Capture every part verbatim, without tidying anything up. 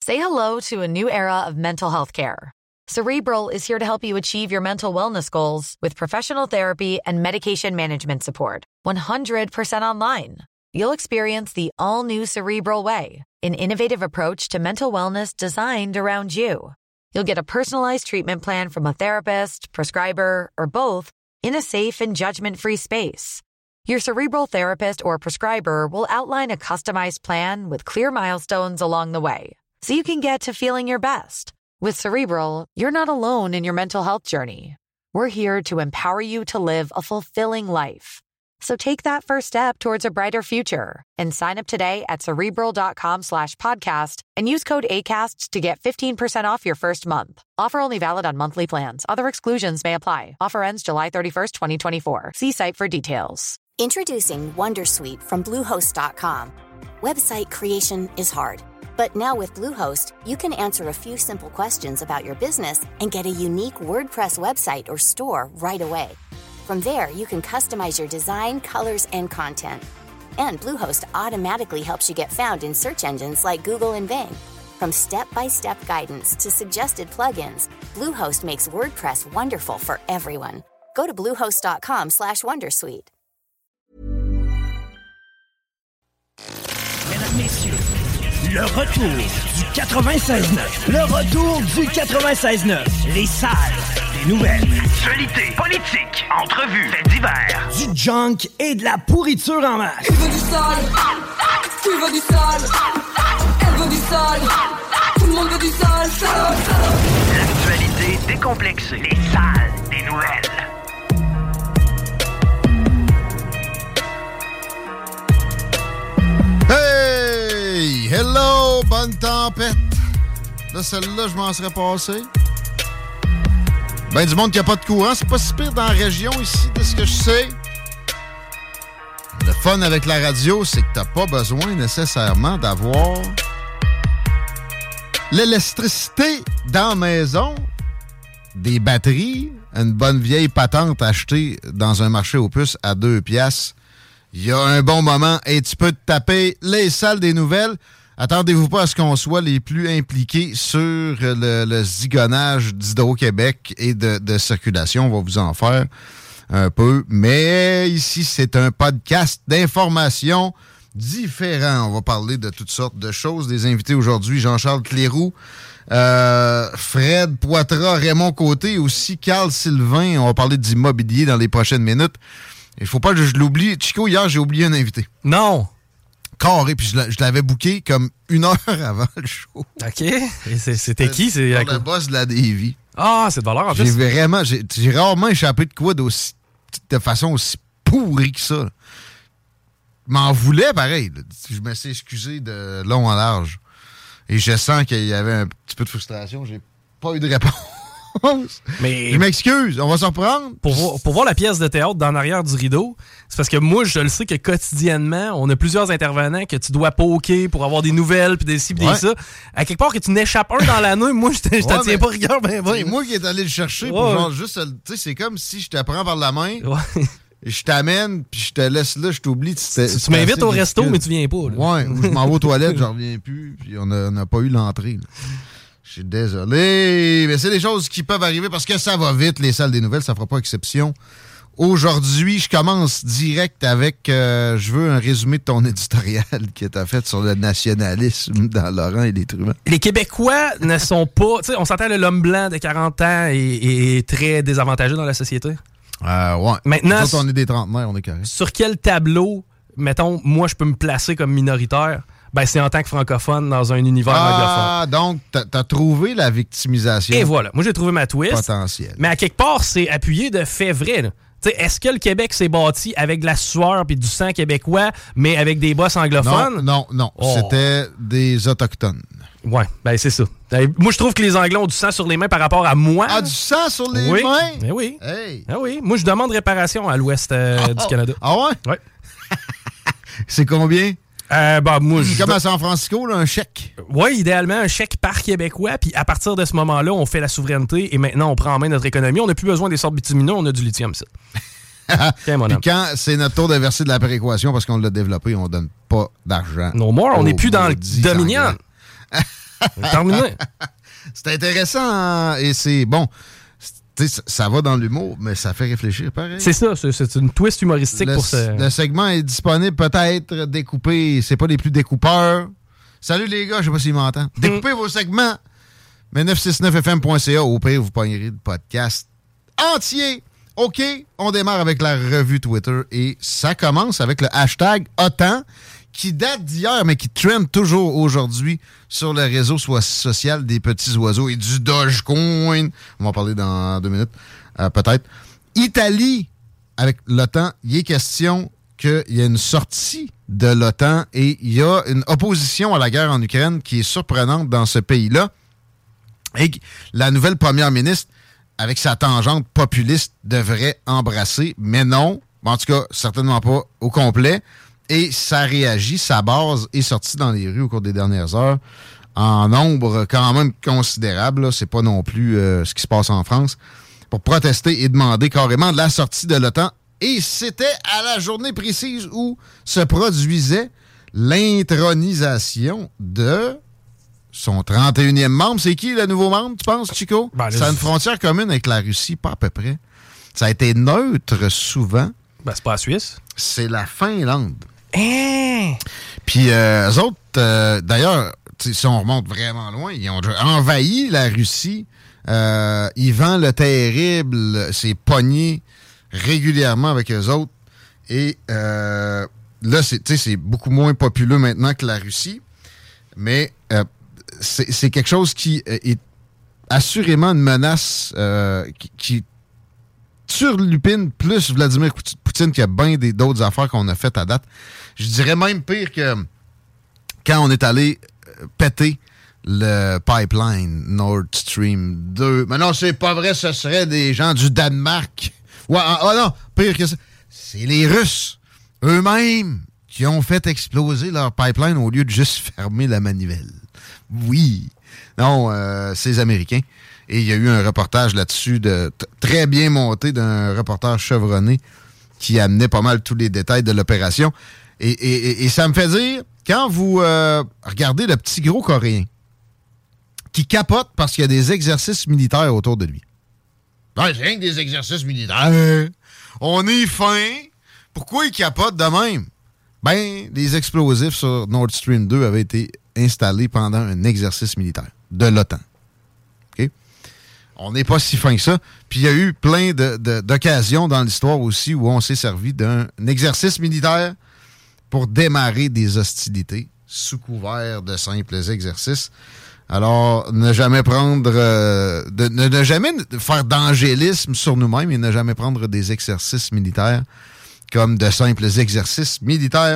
Say hello to a new era of mental health care. Cerebral is here to help you achieve your mental wellness goals with professional therapy and medication management support. one hundred percent online. You'll experience the all-new Cerebral Way, an innovative approach to mental wellness designed around you. You'll get a personalized treatment plan from a therapist, prescriber, or both in a safe and judgment-free space. Your Cerebral therapist or prescriber will outline a customized plan with clear milestones along the way, so you can get to feeling your best. With Cerebral, you're not alone in your mental health journey. We're here to empower you to live a fulfilling life. So take that first step towards a brighter future and sign up today at Cerebral.com slash podcast and use code ACAST to get fifteen percent off your first month. Offer only valid on monthly plans. Other exclusions may apply. Offer ends July thirty-first, twenty twenty-four. See site for details. Introducing Wondersuite from Bluehost dot com. Website creation is hard. But now with Bluehost, you can answer a few simple questions about your business and get a unique WordPress website or store right away. From there, you can customize your design, colors, and content. And Bluehost automatically helps you get found in search engines like Google and Bing. From step-by-step guidance to suggested plugins, Bluehost makes WordPress wonderful for everyone. Go to Bluehost.com slash Wondersuite. Mesdames, Messieurs, le retour du quatre-vingt-seize neuf. Le retour du quatre-vingt-seize neuf. Les salles des nouvelles. Actualité, politique, entrevues, faits divers. Du junk et de la pourriture en masse. Il veut du sale. Tu veux du sale. Elle veut du sale. Tout le monde veut du sale. Sale, sale. L'actualité décomplexée. Les salles des nouvelles. Hey! Hello! Bonne tempête! Là, celle-là, je m'en serais passé. Ben, du monde qui a pas de courant, c'est pas si pire dans la région ici, de ce que je sais. Le fun avec la radio, c'est que t'as pas besoin nécessairement d'avoir l'électricité dans la maison, des batteries, une bonne vieille patente achetée dans un marché aux puces à deux piastres. Il y a un bon moment et tu peux te taper les salles des nouvelles. Attendez-vous pas à ce qu'on soit les plus impliqués sur le, le zigonnage d'Hydro-Québec et de, de circulation. On va vous en faire un peu. Mais ici, c'est un podcast d'information différent. On va parler de toutes sortes de choses. Des invités aujourd'hui, Jean-Charles Cléroux, euh, Fred Poitras, Raymond Côté, aussi Carl Sylvain. On va parler d'immobilier dans les prochaines minutes. Il faut pas que je l'oublie. Chico, hier, j'ai oublié un invité. Non! Carré, puis je, je l'avais booké comme une heure avant le show. OK. Et c'est, c'était qui? C'est le boss de la Davy. Ah, c'est de valeur en plus. J'ai vraiment... J'ai, j'ai rarement échappé de quoi d'aussi, de façon aussi pourrie que ça. Je m'en voulais, pareil. Là. Je me suis excusé de long en large. Et je sens qu'il y avait un petit peu de frustration. J'ai pas eu de réponse. Mais je m'excuse, on va s'en reprendre. Pour voir, pour voir la pièce de théâtre dans l'arrière du rideau, c'est parce que moi, je le sais que quotidiennement, on a plusieurs intervenants que tu dois poker pour avoir des nouvelles, puis des ci, puis ouais. des ça. À quelque part que tu n'échappes un dans l'année, moi, je t'en ouais, tiens pas rigueur. Ben, c'est moi qui est allé le chercher ouais. pour genre juste... Tu sais, c'est comme si je te prends par la main, ouais. je t'amène, puis je te laisse là, je t'oublie. Tu, tu, tu m'invites au resto, mais tu viens pas. Là. Ouais, ou je m'en vais aux toilettes, j'en reviens plus, puis on n'a pas eu l'entrée. Là. Je suis désolé, mais c'est des choses qui peuvent arriver parce que ça va vite, les salles des nouvelles, ça fera pas exception. Aujourd'hui, je commence direct avec, euh, je veux un résumé de ton éditorial que tu as fait sur le nationalisme dans Laurent et les Truands. Les Québécois ne sont pas, tu sais, on s'entend, l'homme blanc de quarante ans est, est très désavantagé dans la société. Euh, ouais. Maintenant, quand on est des trentenaires, on est correct. Sur quel tableau, mettons, moi, je peux me placer comme minoritaire? Ben, c'est en tant que francophone dans un univers ah, anglophone. Ah, donc, t'as, t'as trouvé la victimisation. Et voilà. Moi, j'ai trouvé ma twist. Potentielle. Mais à quelque part, c'est appuyé de faits vrais. Là. T'sais, est-ce que le Québec s'est bâti avec de la sueur et du sang québécois, mais avec des boss anglophones? Non, non, non. Oh. C'était des Autochtones. Ouais, ben c'est ça. Moi, je trouve que les Anglais ont du sang sur les mains par rapport à moi. Ah, du sang sur les oui. mains? Ben oui. Hey. Ben oui. Moi, je demande réparation à l'ouest euh, oh. du Canada. Ah ouais? Ouais. C'est combien? Euh, bah, moi, c'est comme à San Francisco, là, un chèque. Oui, idéalement, un chèque par Québécois. Puis à partir de ce moment-là, on fait la souveraineté et maintenant, on prend en main notre économie. On n'a plus besoin des sortes bitumineux, on a du lithium, ça. Puis quand c'est notre tour de verser de la péréquation parce qu'on l'a développé, on donne pas d'argent. No more, on n'est plus dans le Dominion. Terminé. C'est intéressant hein, et c'est bon. Ça, ça va dans l'humour, mais ça fait réfléchir pareil. C'est ça, c'est, c'est une twist humoristique le, pour ce... Le segment est disponible peut-être découpé. C'est pas les plus découpeurs. Salut les gars, je sais pas s'ils m'entendent. Découpez mm. vos segments. Mais neuf cent soixante-neuf F M point C A, au pire, vous pognerez le podcast entier. OK, on démarre avec la revue Twitter et ça commence avec le hashtag Autant qui date d'hier, mais qui trend toujours aujourd'hui sur le réseau social des petits oiseaux et du Dogecoin. On va en parler dans deux minutes, euh, peut-être. Italie, avec l'OTAN, il est question qu'il y a une sortie de l'OTAN et il y a une opposition à la guerre en Ukraine qui est surprenante dans ce pays-là. Et la nouvelle première ministre, avec sa tangente populiste, devrait embrasser, mais non, en tout cas, certainement pas au complet. Et ça réagit, sa base est sortie dans les rues au cours des dernières heures, en nombre quand même considérable, là, c'est pas non plus euh, ce qui se passe en France, pour protester et demander carrément de la sortie de l'OTAN. Et c'était à la journée précise où se produisait l'intronisation de son trente et unième membre. C'est qui le nouveau membre, tu penses, Chico? Ben, c'est une frontière commune avec la Russie, pas à peu près. Ça a été neutre souvent. Ben, c'est pas la Suisse. C'est la Finlande. Hein? Puis euh, eux autres, euh, d'ailleurs, si on remonte vraiment loin, ils ont envahi la Russie. Euh, Ivan le Terrible s'est pogné régulièrement avec eux autres. Et euh, là, c'est, c'est beaucoup moins populeux maintenant que la Russie. Mais euh, c'est, c'est quelque chose qui est assurément une menace euh, qui, qui surlupine plus Vladimir Poutine qu'il y a bien des, d'autres affaires qu'on a faites à date. Je dirais même pire que quand on est allé péter le pipeline Nord Stream deux. Mais non, c'est pas vrai, ce serait des gens du Danemark. Ouais, oh non, pire que ça. C'est les Russes eux-mêmes qui ont fait exploser leur pipeline au lieu de juste fermer la manivelle. Oui. Non, euh, c'est les Américains. Et il y a eu un reportage là-dessus de t- très bien monté d'un reporter chevronné qui amenait pas mal tous les détails de l'opération. Et, et, et ça me fait dire, quand vous euh, regardez le petit gros Coréen qui capote parce qu'il y a des exercices militaires autour de lui. Ouais, c'est rien que des exercices militaires. On est fin. Pourquoi il capote de même? Ben, les explosifs sur Nord Stream deux avaient été installés pendant un exercice militaire de l'OTAN. OK? On n'est pas si fin que ça. Puis il y a eu plein de, de, d'occasions dans l'histoire aussi où on s'est servi d'un exercice militaire pour démarrer des hostilités sous couvert de simples exercices. Alors, ne jamais prendre... Euh, de, ne, ne jamais faire d'angélisme sur nous-mêmes et ne jamais prendre des exercices militaires comme de simples exercices militaires.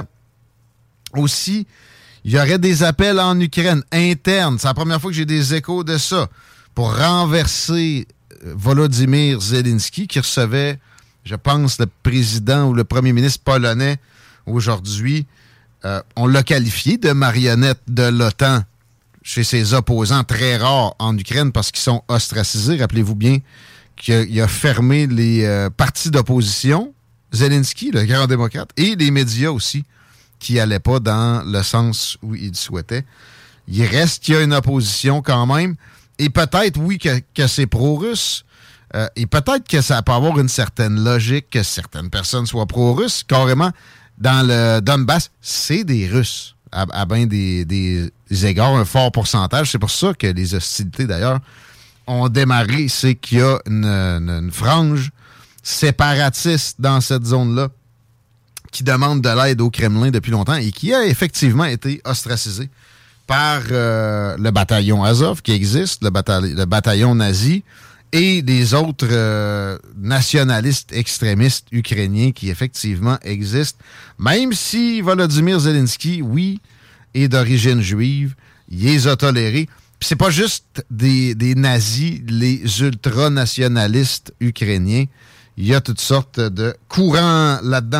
Aussi, il y aurait des appels en Ukraine internes. C'est la première fois que j'ai des échos de ça. Pour renverser Volodymyr Zelensky, qui recevait, je pense, le président ou le premier ministre polonais aujourd'hui. Euh, on l'a qualifié de marionnette de l'OTAN chez ses opposants très rares en Ukraine parce qu'ils sont ostracisés. Rappelez-vous bien qu'il a fermé les euh, partis d'opposition, Zelensky, le grand démocrate, et les médias aussi, qui n'allaient pas dans le sens où il souhaitait. Il reste qu'il y a une opposition quand même, et peut-être, oui, que, que c'est pro-russe, euh, et peut-être que ça peut avoir une certaine logique que certaines personnes soient pro-russes. Carrément, dans le Donbass, c'est des Russes, à, à bien des, des, des égards, un fort pourcentage. C'est pour ça que les hostilités, d'ailleurs, ont démarré. C'est qu'il y a une, une, une frange séparatiste dans cette zone-là qui demande de l'aide au Kremlin depuis longtemps et qui a effectivement été ostracisé par euh, le bataillon Azov qui existe, le, bataille, le bataillon nazi, et des autres euh, nationalistes extrémistes ukrainiens qui effectivement existent. Même si Volodymyr Zelensky, oui, est d'origine juive, il les a tolérés. Puis c'est pas juste des, des nazis, les ultranationalistes ukrainiens. Il y a toutes sortes de courants là-dedans.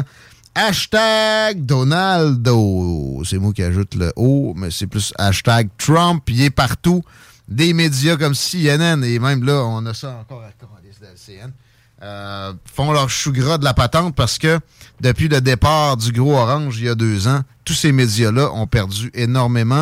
Hashtag Donaldo. C'est moi qui ajoute le O, mais c'est plus hashtag Trump. Il est partout. Des médias comme C N N, et même là, on a ça encore à la C N N, euh, font leur chou gras de la patente parce que depuis le départ du gros orange il y a deux ans, tous ces médias-là ont perdu énormément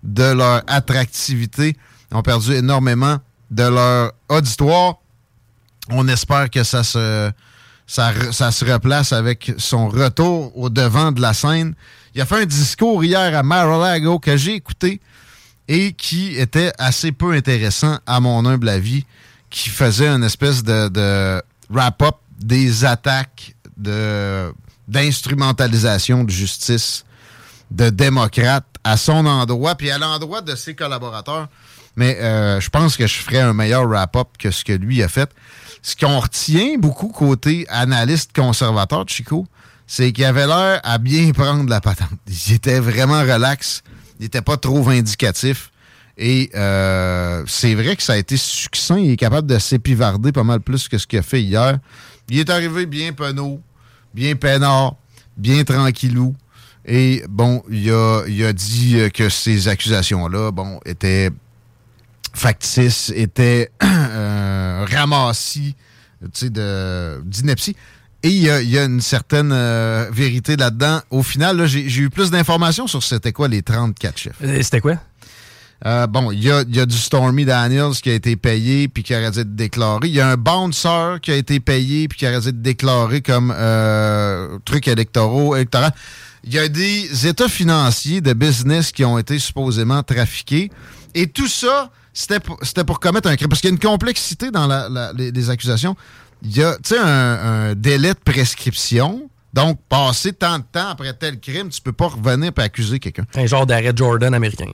de leur attractivité, ont perdu énormément de leur auditoire. On espère que ça se, ça, ça se replace avec son retour au devant de la scène. Il a fait un discours hier à Mar-a-Lago que j'ai écouté et qui était assez peu intéressant à mon humble avis, qui faisait une espèce de, de wrap-up des attaques de, d'instrumentalisation de justice de démocrates à son endroit, puis à l'endroit de ses collaborateurs. Mais euh, je pense que je ferais un meilleur wrap-up que ce que lui a fait. Ce qu'on retient beaucoup côté analyste conservateur de Chico, c'est qu'il avait l'air à bien prendre la patente. Il était vraiment relax, il n'était pas trop vindicatif. Et euh, c'est vrai que ça a été succinct. Il est capable de s'épivarder pas mal plus que ce qu'il a fait hier. Il est arrivé bien penaud, bien peinard, bien tranquillou. Et bon, il a, il a dit que ces accusations-là, bon, étaient factices, étaient euh, ramassis, tu sais, de, d'ineptie. Et il y a, il y a une certaine euh, vérité là-dedans. Au final, là, j'ai, j'ai eu plus d'informations sur c'était quoi les trente-quatre chiffres. Et c'était quoi? Euh, bon, il y a, y a du Stormy Daniels qui a été payé puis qui aurait dû être déclaré. Il y a un bouncer qui a été payé puis qui aurait dû être déclaré comme euh, truc électoraux, électoral. Il y a des états financiers de business qui ont été supposément trafiqués. Et tout ça, c'était pour, c'était pour commettre un crime. Parce qu'il y a une complexité dans la, la, les, les accusations. Il y a, tu sais, un, un délai de prescription. Donc, passer tant de temps après tel crime, tu peux pas revenir et accuser quelqu'un. Un genre d'arrêt Jordan américain.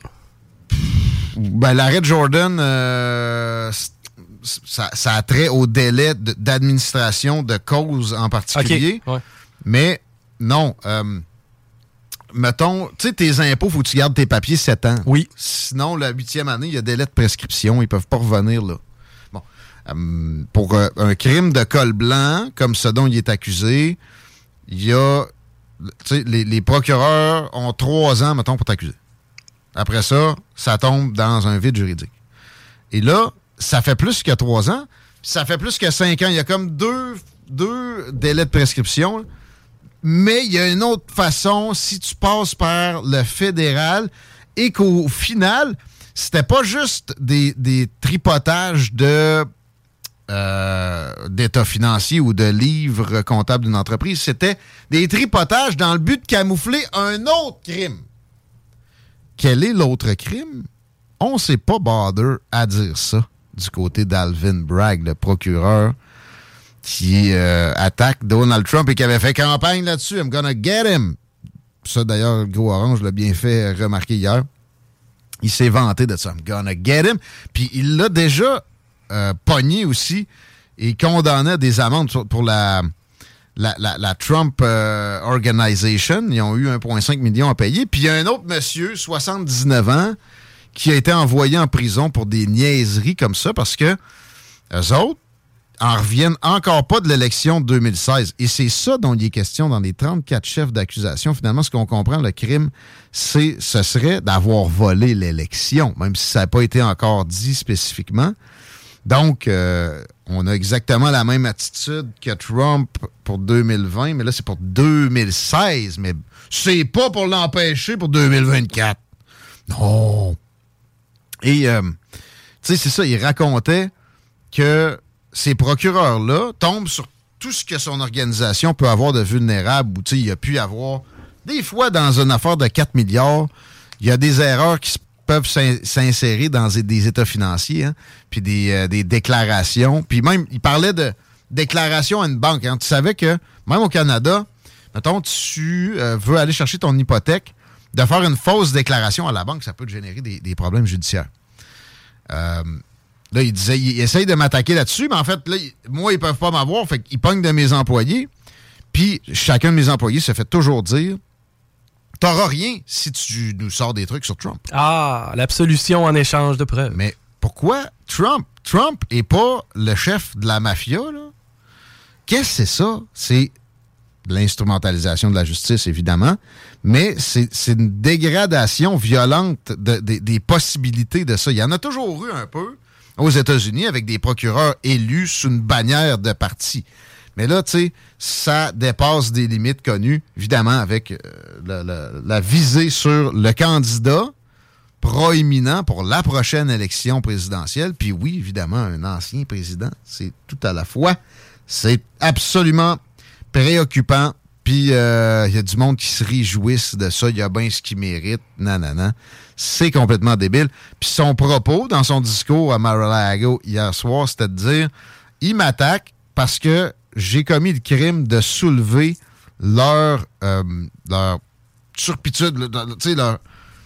Ben, l'arrêt de Jordan, euh, ça, ça a trait au délai de, d'administration de cause en particulier. Okay. Ouais. Mais non, euh, mettons, tu sais, tes impôts, faut que tu gardes tes papiers sept ans. Oui. Sinon, la huitième année, il y a délai de prescription. Ils peuvent pas revenir là. Bon. Euh, pour euh, un crime de col blanc, comme ce dont il est accusé, il y a, tu sais, les, les procureurs ont trois ans, mettons, pour t'accuser. Après ça, ça tombe dans un vide juridique. Et là, ça fait plus que trois ans, ça fait plus que cinq ans. Il y a comme deux, deux délais de prescription. Mais il y a une autre façon, si tu passes par le fédéral et qu'au final, c'était pas juste des, des tripotages de euh, d'état financier ou de livres comptables d'une entreprise, c'était des tripotages dans le but de camoufler un autre crime. Quel est l'autre crime? On ne s'est pas bother à dire ça du côté d'Alvin Bragg, le procureur qui euh, attaque Donald Trump et qui avait fait campagne là-dessus. I'm gonna get him. Ça, d'ailleurs, le gros orange l'a bien fait remarquer hier. Il s'est vanté de ça. I'm gonna get him. Puis il l'a déjà euh, pogné aussi et condamné à des amendes pour la... La, la, la Trump euh, Organization, ils ont eu un virgule cinq million à payer. Puis il y a un autre monsieur, soixante-dix-neuf ans, qui a été envoyé en prison pour des niaiseries comme ça parce que eux autres en reviennent encore pas de l'élection de deux mille seize. Et c'est ça dont il est question dans les trente-quatre chefs d'accusation. Finalement, ce qu'on comprend, le crime, c'est, ce serait d'avoir volé l'élection, même si ça n'a pas été encore dit spécifiquement. Donc, euh, on a exactement la même attitude que Trump pour deux mille vingt, mais là, c'est pour deux mille seize. Mais c'est pas pour l'empêcher pour deux mille vingt-quatre. Non. Et, euh, tu sais, c'est ça, il racontait que ces procureurs-là tombent sur tout ce que son organisation peut avoir de vulnérable, ou, tu sais, il a pu y avoir, des fois, dans une affaire de quatre milliards, il y a des erreurs qui se peuvent s'insérer dans des états financiers, hein, puis des, euh, des déclarations. Puis même, il parlait de déclaration à une banque. Hein. Tu savais que, même au Canada, mettons, tu euh, veux aller chercher ton hypothèque, de faire une fausse déclaration à la banque, ça peut te générer des, des problèmes judiciaires. Euh, là, il disait, il, il essaye de m'attaquer là-dessus, mais en fait, là, il, moi, ils peuvent pas m'avoir, fait qu'ils pognent de mes employés, puis chacun de mes employés se fait toujours dire t'auras rien si tu nous sors des trucs sur Trump. Ah, l'absolution en échange de preuves. Mais pourquoi Trump? Trump est pas le chef de la mafia, là. Qu'est-ce que c'est ça? C'est de l'instrumentalisation de la justice, évidemment, mais c'est, c'est une dégradation violente de, de, des possibilités de ça. Il y en a toujours eu un peu aux États-Unis avec des procureurs élus sous une bannière de parti. Mais là, tu sais, ça dépasse des limites connues, évidemment, avec euh, la, la, la visée sur le candidat, proéminent pour la prochaine élection présidentielle. Puis oui, évidemment, un ancien président, c'est tout à la fois. C'est absolument préoccupant. Puis il euh, y a du monde qui se réjouisse de ça. Il y a bien ce qu'il mérite. Nanana. C'est complètement débile. Puis son propos dans son discours à Mar-a-Lago hier soir, c'était de dire « Il m'attaque parce que j'ai commis le crime de soulever leur, euh, leur turpitude, tu sais, leur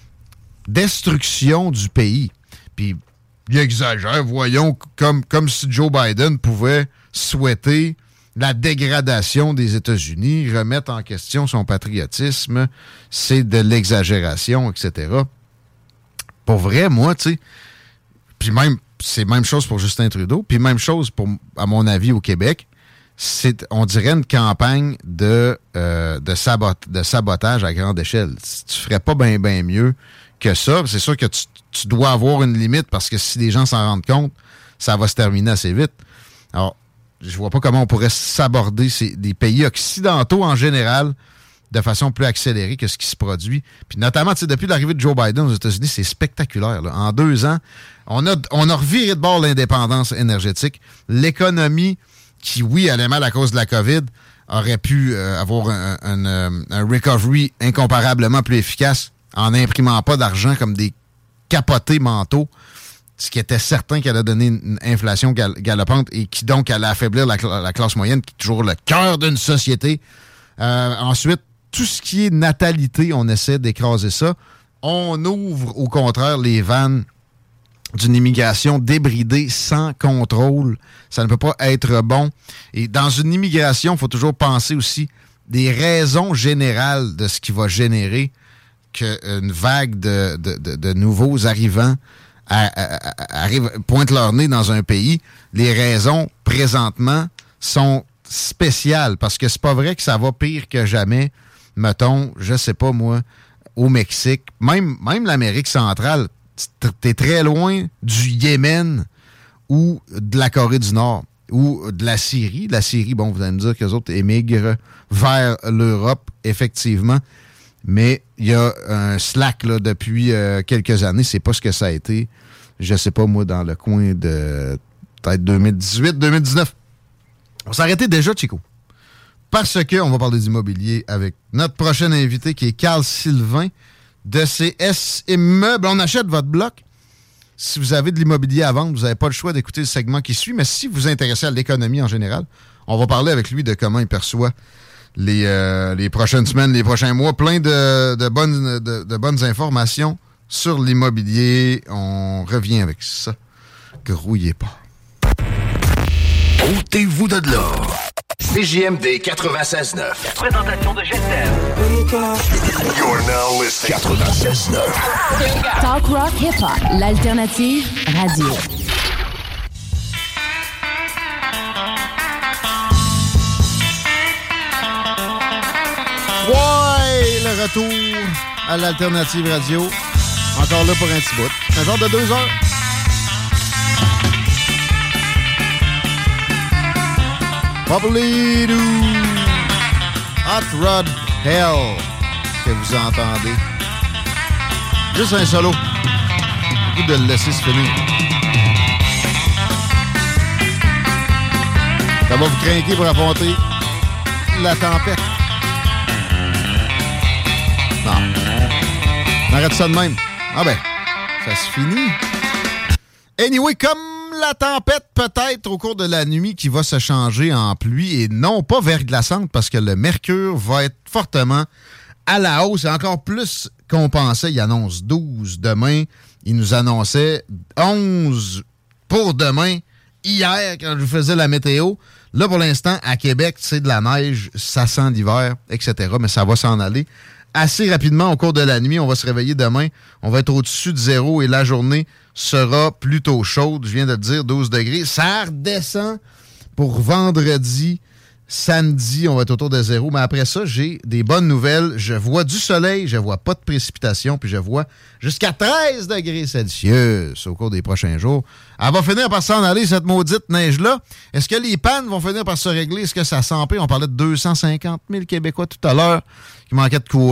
destruction du pays. » Puis il exagère, voyons, comme, comme si Joe Biden pouvait souhaiter la dégradation des États-Unis, remettre en question son patriotisme, c'est de l'exagération, et cetera. Pour vrai, moi, tu sais, puis même, c'est même chose pour Justin Trudeau, puis même chose, pour, à mon avis, au Québec, c'est, on dirait, une campagne de, euh, de, sabot, de sabotage à grande échelle. Tu ferais pas bien, bien mieux que ça. C'est sûr que tu, tu dois avoir une limite, parce que si les gens s'en rendent compte, ça va se terminer assez vite. Alors, je vois pas comment on pourrait s'aborder ces, des pays occidentaux en général de façon plus accélérée que ce qui se produit. Puis notamment, tu sais, depuis l'arrivée de Joe Biden aux États-Unis, c'est spectaculaire, là. En deux ans, on a, on a reviré de bord l'indépendance énergétique. L'économie, qui, oui, allait mal à cause de la COVID, aurait pu euh, avoir un, un, un, un recovery incomparablement plus efficace en n'imprimant pas d'argent comme des capotés mentaux, ce qui était certain qu'elle a donné une inflation gal- galopante et qui donc allait affaiblir la, cl- la classe moyenne, qui est toujours le cœur d'une société. Euh, ensuite, tout ce qui est natalité, on essaie d'écraser ça. On ouvre, au contraire, les vannes d'une immigration débridée sans contrôle. Ça ne peut pas être bon. Et dans une immigration, il faut toujours penser aussi des raisons générales de ce qui va générer qu'une vague de, de, de, de nouveaux arrivants à, à, à, arrive, pointe leur nez dans un pays. Les raisons, présentement, sont spéciales parce que c'est pas vrai que ça va pire que jamais. Mettons, je sais pas moi, au Mexique, même, même l'Amérique centrale, t'es très loin du Yémen ou de la Corée du Nord ou de la Syrie. La Syrie, bon, vous allez me dire qu'eux autres émigrent vers l'Europe, effectivement. Mais il y a un slack là, depuis euh, quelques années. C'est pas ce que ça a été, je sais pas moi, dans le coin de peut-être deux mille dix-huit deux mille dix-neuf. On s'est arrêté déjà, Chico. Parce qu'on va parler d'immobilier avec notre prochain invité qui est Carl Sylvain de C S Immeubles. On achète votre bloc. Si vous avez de l'immobilier à vendre, vous n'avez pas le choix d'écouter le segment qui suit. Mais si vous vous intéressez à l'économie en général, on va parler avec lui de comment il perçoit les, euh, les prochaines semaines, les prochains mois. Plein de, de, bonnes, de, de bonnes informations sur l'immobilier. On revient avec ça. Grouillez pas. Ôtez-vous de l'or. C J M D quatre-vingt-seize neuf. Présentation de Gestel. You're now listening. quatre-vingt-seize neuf. Talk rock hip-hop, l'alternative radio. Ouais, le retour à l'alternative radio. Encore là pour un petit bout. Un genre de deux heures. Bubbly Doo. Hot Rod Hell que vous entendez. Juste un solo. Ou de le laisser se finir. Ça va vous craquer pour affronter la tempête. Non. On arrête ça de même. Ah ben, ça se finit. Anyway, comme la tempête peut-être au cours de la nuit qui va se changer en pluie et non pas verglaçante parce que le mercure va être fortement à la hausse et encore plus qu'on pensait. Il annonce douze demain. Il nous annonçait onze pour demain hier quand je vous faisais la météo. Là, pour l'instant, à Québec, c'est de la neige, ça sent l'hiver, et cetera. Mais ça va s'en aller assez rapidement au cours de la nuit. On va se réveiller demain. On va être au-dessus de zéro et la journée sera plutôt chaude. Je viens de te dire, douze degrés. Ça redescend pour vendredi, samedi. On va être autour de zéro. Mais après ça, j'ai des bonnes nouvelles. Je vois du soleil, je vois pas de précipitation, puis je vois jusqu'à treize degrés Celsius au cours des prochains jours. Elle va finir par s'en aller, cette maudite neige-là. Est-ce que les pannes vont finir par se régler? Est-ce que ça s'empire? On parlait de deux cent cinquante mille Québécois tout à l'heure qui manquaient de courant.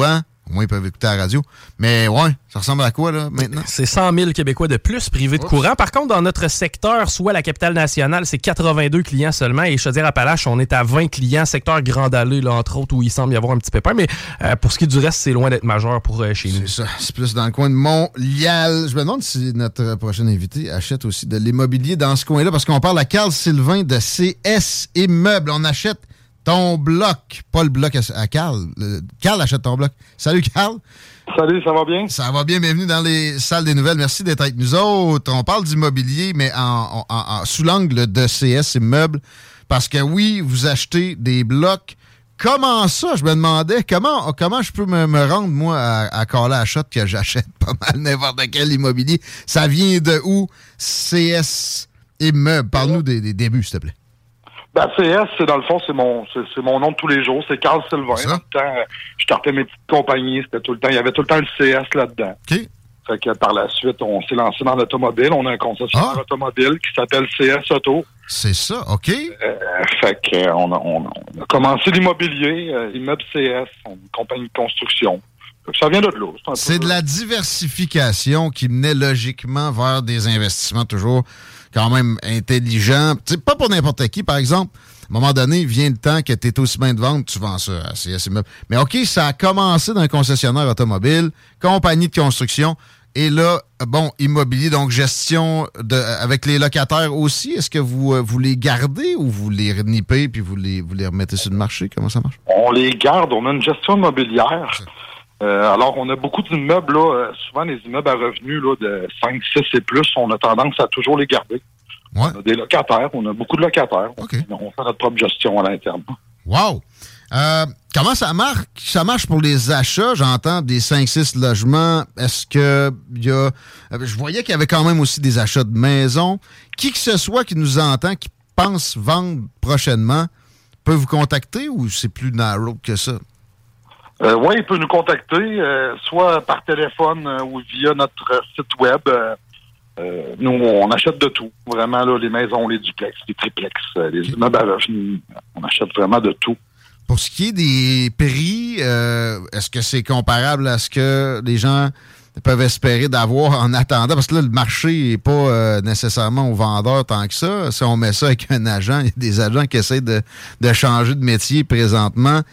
Au moins, ils peuvent écouter à la radio. Mais ouais, ça ressemble à quoi, là, maintenant? C'est cent mille Québécois de plus privés de Oups. courant. Par contre, dans notre secteur, soit la capitale nationale, c'est quatre-vingt-deux clients seulement. Et Chaudière-Appalaches, on est à vingt clients. Secteur Grande Allée, là, entre autres, où il semble y avoir un petit pépin. Mais euh, pour ce qui est du reste, c'est loin d'être majeur pour euh, chez nous. C'est ça. C'est plus dans le coin de Montréal. Je me demande si notre prochain invité achète aussi de l'immobilier dans ce coin-là, parce qu'on parle à Carl Sylvain de C S Immeubles. On achète ton bloc, pas le bloc à, à Carl. Le, Carl achète ton bloc. Salut, Carl. Salut, ça va bien? Ça va bien, bienvenue dans les salles des nouvelles. Merci d'être avec nous autres. On parle d'immobilier, mais en, en, en, sous l'angle de C S Immeubles, parce que oui, vous achetez des blocs. Comment ça? Je me demandais, comment comment je peux me, me rendre, moi, à, à Carl Achète, que j'achète pas mal n'importe quel immobilier. Ça vient de où? C S Immeubles. Parle-nous des, des débuts, s'il te plaît. Ben, C S, c'est dans le fond, c'est mon c'est, c'est mon nom de tous les jours. C'est Carl Sylvain. Dans le temps, je startais mes petites compagnies. C'était tout le temps. Il y avait tout le temps le C S là-dedans. OK. Fait que par la suite, on s'est lancé dans l'automobile. On a un concessionnaire ah. automobile qui s'appelle C S Auto. C'est ça, OK. Euh, fait que euh, on, a, on, a, on a commencé l'immobilier, euh, immeuble C S, on, une compagnie de construction. Fait que ça vient de là. C'est, c'est de la diversification qui menait logiquement vers des investissements toujours quand même intelligents. T'sais, pas pour n'importe qui, par exemple. À un moment donné, vient le temps que tu es aussi bien de vendre, tu vends ça à C S Immeubles. Mais OK, ça a commencé dans un concessionnaire automobile, compagnie de construction, et là, bon, immobilier, donc gestion de avec les locataires aussi. Est-ce que vous, euh, vous les gardez ou vous les renippez puis vous les, vous les remettez sur le marché? Comment ça marche? On les garde, on a une gestion immobilière. Euh, alors, on a beaucoup d'immeubles, là, euh, souvent les immeubles à revenus là, de cinq, six et plus, on a tendance à toujours les garder. Ouais. On a des locataires, on a beaucoup de locataires. Okay. On, on fait notre propre gestion à l'interne. Wow! Euh, comment ça marche? Ça marche pour les achats, j'entends, des cinq six logements. Est-ce que il y a... Je voyais qu'il y avait quand même aussi des achats de maisons. Qui que ce soit qui nous entend, qui pense vendre prochainement, peut vous contacter ou c'est plus narrow que ça? Euh, oui, il peut nous contacter, euh, soit par téléphone euh, ou via notre euh, site web. Euh, euh, nous, on achète de tout. Vraiment, là, les maisons, les duplex, les triplex, euh, les immeubles à revenus, on achète vraiment de tout. Pour ce qui est des prix, euh, est-ce que c'est comparable à ce que les gens peuvent espérer d'avoir en attendant? Parce que là, le marché n'est pas euh, nécessairement au vendeur tant que ça. Si on met ça avec un agent, il y a des agents qui essaient de, de changer de métier présentement.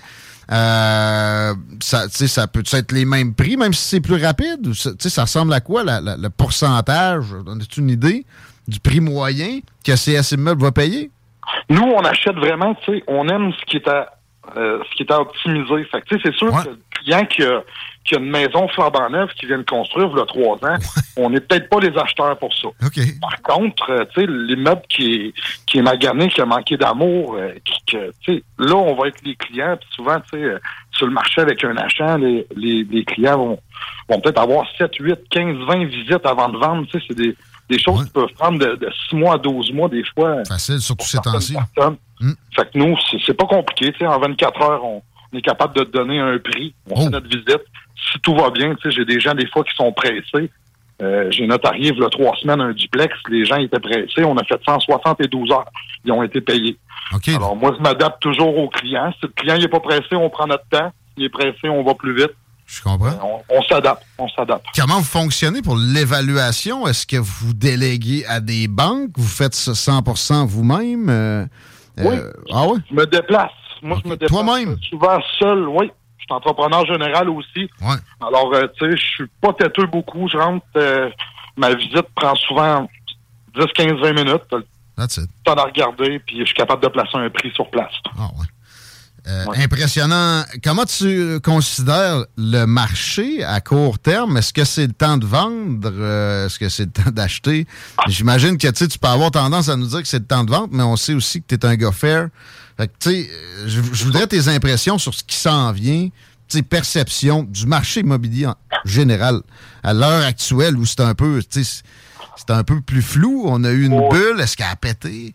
Euh, ça, ça peut être les mêmes prix, même si c'est plus rapide? Ça, ça ressemble à quoi, la, la, le pourcentage? As-tu une idée du prix moyen que C S Immeubles va payer? Nous, on achète vraiment, tu sais, on aime ce qui est à, euh, ce qui est à optimiser. Fait que, tu sais, c'est sûr ouais. que le client qui a, qui a une maison flambant neuve qui vient de construire il y a trois ans, ouais. on n'est peut-être pas les acheteurs pour ça. Okay. Par contre, euh, tu sais, l'immeuble qui est, qui est magané, qui a manqué d'amour, euh, qui, que, tu sais, là, on va être les clients, puis souvent, tu sais, euh, sur le marché avec un achat, les, les, les clients vont, vont peut-être avoir sept, huit, quinze, vingt visites avant de vendre. Tu sais, c'est des, des choses ouais. qui peuvent prendre de, de six mois à douze mois, des fois. Facile, surtout ces temps-ci. Mm. Fait que nous, c'est, c'est pas compliqué. Tu sais, en vingt-quatre heures, on, on est capable de te donner un prix. On oh. fait notre visite. Si tout va bien, tu sais, j'ai des gens, des fois, qui sont pressés. Euh, j'ai notarié, il y a trois semaines, un duplex. Les gens étaient pressés. On a fait cent soixante-douze heures. Ils ont été payés. Okay. Alors, moi, je m'adapte toujours au client. Si le client n'est pas pressé, on prend notre temps. S'il est pressé, on va plus vite. Je comprends. Euh, on, on s'adapte. On s'adapte. Comment vous fonctionnez pour l'évaluation? Est-ce que vous déléguez à des banques? Vous faites ça cent pour cent vous-même? Euh, oui. Euh, ah oui? Je me déplace. Moi, okay. je me déplace. Toi-même? Souvent seul, oui. Je suis entrepreneur général aussi. Ouais. Alors, euh, tu sais, je suis pas têteux beaucoup. Je rentre, euh, ma visite prend souvent dix, quinze, vingt minutes. That's it. Temps de regarder, puis je suis capable de placer un prix sur place. Ah ouais. Euh, ouais. Impressionnant. Comment tu considères le marché à court terme? Est-ce que c'est le temps de vendre? Euh, est-ce que c'est le temps d'acheter? Ah. J'imagine que tu peux avoir tendance à nous dire que c'est le temps de vendre, mais on sait aussi que tu es un gars fair. Fait que, tu sais, je, je voudrais tes impressions sur ce qui s'en vient, tes perceptions du marché immobilier en général, à l'heure actuelle où c'est un peu, tu sais, c'est un peu plus flou. On a eu une oh. bulle. Est-ce qu'elle a pété?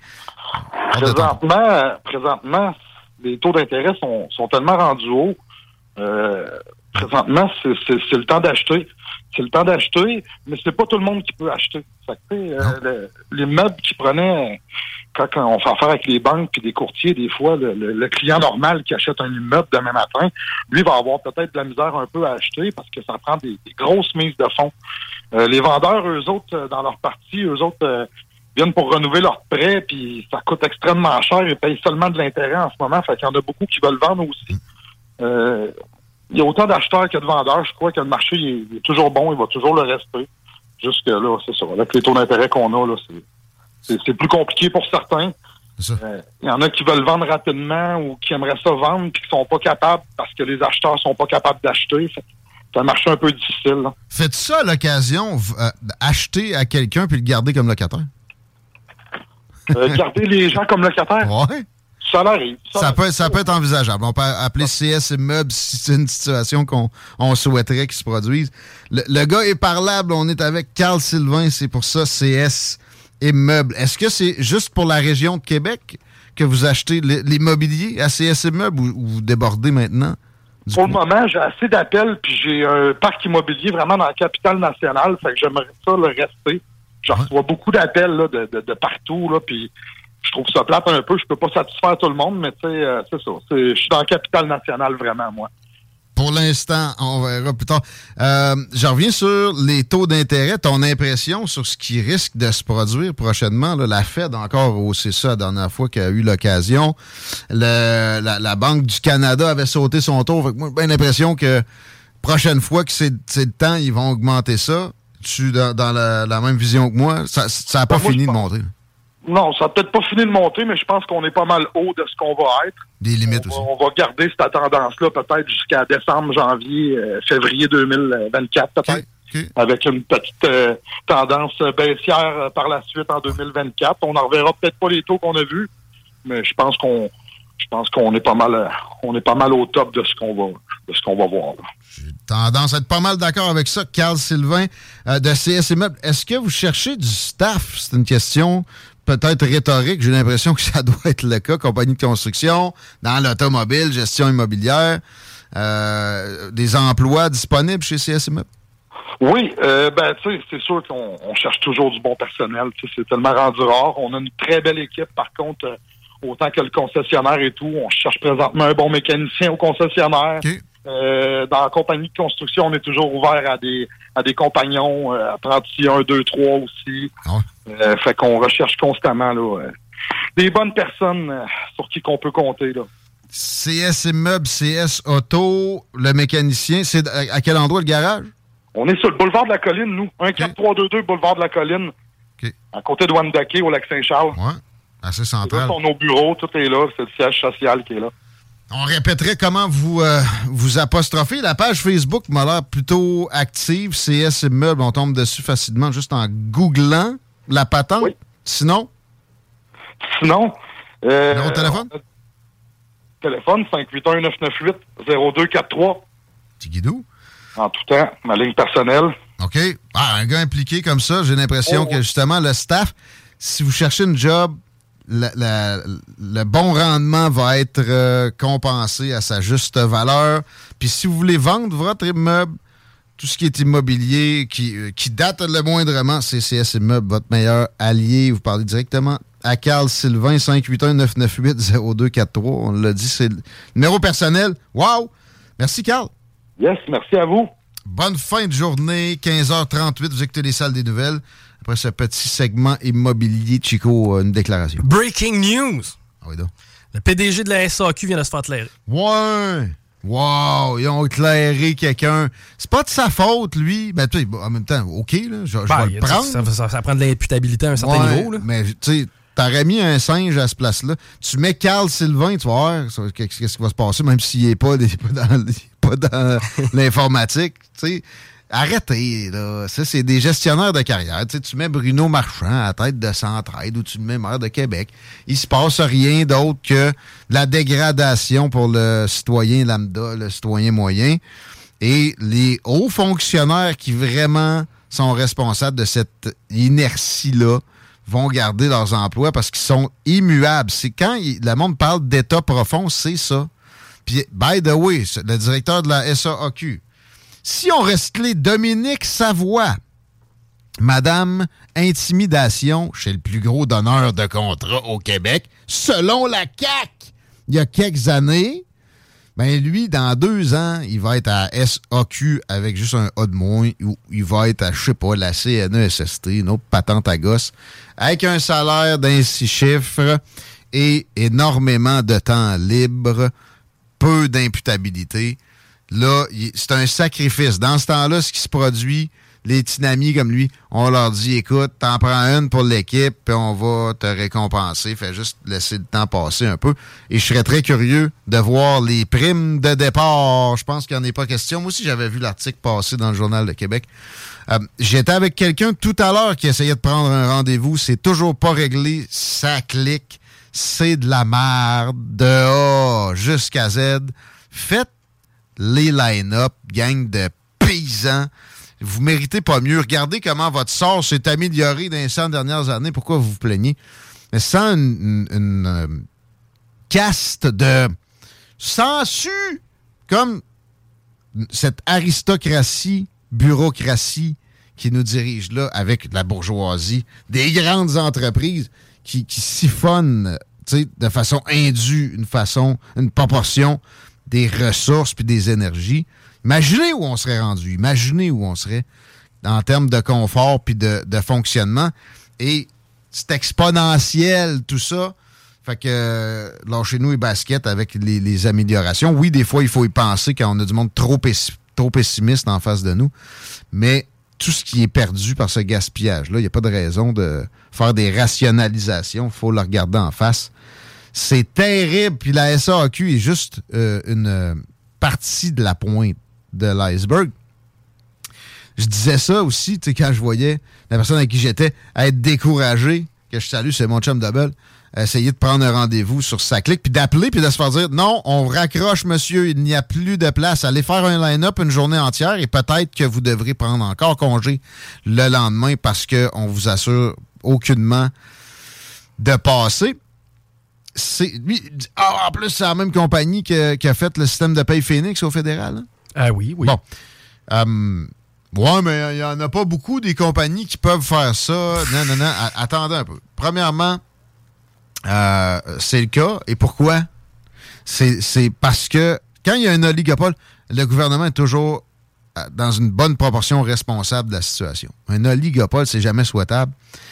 Présentement, présentement, les taux d'intérêt sont, sont tellement rendus hauts. Euh, présentement, c'est, c'est, c'est le temps d'acheter. C'est le temps d'acheter, mais c'est pas tout le monde qui peut acheter. Fait que, euh, le, les meubles qui prenaient quand on fait affaire avec les banques puis des courtiers, des fois, le, le, le client normal qui achète un immeuble demain matin, lui va avoir peut-être de la misère un peu à acheter parce que ça prend des, des grosses mises de fonds. Euh, les vendeurs, eux autres, dans leur partie, eux autres euh, viennent pour renouveler leur prêt, puis ça coûte extrêmement cher. Ils payent seulement de l'intérêt en ce moment. Fait qu'il y en a beaucoup qui veulent vendre aussi. Euh, il y a autant d'acheteurs que de vendeurs. Je crois que le marché il est, il est toujours bon, il va toujours le rester. Juste que là, c'est ça. Avec les taux d'intérêt qu'on a, là, c'est, c'est, c'est plus compliqué pour certains. Il euh, y en a qui veulent vendre rapidement ou qui aimeraient ça vendre puis qui sont pas capables parce que les acheteurs sont pas capables d'acheter. Fait, c'est un marché un peu difficile. Là. Faites ça à l'occasion, euh, acheter à quelqu'un puis le garder comme locataire? Euh, garder les gens comme locataires? Ouais. Ça arrive. Ça, ça, peut, ça peut être envisageable. On peut appeler C S Immeubles si c'est une situation qu'on on souhaiterait qu'il se produise. Le, le gars est parlable. On est avec Carl Sylvain. C'est pour ça C S Immeubles. Est-ce que c'est juste pour la région de Québec que vous achetez l'immobilier à C S Immeubles ou, ou vous débordez maintenant? Pour le moment, j'ai assez d'appels puis j'ai un parc immobilier vraiment dans la capitale nationale. Fait que j'aimerais ça le rester. Je reçois ouais. beaucoup d'appels là, de, de, de partout. Là, puis je trouve ça plate un peu. Je peux pas satisfaire tout le monde, mais tu sais, euh, c'est ça. C'est, je suis dans la capitale nationale, vraiment, moi. Pour l'instant, on verra plus tard. Euh, je reviens sur les taux d'intérêt. Ton impression sur ce qui risque de se produire prochainement. Là, la Fed a encore haussé ça la dernière fois qu'elle a eu l'occasion. Le, la, la Banque du Canada avait sauté son taux. Fait que moi, j'ai bien l'impression que prochaine fois que c'est, c'est le temps, ils vont augmenter ça. Tu dans, dans la, la même vision que moi? Ça n'a pas ben, fini de monter. Non, ça n'a peut-être pas fini de monter, mais je pense qu'on est pas mal haut de ce qu'on va être. Des limites on aussi. Va, on va garder cette tendance-là peut-être jusqu'à décembre, janvier, euh, février deux mille vingt-quatre peut-être, okay. Okay. Avec une petite euh, tendance baissière euh, par la suite en deux mille vingt-quatre. On n'en reverra peut-être pas les taux qu'on a vus, mais je pense qu'on je pense qu'on est pas mal euh, on est pas mal au top de ce qu'on va de ce qu'on va voir. Là. J'ai tendance à être pas mal d'accord avec ça. Carl Sylvain euh, de C S Immeubles. Est-ce que vous cherchez du staff? C'est une question peut-être rhétorique. J'ai l'impression que ça doit être le cas. Compagnie de construction, dans l'automobile, gestion immobilière, euh, des emplois disponibles chez C S Immeubles? Oui, euh, ben tu sais, c'est sûr qu'on on cherche toujours du bon personnel. C'est tellement rendu rare. On a une très belle équipe, par contre, euh, autant que le concessionnaire et tout. On cherche présentement un bon mécanicien au concessionnaire. Okay. Euh, dans la compagnie de construction, on est toujours ouvert à des à des compagnons, euh, apprentis un, deux, trois aussi. Ah ouais. euh, fait qu'on recherche constamment là, euh, des bonnes personnes euh, sur qui qu'on peut compter. Là. C S Immeubles, C S Auto, le mécanicien, c'est à, à quel endroit le garage? On est sur le boulevard de la Colline, nous. un quatre trois deux deux boulevard de la Colline. Okay. À côté de Wendake, au Lac-Saint-Charles. Ouais, assez central. Là, sont nos bureaux, tout est là. C'est le siège social qui est là. On répéterait comment vous euh, vous apostrophez. La page Facebook m'a l'air plutôt active. C S Immeubles, on tombe dessus facilement juste en googlant la patente. Oui. Sinon? Sinon? Euh, Numéro de téléphone? Euh, téléphone cinq huit un neuf neuf huit zéro deux quatre trois. Petit guidou. En tout temps, ma ligne personnelle. OK. Ah, un gars impliqué comme ça, j'ai l'impression oh. que justement, le staff, si vous cherchez une job, La, la, le bon rendement va être euh, compensé à sa juste valeur. Puis si vous voulez vendre votre immeuble, tout ce qui est immobilier, qui, euh, qui date le moindrement, c'est C S Immeubles, votre meilleur allié. Vous parlez directement à Carl Sylvain, cinq huit un neuf neuf huit zéro deux quatre trois. On l'a dit, c'est le numéro personnel. Wow! Merci, Carl. Yes, merci à vous. Bonne fin de journée, quinze heures trente-huit. Vous écoutez les salles des nouvelles. Après ce petit segment immobilier, Chico, une déclaration. Breaking news! Ah oui, donc. Le P D G de la S A Q vient de se faire éclairer. Ouais! Wow! Ils ont éclairé quelqu'un. C'est pas de sa faute, lui. Ben, tu sais, en même temps, OK, là, je, je ben, vais le prendre. Ça, ça, ça prend de l'imputabilité à un certain ouais, niveau, là. Mais, tu sais, t'aurais mis un singe à ce place-là. Tu mets Carl Sylvain, tu vas voir qu'est-ce qui va se passer, même s'il n'est pas, pas dans, pas dans l'informatique, tu sais. Arrêtez, là. Ça, c'est des gestionnaires de carrière. Tu sais, tu mets Bruno Marchand à la tête de Centraide ou tu le mets maire de Québec. Il se passe rien d'autre que la dégradation pour le citoyen lambda, le citoyen moyen. Et les hauts fonctionnaires qui vraiment sont responsables de cette inertie-là vont garder leurs emplois parce qu'ils sont immuables. C'est quand il, le monde parle d'état profond, c'est ça. Puis, by the way, le directeur de la S A A Q, si on restait Dominique Savoie, Madame Intimidation chez le plus gros donneur de contrats au Québec, selon la C A Q, il y a quelques années. Ben lui, dans deux ans, il va être à S A Q avec juste un A de moins, ou il va être à, je sais pas, la C N E S S T, une autre patente à gosse, avec un salaire d'un six chiffres et énormément de temps libre, peu d'imputabilité. Là, c'est un sacrifice. Dans ce temps-là, ce qui se produit, les tinamis comme lui, on leur dit, écoute, t'en prends une pour l'équipe, puis on va te récompenser. Fais juste laisser le temps passer un peu. Et je serais très curieux de voir les primes de départ. Je pense qu'il n'y en est pas question. Moi aussi, j'avais vu l'article passer dans le Journal de Québec. Euh, j'étais avec quelqu'un tout à l'heure qui essayait de prendre un rendez-vous. C'est toujours pas réglé. Ça clique. C'est de la merde. De A jusqu'à Z. Faites les line-up, gang de paysans. Vous méritez pas mieux. Regardez comment votre sort s'est amélioré dans les cent dernières années. Pourquoi vous vous plaignez? Mais sans une, une, une euh, caste de sensu, comme cette aristocratie, bureaucratie qui nous dirige là avec la bourgeoisie, des grandes entreprises qui, qui siphonnent de façon indue, une façon, une proportion des ressources puis des énergies. Imaginez où on serait rendu. Imaginez où on serait en termes de confort puis de, de fonctionnement. Et c'est exponentiel, tout ça. Fait que euh, lâchez-nous les baskets avec les, les améliorations. Oui, des fois, il faut y penser quand on a du monde trop, pessi- trop pessimiste en face de nous. Mais tout ce qui est perdu par ce gaspillage-là, il n'y a pas de raison de faire des rationalisations. Il faut le regarder en face. C'est terrible. Puis la S A Q est juste euh, une euh, partie de la pointe de l'iceberg. Je disais ça aussi, tu sais, quand je voyais la personne avec qui j'étais être découragée, que je salue, c'est mon chum Double, essayer de prendre un rendez-vous sur sa clique, puis d'appeler, puis de se faire dire, non, on raccroche, monsieur, il n'y a plus de place. Allez faire un line-up une journée entière et peut-être que vous devrez prendre encore congé le lendemain parce qu'on vous assure aucunement de passer. C'est, lui, ah, en plus, c'est la même compagnie que, qui a fait le système de paye Phoenix au fédéral. Hein? Ah oui, oui. Bon. Um, ouais, mais il n'y en a pas beaucoup des compagnies qui peuvent faire ça. Non, non, non. A- attendez un peu. Premièrement, euh, c'est le cas. Et pourquoi? C'est, c'est parce que quand il y a un oligopole, le gouvernement est toujours dans une bonne proportion responsable de la situation. Un oligopole, c'est jamais souhaitable.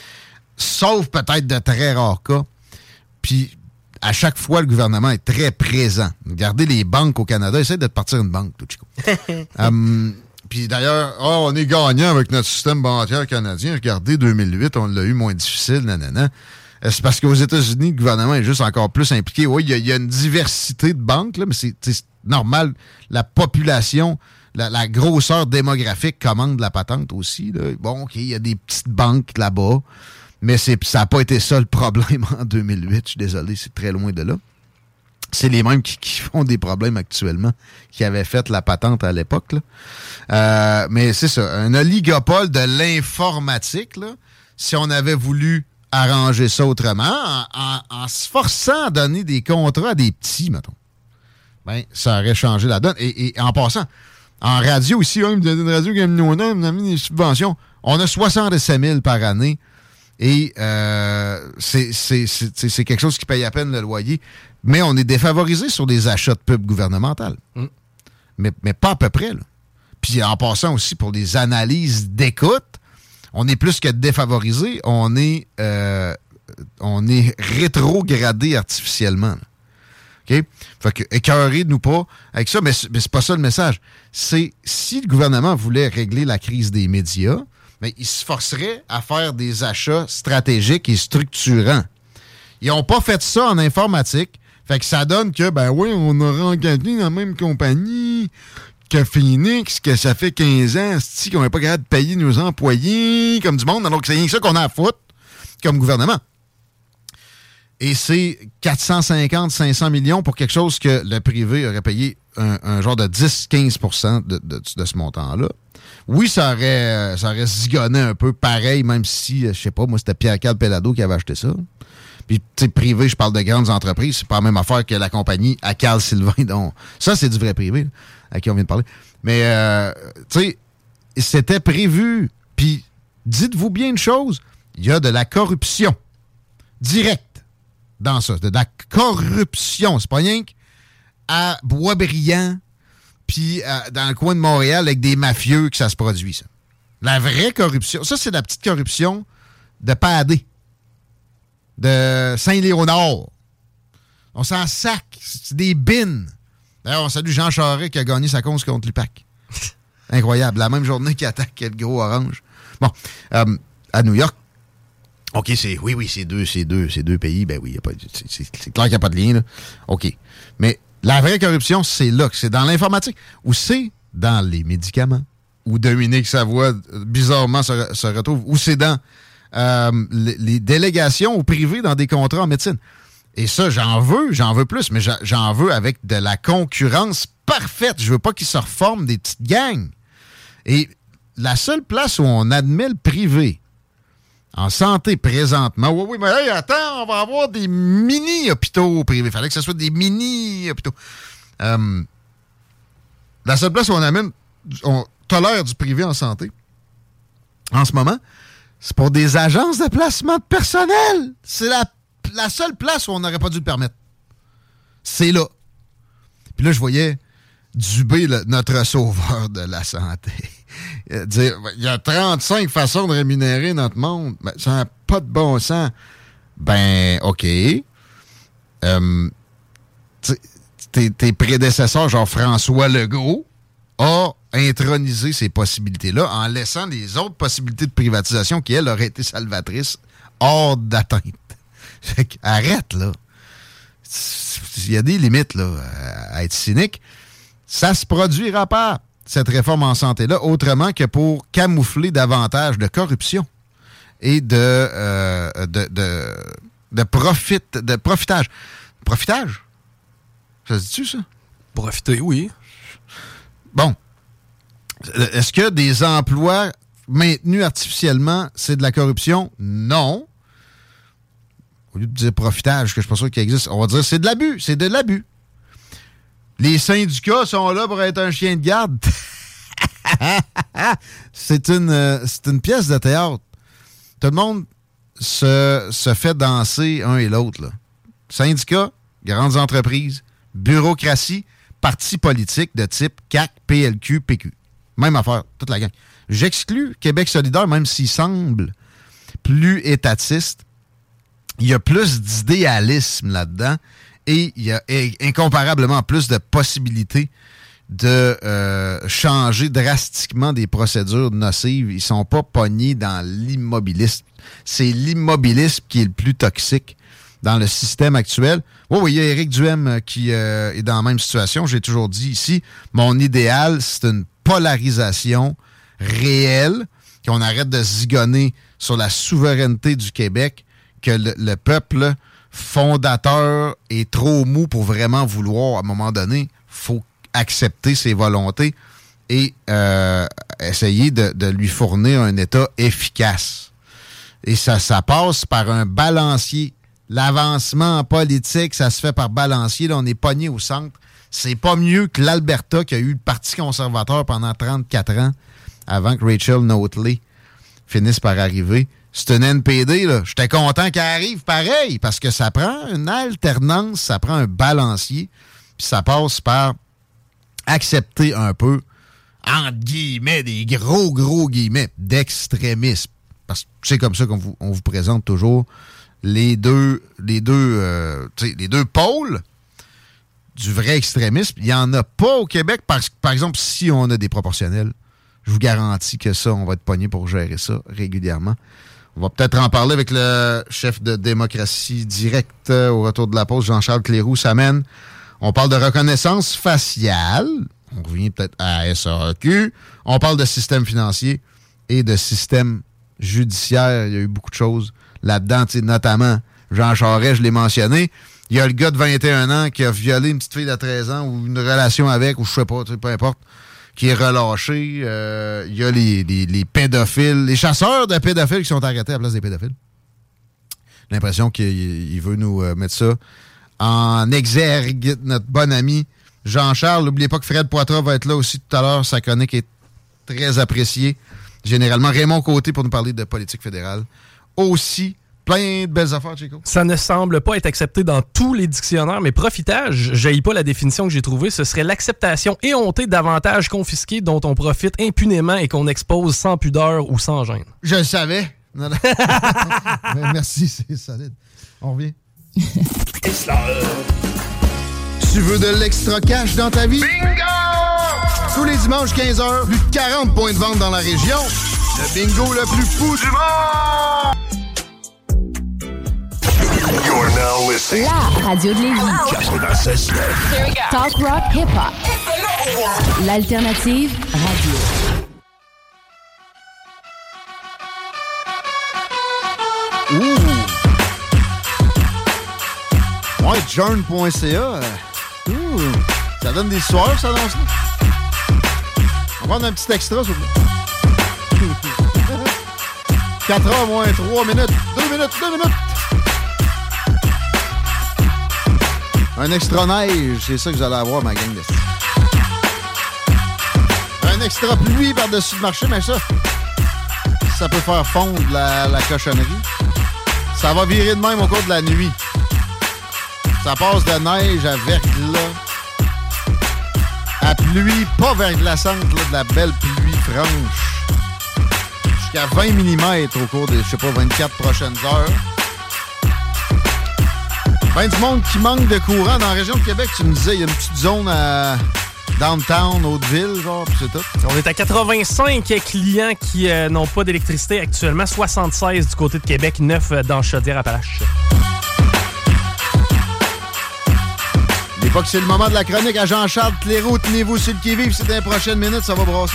Sauf peut-être de très rares cas. Puis, à chaque fois, le gouvernement est très présent. Regardez les banques au Canada. Essayez de te partir une banque, tout chico. um, Puis d'ailleurs, oh, on est gagnant avec notre système bancaire canadien. Regardez, deux mille huit, on l'a eu moins difficile, nanana. C'est parce qu'aux États-Unis, le gouvernement est juste encore plus impliqué. Oui, il y, y a une diversité de banques, là, mais c'est, c'est normal. La population, la, la grosseur démographique commande la patente aussi. Là. Bon, OK, il y a des petites banques là-bas. Mais c'est, ça n'a pas été ça le problème en deux mille huit. Je suis désolé, c'est très loin de là. C'est les mêmes qui, qui font des problèmes actuellement, qui avaient fait la patente à l'époque. Là. Euh, mais c'est ça, un oligopole de l'informatique, là, si on avait voulu arranger ça autrement, en, en, en se forçant à donner des contrats à des petits, mettons, ben, ça aurait changé la donne. Et, et en passant, en radio ici, hein, vous avez une radio qui a mis des subventions. On a soixante-sept mille par année. Et euh, c'est, c'est, c'est, c'est quelque chose qui paye à peine le loyer. Mais on est défavorisé sur des achats de pub gouvernementales. Mm. Mais, mais pas à peu près. Là. Puis en passant aussi pour des analyses d'écoute, on est plus que défavorisé. On est, euh, on est rétrogradé artificiellement. OK? Fait que écœurez-nous pas avec ça. Mais, mais c'est pas ça le message. C'est si le gouvernement voulait régler la crise des médias, mais ils se forceraient à faire des achats stratégiques et structurants. Ils n'ont pas fait ça en informatique. Fait que ça donne que, ben oui, on aura engagé dans la même compagnie que Phoenix, que ça fait quinze ans, c'ti, qu'on n'est pas capable de payer nos employés comme du monde, alors que c'est rien que ça qu'on a à foutre comme gouvernement. Et c'est quatre cent cinquante à cinq cents millions pour quelque chose que le privé aurait payé un, un genre de dix à quinze pour cent de, de, de ce montant-là. Oui, ça aurait, ça aurait zigonné un peu pareil, même si, je sais pas, moi, c'était Pierre-Carl Pellado qui avait acheté ça. Puis, tu sais, privé, je parle de grandes entreprises, c'est pas la même affaire que la compagnie à Carl Sylvain. Donc, ça, c'est du vrai privé, là, à qui on vient de parler. Mais, euh, tu sais, c'était prévu. Puis, dites-vous bien une chose, il y a de la corruption directe dans ça. De la corruption. C'est pas rien qu'à Boisbriand, puis dans le coin de Montréal, avec des mafieux que ça se produit, ça. La vraie corruption, ça, c'est la petite corruption de Padé, de Saint-Léonard. On s'en sac. C'est des bines. D'ailleurs, on salue Jean Charest qui a gagné sa cause contre l'U P A C. Incroyable. La même journée qu'il attaque le gros orange. Bon, euh, à New York, OK, c'est oui, oui, c'est deux, c'est deux, c'est deux pays. Ben oui, y a pas, c'est, c'est, c'est clair qu'il n'y a pas de lien, là. OK. Mais la vraie corruption, c'est là, c'est dans l'informatique, ou c'est dans les médicaments, où Dominique Savoie, bizarrement, se, se retrouve, ou c'est dans euh, les, les délégations au privé dans des contrats en médecine. Et ça, j'en veux, j'en veux plus, mais j'en, j'en veux avec de la concurrence parfaite. Je veux pas qu'ils se reforment des petites gangs. Et la seule place où on admet le privé en santé présentement, oui, oui, mais hey, attends, on va avoir des mini-hôpitaux privés. Il fallait que ce soit des mini-hôpitaux. Euh, la seule place où on amène, on tolère du privé en santé, en ce moment, c'est pour des agences de placement de personnel. C'est la La seule place où on n'aurait pas dû le permettre. C'est là. Puis là, je voyais Dubé, le, notre sauveur de la santé, dire il y a trente-cinq façons de rémunérer notre monde. Ben, ça n'a pas de bon sens. Ben, OK. Euh, tes, tes prédécesseurs, genre François Legault, ont intronisé ces possibilités-là en laissant les autres possibilités de privatisation qui, elles, auraient été salvatrices hors d'atteinte. Arrête, là. Il y a des limites, là, à être cynique. Ça se produira pas, cette réforme en santé-là, autrement que pour camoufler davantage de corruption et de, euh, de, de, de, profit, de profitage. Profitage? Ça se dit-tu, ça? Profiter, oui. Bon. Est-ce que des emplois maintenus artificiellement, c'est de la corruption? Non. Au lieu de dire profitage, que je ne suis pas sûr qu'il existe, on va dire c'est de l'abus, c'est de l'abus. Les syndicats sont là pour être un chien de garde. c'est, une, euh, c'est une pièce de théâtre. Tout le monde se, se fait danser un et l'autre, là. Syndicats, grandes entreprises, bureaucratie, partis politiques de type C A Q, P L Q, P Q. Même affaire, toute la gang. J'exclus Québec solidaire, même s'il semble plus étatiste. Il y a plus d'idéalisme là-dedans et il y a incomparablement plus de possibilités de euh, changer drastiquement des procédures nocives. Ils sont pas pognés dans l'immobilisme. C'est l'immobilisme qui est le plus toxique dans le système actuel. Oui, oui, il y a Éric Duhem qui euh, est dans la même situation. J'ai toujours dit ici, mon idéal, c'est une polarisation réelle, qu'on arrête de zigonner sur la souveraineté du Québec, que le, le peuple fondateur est trop mou pour vraiment vouloir, à un moment donné, faut accepter ses volontés et euh, essayer de, de lui fournir un État efficace. Et ça, ça passe par un balancier. L'avancement en politique, ça se fait par balancier. Là, on est pogné au centre. C'est pas mieux que l'Alberta qui a eu le Parti conservateur pendant trente-quatre ans avant que Rachel Notley finisse par arriver. C'est une N P D, là. J'étais content qu'elle arrive pareil, parce que ça prend une alternance, ça prend un balancier, puis ça passe par accepter un peu, entre guillemets, des gros, gros guillemets, d'extrémisme. Parce que c'est comme ça qu'on vous, on vous présente toujours les deux, les deux, euh, les deux pôles du vrai extrémisme. Il n'y en a pas au Québec, parce que, par exemple, si on a des proportionnels, je vous garantis que ça, on va être pogné pour gérer ça régulièrement. On va peut-être en parler avec le chef de Démocratie Directe euh, au retour de la pause, Jean-Charles Cléroux s'amène. On parle de reconnaissance faciale. On revient peut-être à S A A Q. On parle de système financier et de système judiciaire. Il y a eu beaucoup de choses là-dedans, notamment Jean Charest, je l'ai mentionné. Il y a le gars de vingt et un ans qui a violé une petite fille de treize ans ou une relation avec, ou je sais pas, peu importe, qui est relâché. Euh, il y a les, les, les pédophiles, les chasseurs de pédophiles qui sont arrêtés à la place des pédophiles. J'ai l'impression qu'il il veut nous euh, mettre ça en exergue. Notre bon ami Jean-Charles. N'oubliez pas que Fred Poitras va être là aussi tout à l'heure. Sa chronique est très appréciée. généralement. Raymond Côté pour nous parler de politique fédérale. Aussi, plein de belles affaires, Chico. Ça ne semble pas être accepté dans tous les dictionnaires, mais profitage, je jaillis pas la définition que j'ai trouvée, ce serait l'acceptation éhontée d'avantages confisqués dont on profite impunément et qu'on expose sans pudeur ou sans gêne. Je le savais. Non, non. Merci, c'est solide. On revient. Tu veux de l'extra cash dans ta vie? Bingo! Tous les dimanches quinze heures, plus de quarante points de vente dans la région. Le bingo le plus fou du monde! You're now listening. La radio de Lévis. quatre-vingt-seize neuf. Talk rock hip-hop. L'alternative radio. Ouh! Ouais, journ point c a. Ouh! Ça donne des soirées, ça annonce-là. On va prendre un petit extra, s'il vous plaît. quatre heures moins trois minutes. deux minutes, deux minutes. Un extra neige, c'est ça que vous allez avoir, ma gang de... Un extra pluie par-dessus le marché, mais ça, ça peut faire fondre la, la cochonnerie. Ça va virer de même au cours de la nuit. Ça passe de neige à verglas. À pluie, pas verglaçante, là, de la belle pluie franche. Jusqu'à vingt millimètres au cours des, je sais pas, vingt-quatre prochaines heures. Ben du monde qui manque de courant dans la région de Québec, tu me disais, il y a une petite zone à downtown, Hauteville, genre, pis c'est tout. On est à quatre-vingt-cinq clients qui euh, n'ont pas d'électricité actuellement, soixante-seize du côté de Québec, neuf dans Chaudière-Appalaches. Il n'est pas que c'est le moment de la chronique à Jean-Charles Clairaut. Tenez-vous sur le qui-vive, c'est dans les prochaines minutes, ça va brasser.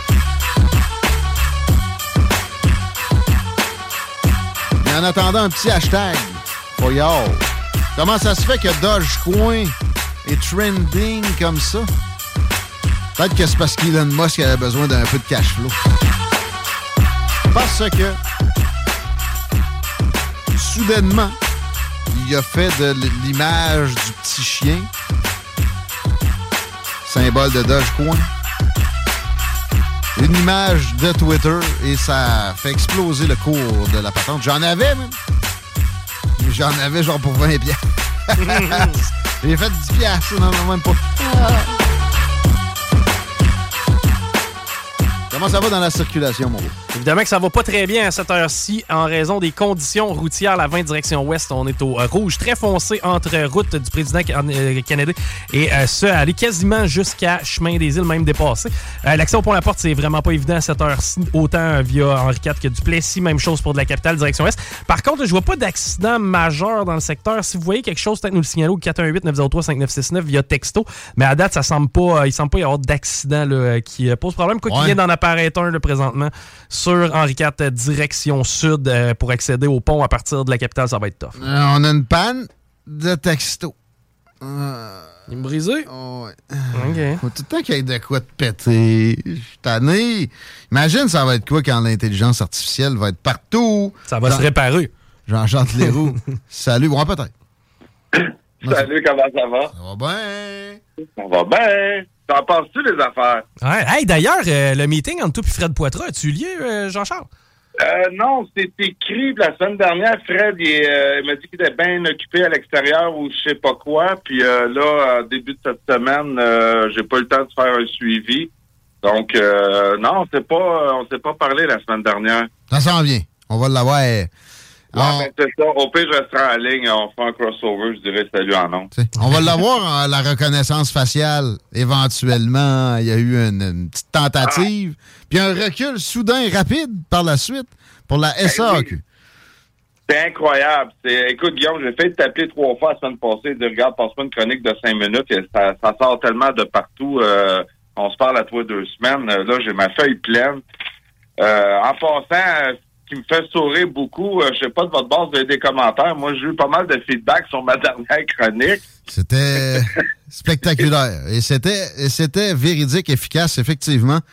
Et en attendant, un petit hashtag. For y'all. Comment ça se fait que Dogecoin est trending comme ça? Peut-être que c'est parce qu'Elon Musk avait besoin d'un peu de cash flow. Parce que, soudainement, il a fait de l'image du petit chien, symbole de Dogecoin, une image de Twitter, et ça fait exploser le cours de la patente. J'en avais, même. J'en avais genre pour vingt piastres. J'ai fait dix piastres, non, non, même pas. Comment ça va dans la circulation, mon beau? Évidemment que ça va pas très bien à cette heure-ci en raison des conditions routières. La vingt direction ouest, on est au euh, rouge très foncé entre route du président euh, Kennedy et euh, ce, aller quasiment jusqu'à Chemin des Îles, même dépassé. Euh, L'accès au pont-la-porte, c'est vraiment pas évident à cette heure-ci, autant via Henri quatre que du Plessis. Même chose pour de la capitale, direction ouest. Par contre, je vois pas d'accident majeur dans le secteur. Si vous voyez quelque chose, peut-être nous le signaler au quatre un huit neuf zéro trois cinq neuf six neuf via texto. Mais à date, ça semble pas, il semble pas y avoir d'accident là, qui pose problème. Quoi qu'il vienne d'en apparaître un là, présentement sur Henri quatre, direction sud, euh, pour accéder au pont à partir de la capitale, ça va être tough. Euh, on a une panne de texto. Euh... Il me brisé? Oh, ouais. OK. Faut tout le temps qu'il y ait de quoi de péter. Je suis tanné. Imagine, ça va être quoi quand l'intelligence artificielle va être partout. Ça va Jean... se réparer. Jean-Charles Clairaut. Salut, bon, peut-être. Salut, comment ça va? Ça va bien. Ça va bien. T'en penses-tu les affaires? Ouais. Hey, d'ailleurs, euh, le meeting entre toi et Fred Poitras, as-tu lieu, euh, Jean-Charles? Euh, non, c'est écrit la semaine dernière. Fred, il, euh, il m'a dit qu'il était bien occupé à l'extérieur ou je sais pas quoi. Puis euh, là, au début de cette semaine, euh, j'ai pas eu le temps de faire un suivi. Donc, euh, non, on s'est pas, on s'est pas parlé la semaine dernière. Ça s'en vient. On va l'avoir. Ouais, on... ben, c'est ça. Au pire, je resterai en ligne. On fait un crossover. Je dirais salut en nom. On va l'avoir en la reconnaissance faciale. Éventuellement, il y a eu une, une petite tentative. Ah. Puis un recul soudain et rapide par la suite pour la S A Q. Ben, oui. C'est incroyable. C'est... Écoute, Guillaume, j'ai fait t'appeler trois fois la semaine passée et dire, regarde, passe-moi une chronique de cinq minutes. Et ça, ça sort tellement de partout. Euh, on se parle à toi deux semaines. Là, j'ai ma feuille pleine. Euh, en passant... qui me fait sourire beaucoup. Euh, je sais pas de votre base, vous avez des commentaires. Moi, j'ai eu pas mal de feedback sur ma dernière chronique. C'était spectaculaire. Et c'était, et c'était véridique, efficace, effectivement.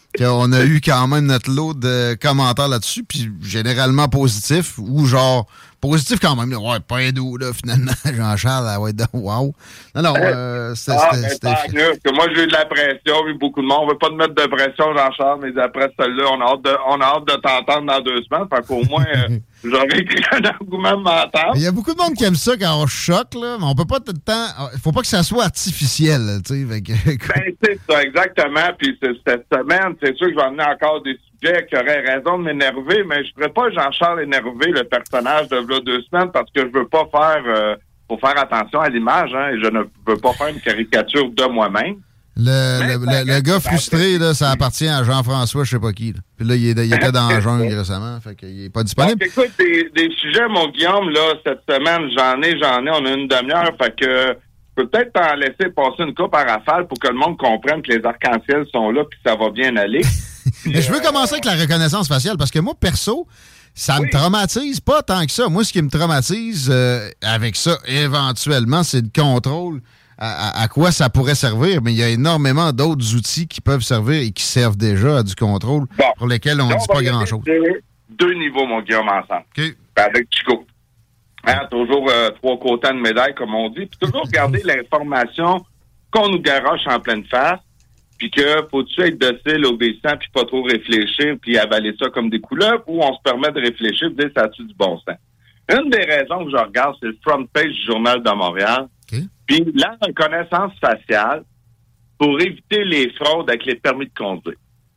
qu'on a eu quand même notre lot de commentaires là-dessus, puis généralement positifs, ou genre, positif quand même. Ouais, pas un doux, là, finalement, Jean-Charles, ah ouais, wow. Non, non, euh, c'était... Ah, c'était, c'était mieux, que moi, j'ai eu de la pression, eu beaucoup de monde. On veut pas te mettre de pression, Jean-Charles, mais après celle-là, on a hâte de, on a hâte de t'entendre dans deux semaines. Fait qu'au moins, euh, j'aurais écrit un argument mental. Il y a beaucoup de monde qui aime ça quand on choque, là, mais on peut pas tout le temps... Il faut pas que ça soit artificiel, tu sais. Ben, c'est ça, exactement. Puis cette semaine, c'est sûr que je vais amener encore des sujets qui auraient raison de m'énerver, mais je ne ferais pas Jean-Charles énerver, le personnage de là deux semaines, parce que je veux pas faire... Euh, faut faire attention à l'image, hein, et je ne veux pas faire une caricature de moi-même. Le, le, le, le gars frustré, là, ça appartient à Jean-François, je sais pas qui. Là. Puis là, il, est, il était dans la jungle récemment, fait qu'il est pas disponible. Donc, écoute, des, des sujets, mon Guillaume, là, cette semaine, j'en ai, j'en ai, on a une demi-heure, fait que je peux peut-être t'en laisser passer une coupe à rafale pour que le monde comprenne que les arcs-en-ciel sont là puis que ça va bien aller. Mais je veux commencer avec la reconnaissance faciale, parce que moi, perso, ça oui. me traumatise pas tant que ça. Moi, ce qui me traumatise euh, avec ça, éventuellement, c'est le contrôle à, à, à quoi ça pourrait servir. Mais il y a énormément d'autres outils qui peuvent servir et qui servent déjà à du contrôle bon. pour lesquels on ne dit pas grand-chose. Deux, deux niveaux, mon Guillaume, ensemble. Okay. Avec Chico. Hein, toujours euh, trois côtés de médaille, comme on dit. Puis toujours garder l'information qu'on nous garoche en pleine face. Puis que faut-tu être docile, obéissant, puis pas trop réfléchir, puis avaler ça comme des couleuvres, ou on se permet de réfléchir, puis dire ça a-tu du bon sens. Une des raisons que je regarde, c'est le front page du Journal de Montréal. Okay. Puis la reconnaissance faciale pour éviter les fraudes avec les permis de conduire.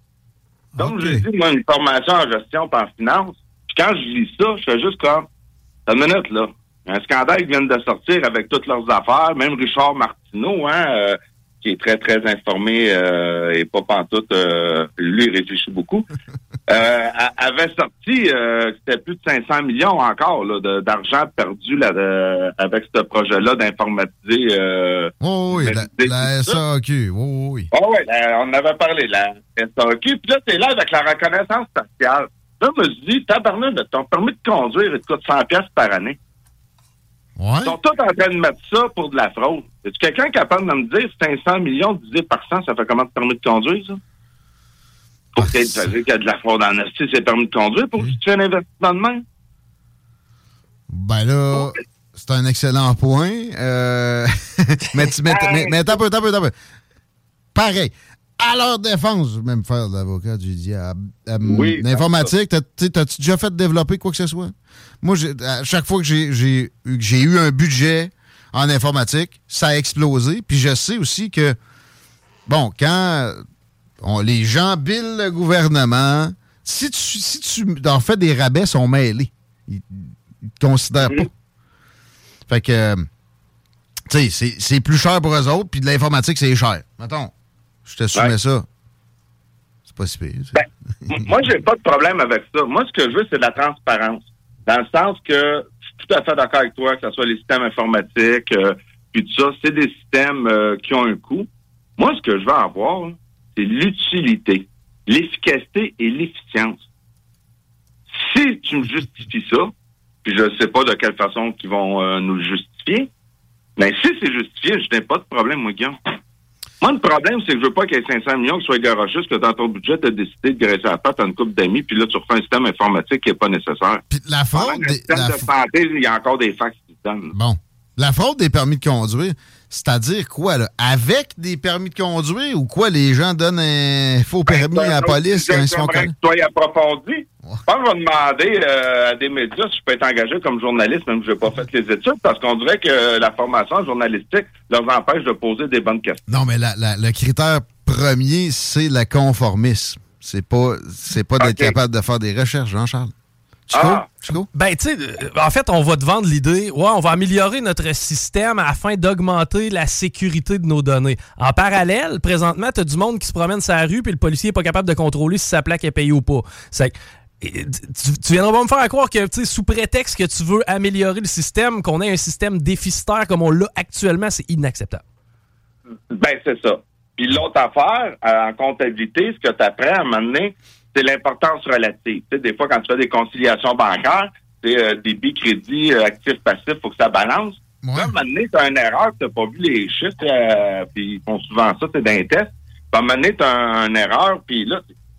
Donc, okay. je dis, moi, une formation en gestion et en finance, puis quand je lis ça, je fais juste comme, une minute, là, un scandale qui vient de sortir avec toutes leurs affaires, même Richard Martineau, hein, euh, qui est très, très informé euh, et pas pantoute, euh, lui, il réfléchit beaucoup, euh, avait sorti euh, c'était plus de cinq cents millions encore là, de, d'argent perdu là, de, avec ce projet-là d'informatiser... Euh, oh oui, la, la S A Q, oh oui. Oh oui, la, on en avait parlé, la S A Q, puis là, c'est là avec la reconnaissance faciale. Là, je me suis dit, tabarnak, ton permis de conduire, il te coûte cent piastres par année. Ouais. Ils sont tous en train de mettre ça pour de la fraude. Est-ce quelqu'un capable de me dire cinq cents millions divisé par cent, ça fait comment de permis de conduire, ça? Pour ah, qu'il y a de la fraude en astuce, c'est permis de conduire pour oui. que tu fais un investissement de main? Ben là, okay. c'est un excellent point. Euh... mais tu mais, mais, mais attends un peu, attends un peu, attends un peu. Pareil. À leur défense, je vais même faire de l'avocat du diable. Euh, oui, l'informatique, t'as, t'as-tu déjà fait développer quoi que ce soit? Moi, j'ai, à chaque fois que j'ai, j'ai, j'ai eu un budget en informatique, ça a explosé. Puis je sais aussi que, bon, quand on, les gens billent le gouvernement, si tu, si tu en fais des rabais, ils sont mêlés. Ils ne te considèrent pas. Fait que, tu sais, c'est, c'est plus cher pour eux autres, puis de l'informatique, c'est cher. Mettons. Je te soumets ouais. ça. C'est pas si pire. Ben, moi, j'ai pas de problème avec ça. Moi, ce que je veux, c'est de la transparence. Dans le sens que je suis tout à fait d'accord avec toi, que ce soit les systèmes informatiques, euh, puis tout ça, c'est des systèmes euh, qui ont un coût. Moi, ce que je veux avoir, c'est l'utilité, l'efficacité et l'efficience. Si tu me justifies ça, puis je ne sais pas de quelle façon ils vont euh, nous le justifier, mais si c'est justifié, je n'ai pas de problème, moi, Guillaume. Moi, le problème, c'est que je veux pas qu'il y ait cinq cents millions qui soient garochés, que dans ton budget, tu as décidé de graisser la patte à une couple d'amis, puis là, tu refais un système informatique qui n'est pas nécessaire. Puis la fraude... Dans le système la... de santé, il y a encore des fax qui se donnent. Bon. La fraude des permis de conduire, c'est-à-dire quoi, là? Avec des permis de conduire ou quoi? Les gens donnent un faux permis ben, à la police quand ils se font connaître? Que tu sois approfondi. Ouais. Je pense que je vais demander euh, à des médias si je peux être engagé comme journaliste, même si je n'ai pas fait les études, parce qu'on dirait que la formation journalistique leur empêche de poser des bonnes questions. Non, mais la, la, le critère premier, c'est le conformisme. C'est pas, c'est pas d'être okay. capable de faire des recherches, Jean-Charles. Chico? Ah. Chico? Ben, tu sais, en fait, on va te vendre l'idée, ouais, on va améliorer notre système afin d'augmenter la sécurité de nos données. En parallèle, présentement, tu as du monde qui se promène sur la rue puis le policier n'est pas capable de contrôler si sa plaque est payée ou pas. C'est Tu, tu viendras pas me faire croire que, tu sais, sous prétexte que tu veux améliorer le système, qu'on ait un système déficitaire comme on l'a actuellement, c'est inacceptable. Ben, c'est ça. Puis l'autre affaire, en comptabilité, ce que tu apprends à un moment donné, c'est l'importance relative. Tu sais, des fois, quand tu fais des conciliations bancaires, tu sais, euh, débit, crédit, euh, actif, passif, il faut que ça balance. Ouais. Là, à un moment donné, tu as une erreur, tu n'as pas vu les chiffres, euh, puis ils font souvent ça, c'est d'un test. Puis à un moment donné, tu as une erreur, puis là,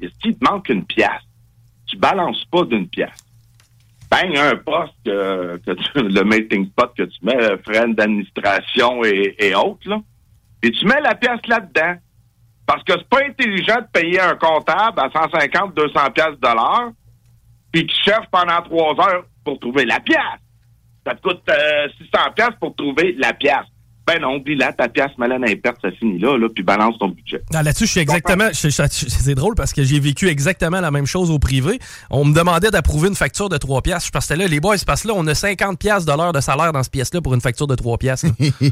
est-ce qu'il te manque une pièce? Tu balances pas d'une pièce. Ben, il y a un poste que, que tu, le melting pot que tu mets, frais d'administration et, et autres, là. Et tu mets la pièce là-dedans. Parce que c'est pas intelligent de payer un comptable à cent cinquante, deux cents pièces de l'heure, puis qui cherche pendant trois heures pour trouver la pièce. Ça te coûte euh, six cents pièces pour trouver la pièce. Ben non, dis là, ta pièce malade imperte, ça finit là, là, puis balance ton budget. Ah, là-dessus, je suis exactement... Je, je, je, c'est drôle parce que j'ai vécu exactement la même chose au privé. On me demandait d'approuver une facture de trois piastres. Je passais là, les boys, parce que là, on a cinquante piastres de l'heure de salaire dans ce pièce-là pour une facture de trois piastres.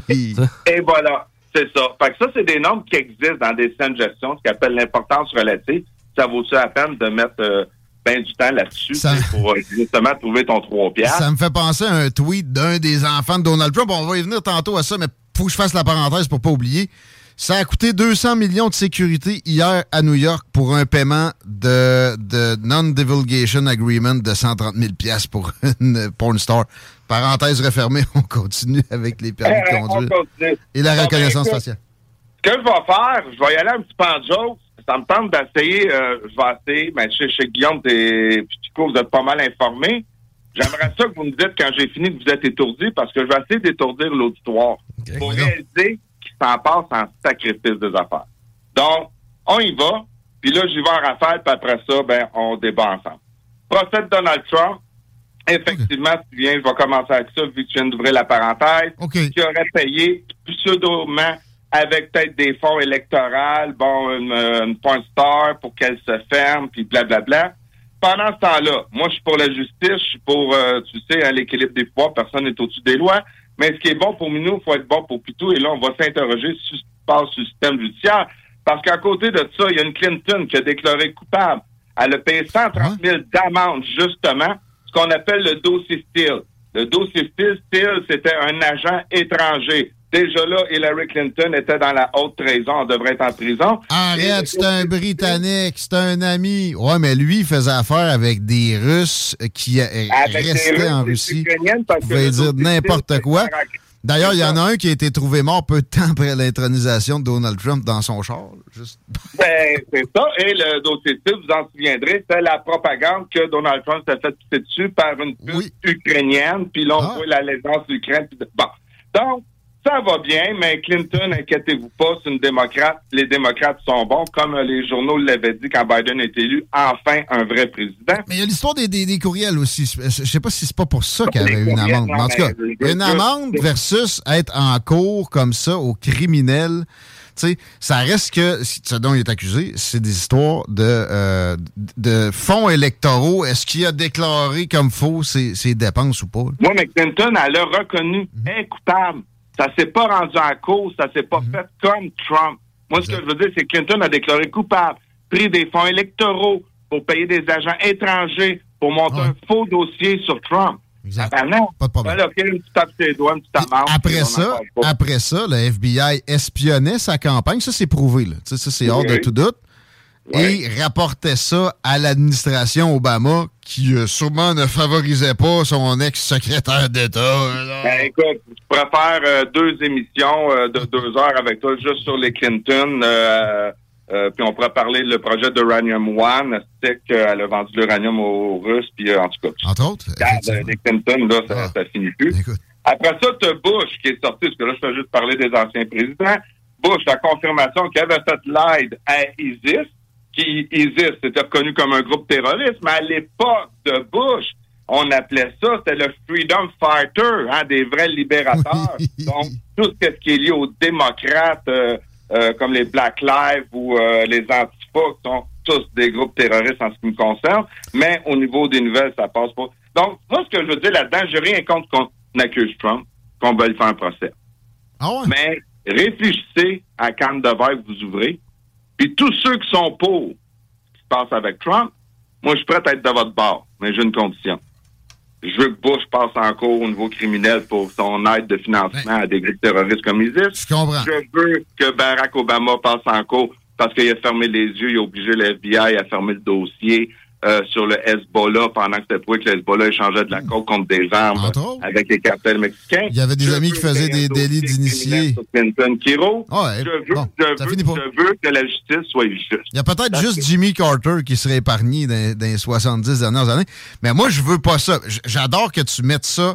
Et voilà, c'est ça. Fait que ça, c'est des normes qui existent dans des scènes de gestion, ce qu'on appelle l'importance relative. Ça vaut-tu la peine de mettre... Euh, ben du temps là-dessus ça... pour justement trouver ton trois piastres. Ça me fait penser à un tweet d'un des enfants de Donald Trump. On va y venir tantôt à ça, mais faut que je fasse la parenthèse pour pas oublier. Ça a coûté deux cents millions de sécurité hier à New York pour un paiement de, de non-divulgation agreement de cent trente mille dollars pour une porn star. Parenthèse refermée, on continue avec les permis de conduire et la reconnaissance ben, faciale. Ce que je vais faire, je vais y aller un petit peu en joke. Ça me tente d'essayer, euh, je vais essayer, mais chez, chez Guillaume et Chico, vous êtes pas mal informés. J'aimerais ça que vous me dites quand j'ai fini que vous êtes étourdis, parce que je vais essayer d'étourdir l'auditoire okay, pour réaliser qu'il s'en passe en sacrifice des affaires. Donc, on y va, puis là, j'y vais en rafale, puis après ça, ben, on débat ensemble. Procès de Donald Trump, effectivement, okay. tu viens, je vais commencer avec ça, vu que tu viens d'ouvrir la parenthèse, okay. qui aurait payé pseudoment avec peut-être des fonds électoraux, bon, une, une porn star pour qu'elle se ferme, puis blablabla. Pendant ce temps-là, moi, je suis pour la justice, je suis pour, euh, tu sais, hein, l'équilibre des pouvoirs, personne n'est au-dessus des lois, mais ce qui est bon pour Minou, il faut être bon pour Pitou, et là, on va s'interroger sur ce qui se passe sur le système judiciaire, parce qu'à côté de ça, il y a une Clinton qui a déclaré coupable. Elle a payé cent trente mille d'amende, justement, ce qu'on appelle le dossier Steele. Le dossier Steele, Steele, c'était un agent étranger. Déjà là, Hillary Clinton était dans la haute trahison, on devrait être en prison. Arrête, c'est un Britannique, c'est un ami. Ouais, mais lui, il faisait affaire avec des Russes qui avec restaient Russes, en Russie. Vous pouvez dire n'importe quoi. D'ailleurs, il y en a un qui a été trouvé mort peu de temps après l'intronisation de Donald Trump dans son char. Juste... Ben, c'est ça. Et le dossier Steele, vous en souviendrez, c'est la propagande que Donald Trump s'est fait pousser dessus par une pute oui. ukrainienne, puis là, on ah. voit l'allégeance de l'Ukraine. Bon. Donc, ça va bien, mais Clinton, inquiétez-vous pas, c'est une démocrate. Les démocrates sont bons, comme les journaux l'avaient dit quand Biden est élu, enfin un vrai président. Mais il y a l'histoire des, des, des courriels aussi. Je sais pas si c'est pas pour ça qu'il y avait eu une amende. Non, mais en tout cas, mais, une amende versus être en cours comme ça au criminel, tu sais, ça reste que, ce dont il est accusé, c'est des histoires de, euh, de fonds électoraux. Est-ce qu'il a déclaré comme faux ses, ses dépenses ou pas? Oui, mais Clinton, elle a reconnu mm-hmm. incoupable. Ça s'est pas rendu en cause, ça s'est pas mm-hmm. fait comme Trump. Moi, exact. Ce que je veux dire, c'est que Clinton a déclaré coupable, pris des fonds électoraux pour payer des agents étrangers pour monter ouais. un faux dossier sur Trump. Exact. Ah ben non. Pas de problème. Ben là, okay, tu tapes ses doigts, tu t'amandes. Après ça, après ça, le F B I espionnait sa campagne. Ça, c'est prouvé, là. Ça, c'est hors oui. de tout doute. Oui. Et rapportait ça à l'administration Obama, qui euh, sûrement ne favorisait pas son ex-secrétaire d'État. Ben, écoute, je pourrais faire euh, deux émissions euh, de deux heures avec toi juste sur les Clinton. Euh, euh, puis on pourrait parler le projet d'Uranium One. C'est qu'elle a vendu l'uranium aux Russes. Puis euh, en tout cas, entre autres, regarde, les Clinton, là, ça, ah. ça finit plus. Écoute. Après ça, tu as Bush qui est sorti, parce que là, je fais juste parler des anciens présidents. Bush, la confirmation qu'il avait fait l'aide à ISIS. Qui ISIS, c'était reconnu comme un groupe terroriste, mais à l'époque de Bush, on appelait ça, c'était le Freedom Fighter, hein, des vrais libérateurs. Donc, tout ce qui est lié aux démocrates, euh, euh, comme les Black Lives ou euh, les Antifa, qui sont tous des groupes terroristes en ce qui me concerne, mais au niveau des nouvelles, ça passe pas. Donc, moi, ce que je veux dire là-dedans, j'ai rien contre qu'on accuse Trump, qu'on veuille faire un procès. Ah ouais. Mais réfléchissez à la canne de verre que vous ouvrez. Puis tous ceux qui sont pour ce qui se passe avec Trump, moi, je suis prêt à être de votre bord, mais j'ai une condition. Je veux que Bush passe en cours au niveau criminel pour son aide de financement ben, à des groupes terroristes comme ISIS. Je comprends. Je veux que Barack Obama passe en cours parce qu'il a fermé les yeux, il a obligé le F B I à fermer le dossier euh, sur le Hezbollah pendant que c'était prouvé que le Hezbollah échangeait de la coke contre des armes avec les cartels mexicains. Il y avait des je amis qui faisaient des délits d'initiés. Clinton Kiro. Oh ouais, je veux, bon, je, ça veux, finit pas. je veux que la justice soit juste. Il y a peut-être Parce juste que... Jimmy Carter qui serait épargné dans, dans les soixante-dix dernières années. Mais moi, je veux pas ça. J'adore que tu mettes ça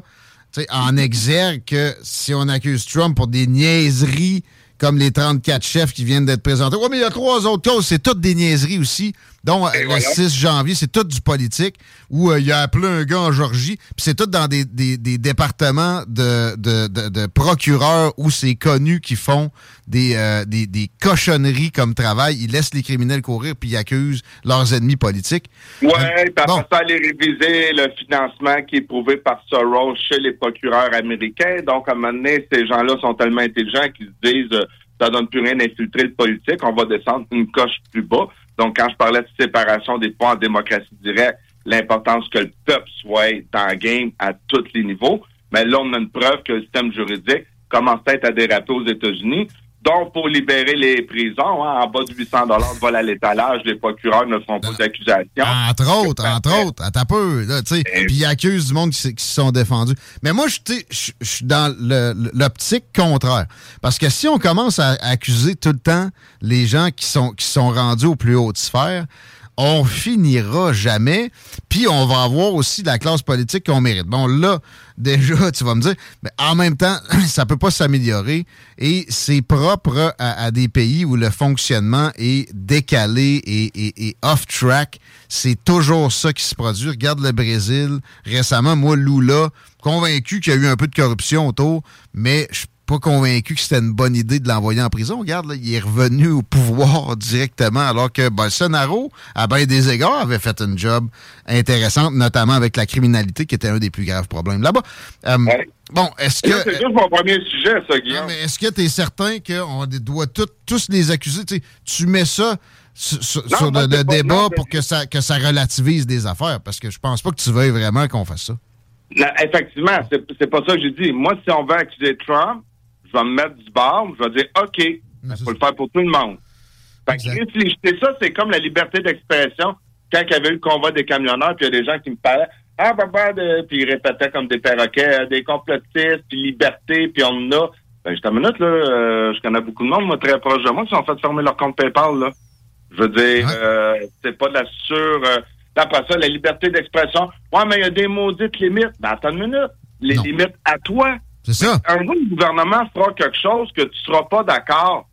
en exergue, que si on accuse Trump pour des niaiseries comme les trente-quatre chefs qui viennent d'être présentés. Oui, mais il y a trois autres causes. C'est toutes des niaiseries aussi. Donc, le voilà. six janvier, c'est tout du politique, où euh, il a appelé un gars en Georgie. Puis c'est tout dans des, des, des départements de, de, de, de procureurs où c'est connu qu'ils font des, euh, des, des cochonneries comme travail. Ils laissent les criminels courir puis ils accusent leurs ennemis politiques. Oui, euh, puis après bon. ça, aller réviser le financement qui est prouvé par Soros chez les procureurs américains. Donc, à un moment donné, ces gens-là sont tellement intelligents qu'ils se disent euh, ça donne plus rien d'infiltrer le politique, on va descendre une coche plus bas. Donc, quand je parlais de séparation des pouvoirs en démocratie directe, l'importance que le peuple soit dans le game à tous les niveaux. Mais là, on a une preuve que le système juridique commence peut-être à déraper aux États-Unis. Donc, pour libérer les prisons, hein, en bas de huit cents dollars de vol à l'étalage, les procureurs ne feront pas d'accusations. Entre autres, entre autres, attends un peu, là, tu sais. Puis ils accusent du monde qui, qui se sont défendus. Mais moi, je suis dans le, l'optique contraire. Parce que si on commence à accuser tout le temps les gens qui sont, qui sont rendus aux plus hautes sphères, on finira jamais, puis on va avoir aussi la classe politique qu'on mérite. Bon, là, déjà, tu vas me dire, mais en même temps, ça peut pas s'améliorer, et c'est propre à, à des pays où le fonctionnement est décalé et, et, et off-track. C'est toujours ça qui se produit. Regarde le Brésil. Récemment, moi, Lula, convaincu qu'il y a eu un peu de corruption autour, mais je pas convaincu que c'était une bonne idée de l'envoyer en prison. Regarde, là, il est revenu au pouvoir directement, alors que Bolsonaro, à bien des égards, avait fait une job intéressante, notamment avec la criminalité, qui était un des plus graves problèmes là-bas. Euh, ouais. Bon, est-ce que... C'est juste mon premier sujet, ça, Guillaume. Non, mais est-ce que tu es certain qu'on doit tout, tous les accuser? T'sais, tu mets ça sur, non, sur le, le débat non, pour que ça, que ça relativise des affaires, parce que je pense pas que tu veuilles vraiment qu'on fasse ça. Non, effectivement, c'est, c'est pas ça que j'ai dit. Moi, si on veut accuser Trump, je vais me mettre du bord, je vais dire OK, il faut le faire pour tout le monde. Fait que réfléchissez, ça, c'est comme la liberté d'expression. Quand il y avait eu le convoi des camionneurs, puis il y a des gens qui me parlaient, ah, papa, de... puis ils répétaient comme des perroquets, des complotistes, puis liberté, puis on en a. Ben, juste une minute, là, euh, je connais beaucoup de monde, moi, très proche de moi, qui sont fait fermer leur compte PayPal, là. Je veux dire, ouais. euh, c'est pas de la sur... Euh... Après ça, la liberté d'expression. Ouais, mais il y a des maudites limites. Ben, attends une minute. Les non. limites à toi. C'est ça. Un jour, le gouvernement fera quelque chose que tu seras pas d'accord.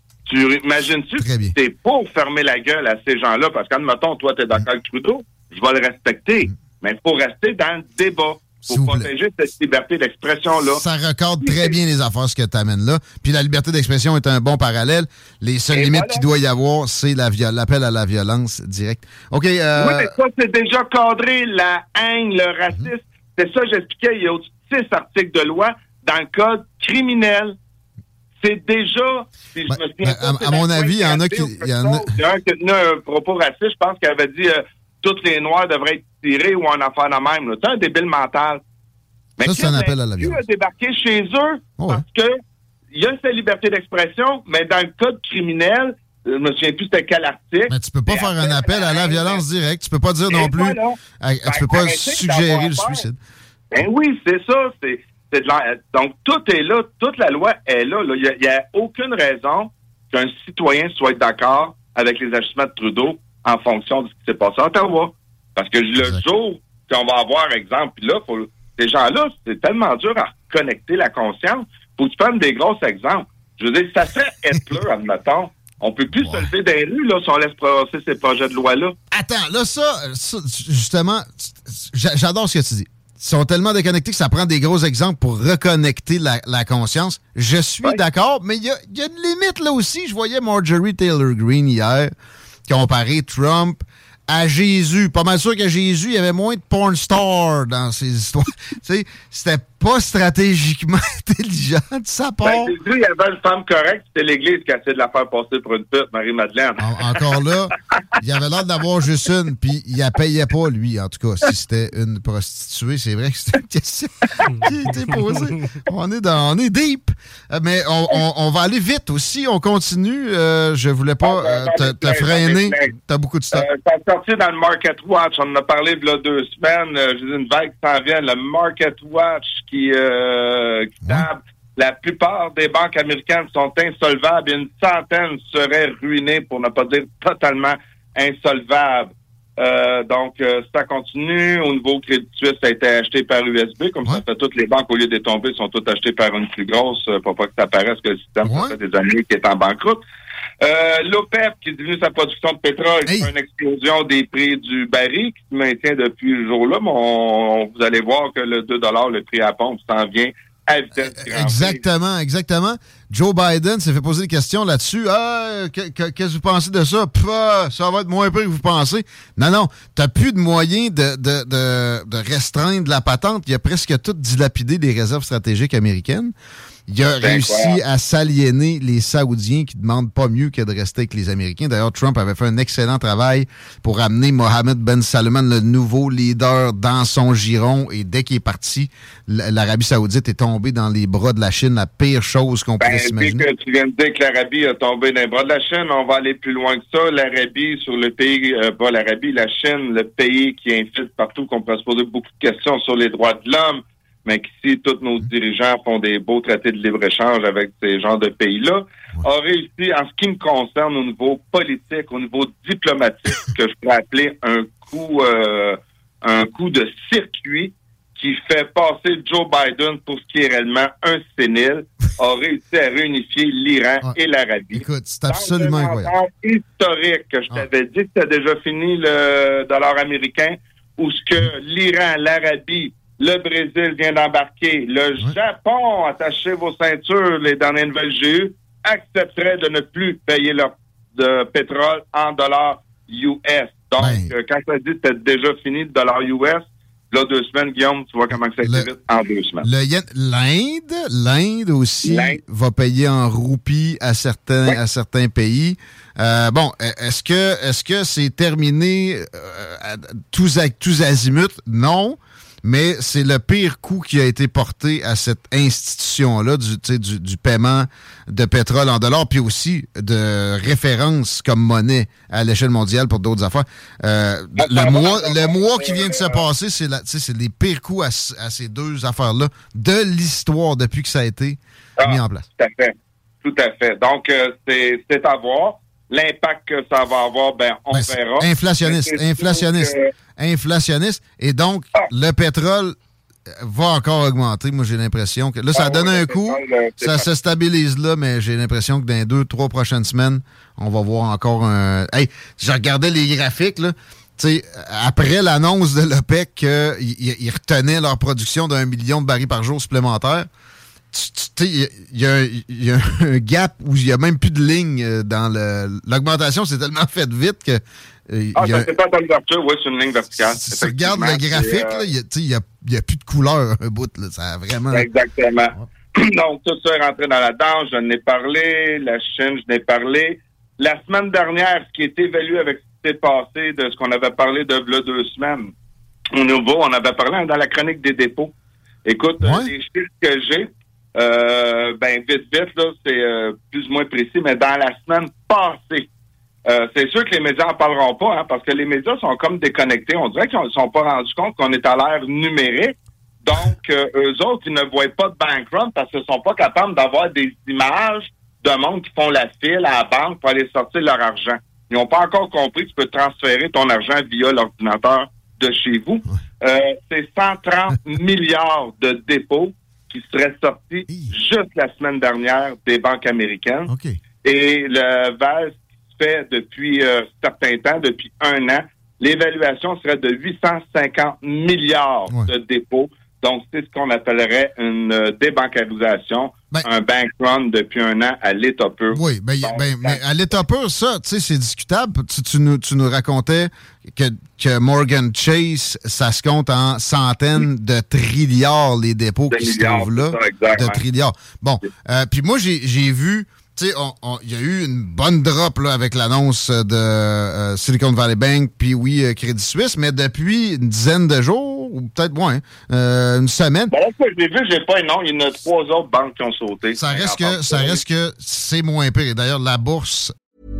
Tu imagines-tu que t'es pour fermer la gueule à ces gens-là? Parce qu'admettons, toi, t'es d'accord avec Trudeau, je vais le respecter. Mm. Mais il faut rester dans le débat. Il faut protéger cette liberté d'expression-là. Ça recorde très bien les affaires, ce que tu amènes là. Puis la liberté d'expression est un bon parallèle. Les seules Et limites voilà. qu'il doit y avoir, c'est la viol- l'appel à la violence directe. OK. Euh... Oui, mais ça, c'est déjà cadré, la haine, le racisme. Mm-hmm. C'est ça, j'expliquais, il y a six articles de loi dans le code criminel. C'est déjà... Si ben, je me souviens ben, pas, à, à mon avis, il y en a qui... Il y en a qui a tenu un propos raciste, je pense qu'il avait dit euh, toutes les Noirs devraient être tirés ou en affaire de même. C'est un débile mental. Mais ça, c'est un appel à la violence. Il a débarqué chez eux oh, parce ouais. que il y a cette liberté d'expression, mais dans le code criminel, je me souviens plus c'était quel article. Mais tu peux pas faire un appel à la violence directe. Tu peux pas dire non plus... Voilà. À, tu peux pas suggérer le suicide. Ben oui, c'est ça. C'est... C'est de la... Donc, tout est là. Toute la loi est là. là. Il n'y a, a aucune raison qu'un citoyen soit d'accord avec les ajustements de Trudeau en fonction de ce qui s'est passé à Ottawa. Parce que le exact. jour qu'on va avoir, exemple, puis là, faut... ces gens-là, c'est tellement dur à connecter la conscience. Faut que tu prennes des gros exemples. Je veux dire, ça serait Hitler, admettons. On peut plus ouais. se lever des rues, là, si on laisse passer ces projets de loi-là. Attends, là, ça, ça justement, j'adore ce que tu dis. Ils sont tellement déconnectés que ça prend des gros exemples pour reconnecter la, la conscience. Je suis ouais. d'accord, mais il y a, y a une limite là aussi. Je voyais Marjorie Taylor Greene hier comparer Trump à Jésus. Pas mal sûr qu'à Jésus, il y avait moins de porn stars dans ses histoires. Tu sais, c'était pas stratégiquement intelligent de sa part. Ben, j'ai dit, il y avait une femme correcte, c'était l'Église qui a essayé de la faire passer pour une pute, Marie-Madeleine. En, encore là, il avait l'air d'avoir juste une, puis il la payait pas, lui, en tout cas. Si c'était une prostituée, c'est vrai que c'était une question qui a été posée. On est, dans, on est deep. Mais on, on, on va aller vite aussi, on continue. Euh, je voulais pas euh, te, te freiner. T'as beaucoup de stock. Euh, ça a sorti dans le Market Watch. On en a parlé il y a deux semaines. Euh, J'ai une vague qui s'en vient. Le Market Watch qui, euh, qui table. Ouais. La plupart des banques américaines sont insolvables et une centaine seraient ruinées, pour ne pas dire totalement insolvables. Euh, donc, euh, ça continue. Au niveau Crédit Suisse, ça a été acheté par U S B. Comme ouais. ça fait toutes les banques, au lieu de tomber, sont toutes achetées par une plus grosse euh, pour pas que ça paraisse que le système, ouais. ça fait des années qu'il est en banqueroute. Euh, L'OPEP, qui diminue sa production de pétrole, hey. qui fait une explosion des prix du baril, qui se maintient depuis ce jour-là. Mais on, on, vous allez voir que le deux dollars, le prix à la pompe, s'en vient à vitesse grand. Exactement, exactement. Joe Biden s'est fait poser des questions là-dessus. Ah, qu'est-ce que vous pensez de ça? Pah, ça va être moins pire que vous pensez. Non, non, t'as plus de moyens de, de, de, de restreindre la patente. Il a presque tout dilapidé des réserves stratégiques américaines. Il a réussi à s'aliéner les Saoudiens qui demandent pas mieux que de rester avec les Américains. D'ailleurs, Trump avait fait un excellent travail pour amener Mohammed Ben Salman, le nouveau leader, dans son giron. Et dès qu'il est parti, l'Arabie Saoudite est tombée dans les bras de la Chine, la pire chose qu'on ben, pouvait s'imaginer. Que tu viens de dire que l'Arabie a tombé dans les bras de la Chine, on va aller plus loin que ça. L'Arabie, sur le pays, euh, pas l'Arabie, la Chine, le pays qui infiltre partout, qu'on peut se poser beaucoup de questions sur les droits de l'homme, mais qu'ici, tous nos dirigeants font des beaux traités de libre-échange avec ces genres de pays-là, ouais. a réussi, en ce qui me concerne, au niveau politique, au niveau diplomatique, que je pourrais appeler un coup, euh, un coup de circuit qui fait passer Joe Biden pour ce qui est réellement un sénile, a réussi à réunifier l'Iran ouais. et l'Arabie. Écoute, c'est absolument incroyable. Dans un historique, que je t'avais dit que c'était déjà fini le dollar américain, où ce que l'Iran, l'Arabie, le Brésil vient d'embarquer. Le ouais. Japon, attachez vos ceintures, les dernières nouvelles que j'ai eues, accepterait de ne plus payer leur de pétrole en dollars U S. Donc, ben, euh, quand ça dit que c'était déjà fini le dollar U S, là, deux semaines, Guillaume, tu vois comment ça a été vite en deux semaines. Le yen, L'Inde, l'Inde aussi L'Inde. va payer en roupies à certains, ouais. à certains pays. Euh, bon, est-ce que, est-ce que c'est terminé euh, à, tous, à, tous azimuts? Non. Mais c'est le pire coup qui a été porté à cette institution-là du, du, du paiement de pétrole en dollars, puis aussi de référence comme monnaie à l'échelle mondiale pour d'autres affaires. Euh, le mois, le mois qui vient de se passer, c'est, la, c'est les pires coups à, à ces deux affaires-là de l'histoire depuis que ça a été ah, mis en place. Tout à fait. Tout à fait. Donc, euh, c'est, c'est à voir. L'impact que ça va avoir, ben, on ben, verra. Inflationniste, inflationniste, que... inflationniste. Et donc, ah. le pétrole va encore augmenter. Moi, j'ai l'impression que... Là, ça ah, donne oui, un coup, pétrole, ça se stabilise là, mais j'ai l'impression que dans les deux, trois prochaines semaines, on va voir encore un... Hey, je regardais les graphiques, là. T'sais, après l'annonce de l'OPEC qu'ils retenaient leur production d'un million de barils par jour supplémentaires, il y, y, y a un gap où il n'y a même plus de ligne dans le... L'augmentation s'est tellement faite vite que... Euh, ah, y a, ça c'est pas dans l'ouverture, oui, c'est une ligne verticale. Si tu regardes le graphique, euh... il n'y a, a, a plus de couleur un bout. Là, ça a vraiment... Exactement. Ouais. Donc, tout ça est rentré dans la danse, je n'ai parlé, la Chine, je n'ai parlé. La semaine dernière, ce qui est évalué avec ce qui s'est passé de ce qu'on avait parlé de là, deux semaines, au nouveau, on avait parlé dans la chronique des dépôts. Écoute, ouais. les chiffres que j'ai, Euh, ben vite vite là, c'est euh, plus ou moins précis, mais dans la semaine passée, euh, c'est sûr que les médias en parleront pas, hein, parce que les médias sont comme déconnectés. On dirait qu'ils ne sont pas rendus compte qu'on est à l'ère numérique. Donc, euh, eux autres, ils ne voient pas de bank run parce qu'ils ne sont pas capables d'avoir des images de monde qui font la file à la banque pour aller sortir leur argent. Ils n'ont pas encore compris que tu peux transférer ton argent via l'ordinateur de chez vous. Euh, c'est cent trente milliards de dépôts qui serait sorti juste la semaine dernière des banques américaines. Okay. Et le V A S qui se fait depuis euh, certain temps, depuis un an, l'évaluation serait de huit cent cinquante milliards ouais. de dépôts Donc, c'est ce qu'on appellerait une euh, débancarisation, ben, un bank run depuis un an à l'état pur. Oui, ben, Donc, ben, mais à l'état pur, ça, tu sais, c'est discutable. Tu, tu, nous, tu nous racontais que, que Morgan Chase, ça se compte en centaines de trilliards, les dépôts qui se trouvent là. Ça, de trilliards. Bon, euh, puis moi, j'ai, j'ai vu... Tu sais, il y a eu une bonne drop là, avec l'annonce de euh, Silicon Valley Bank, puis oui, euh, Crédit Suisse, mais depuis une dizaine de jours, ou peut-être moins, euh, une semaine. Ben là, ce que j'ai vu, j'ai pas un nom. Il y en a trois autres banques qui ont sauté. Ça reste que, ça reste que c'est moins pire. Et d'ailleurs, la bourse...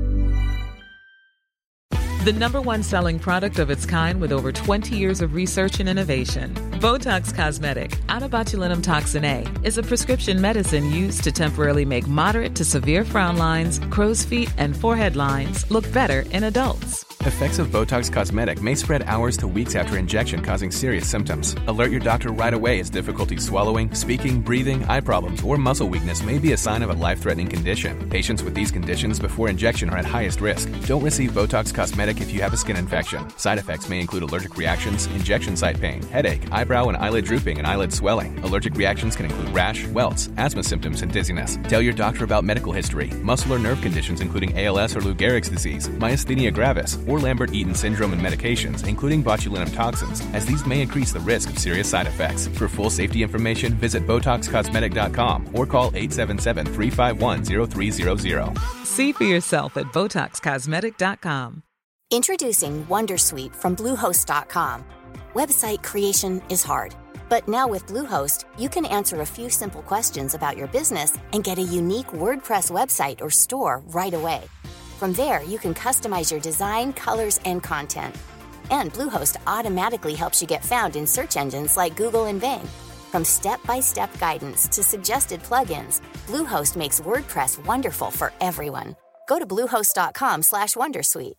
The number one selling product of its kind with over twenty years of research and innovation. Botox Cosmetic, out of botulinum toxin A, is a prescription medicine used to temporarily make moderate to severe frown lines, crow's feet, and forehead lines look better in adults. Effects of Botox Cosmetic may spread hours to weeks after injection, causing serious symptoms. Alert your doctor right away as difficulty swallowing, speaking, breathing, eye problems, or muscle weakness may be a sign of a life-threatening condition. Patients with these conditions before injection are at highest risk. Don't receive Botox Cosmetic if you have a skin infection. Side effects may include allergic reactions, injection site pain, headache, eyebrow and eyelid drooping, and eyelid swelling. Allergic reactions can include rash, welts, asthma symptoms, and dizziness. Tell your doctor about medical history, muscle or nerve conditions including A L S or Lou Gehrig's disease, myasthenia gravis, or Lambert-Eaton syndrome and medications, including botulinum toxins, as these may increase the risk of serious side effects. For full safety information, visit Botox Cosmetic dot com or call eight seven seven, three five one, zero three zero zero. See for yourself at Botox Cosmetic dot com. Introducing Wondersuite from Bluehost dot com. Website creation is hard, but now with Bluehost, you can answer a few simple questions about your business and get a unique WordPress website or store right away. From there, you can customize your design, colors, and content. And Bluehost automatically helps you get found in search engines like Google and Bing. From step-by-step guidance to suggested plugins, Bluehost makes WordPress wonderful for everyone. Go to bluehost dot com slash wondersuite.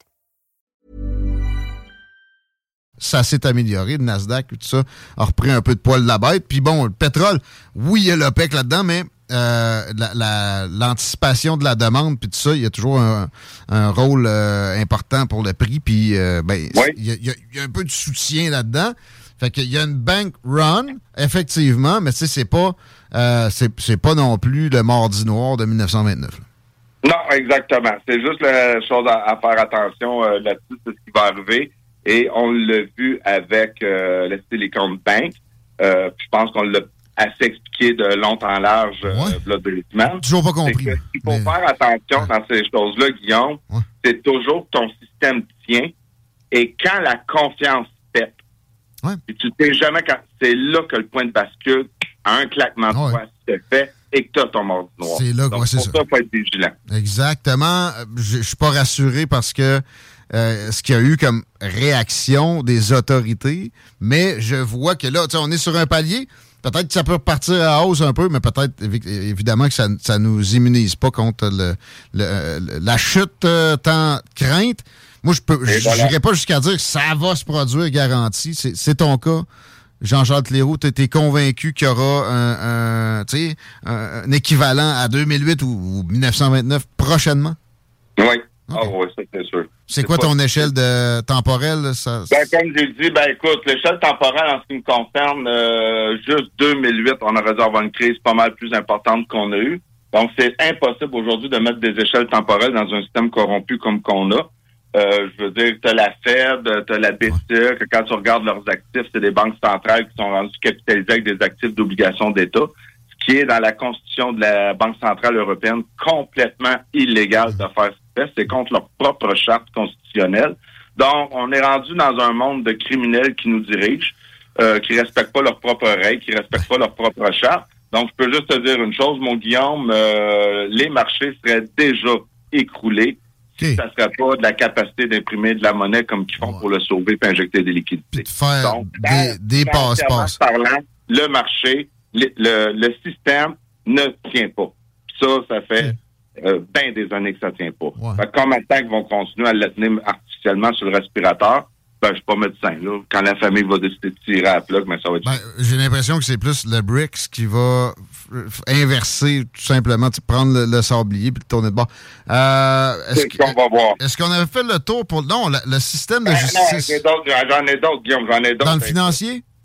Ça s'est amélioré, le Nasdaq, tout ça a repris un peu de poil de la bête. Puis bon, le pétrole, oui, il y a l'OPEC là-dedans, mais euh, la, la, l'anticipation de la demande, puis tout ça, il y a toujours un, un rôle euh, important pour le prix. Puis euh, ben, il oui. y, y, y a un peu de soutien là-dedans. Fait qu'il y a une bank run, effectivement, mais tu sais, c'est pas, euh, c'est, c'est pas non plus le mardi noir de dix-neuf cent vingt-neuf. Là. Non, exactement. C'est juste la chose à, à faire attention euh, là-dessus, c'est ce qui va arriver. Et on l'a vu avec euh, le Silicon Bank. Euh, je pense qu'on l'a assez expliqué de long en large euh, ouais. là, deux semaines. Toujours pas compris. Ce qu'il faut mais... faire attention ouais. dans ces choses-là, Guillaume, ouais. c'est toujours que ton système tient et quand la confiance pète. Ouais. Et tu sais jamais quand c'est là que le point de bascule, à un claquement de doigts, ouais. se fait et que tu as ton mardi noir. C'est là, Donc, ouais, c'est pour ça. ça, il faut être vigilant. Exactement. Je ne suis pas rassuré parce que Euh, ce qu'il y a eu comme réaction des autorités, mais je vois que là, on est sur un palier. Peut-être que ça peut repartir à hausse un peu, mais peut-être évidemment que ça ne nous immunise pas contre le, le, la chute euh, tant crainte. Moi, je peux, je n'irai voilà. pas jusqu'à dire que ça va se produire garanti. C'est, c'est ton cas. Jean-Jacques Leroux, tu es convaincu qu'il y aura un, un, un, un équivalent à deux mille huit ou, ou dix-neuf cent vingt-neuf prochainement? Oui. Okay. Ah oui, ça c'est sûr. C'est, c'est quoi ton pas... échelle de temporelle? Ça... Ben, comme j'ai dit, ben écoute, l'échelle temporelle en ce qui me concerne, euh, juste deux mille huit, on aurait dû avoir une crise pas mal plus importante qu'on a eue. Donc, c'est impossible aujourd'hui de mettre des échelles temporelles dans un système corrompu comme qu'on a. Euh, je veux dire, tu as la Fed, tu as la B C E, que quand tu regardes leurs actifs, c'est des banques centrales qui sont rendues capitalisées avec des actifs d'obligations d'État, ce qui est dans la constitution de la Banque centrale européenne complètement illégal de faire ça. C'est contre leur propre charte constitutionnelle. Donc, on est rendu dans un monde de criminels qui nous dirigent, euh, qui respectent pas leurs propres règles, qui respectent pas leur propre charte. Donc, je peux juste te dire une chose, mon Guillaume, euh, les marchés seraient déjà écroulés si okay. ça serait pas de la capacité d'imprimer de la monnaie comme qu'ils font ouais. pour le sauver et injecter des liquidités. Faire Donc, des, des passe-passe. Parlant, le marché, le, le, le système ne tient pas. Ça, ça fait... Okay. Euh, ben des années que ça tient pas. Ouais. Fait que combien de temps qu'ils vont continuer à le tenir artificiellement sur le respirateur? Ben, je suis pas médecin, là. Quand la famille va décider de tirer à la plug, mais ça va être... Ben, j'ai l'impression que c'est plus le B R I C S qui va f- inverser, tout simplement, prendre le, le sablier puis le tourner de bord. Euh, est-ce c'est ce qu'on va voir. Est-ce qu'on avait fait le tour pour... Non, le, le système de ben, justice... Non, j'en ai d'autres, j'en ai d'autres, Guillaume, j'en ai d'autres. Dans le financier?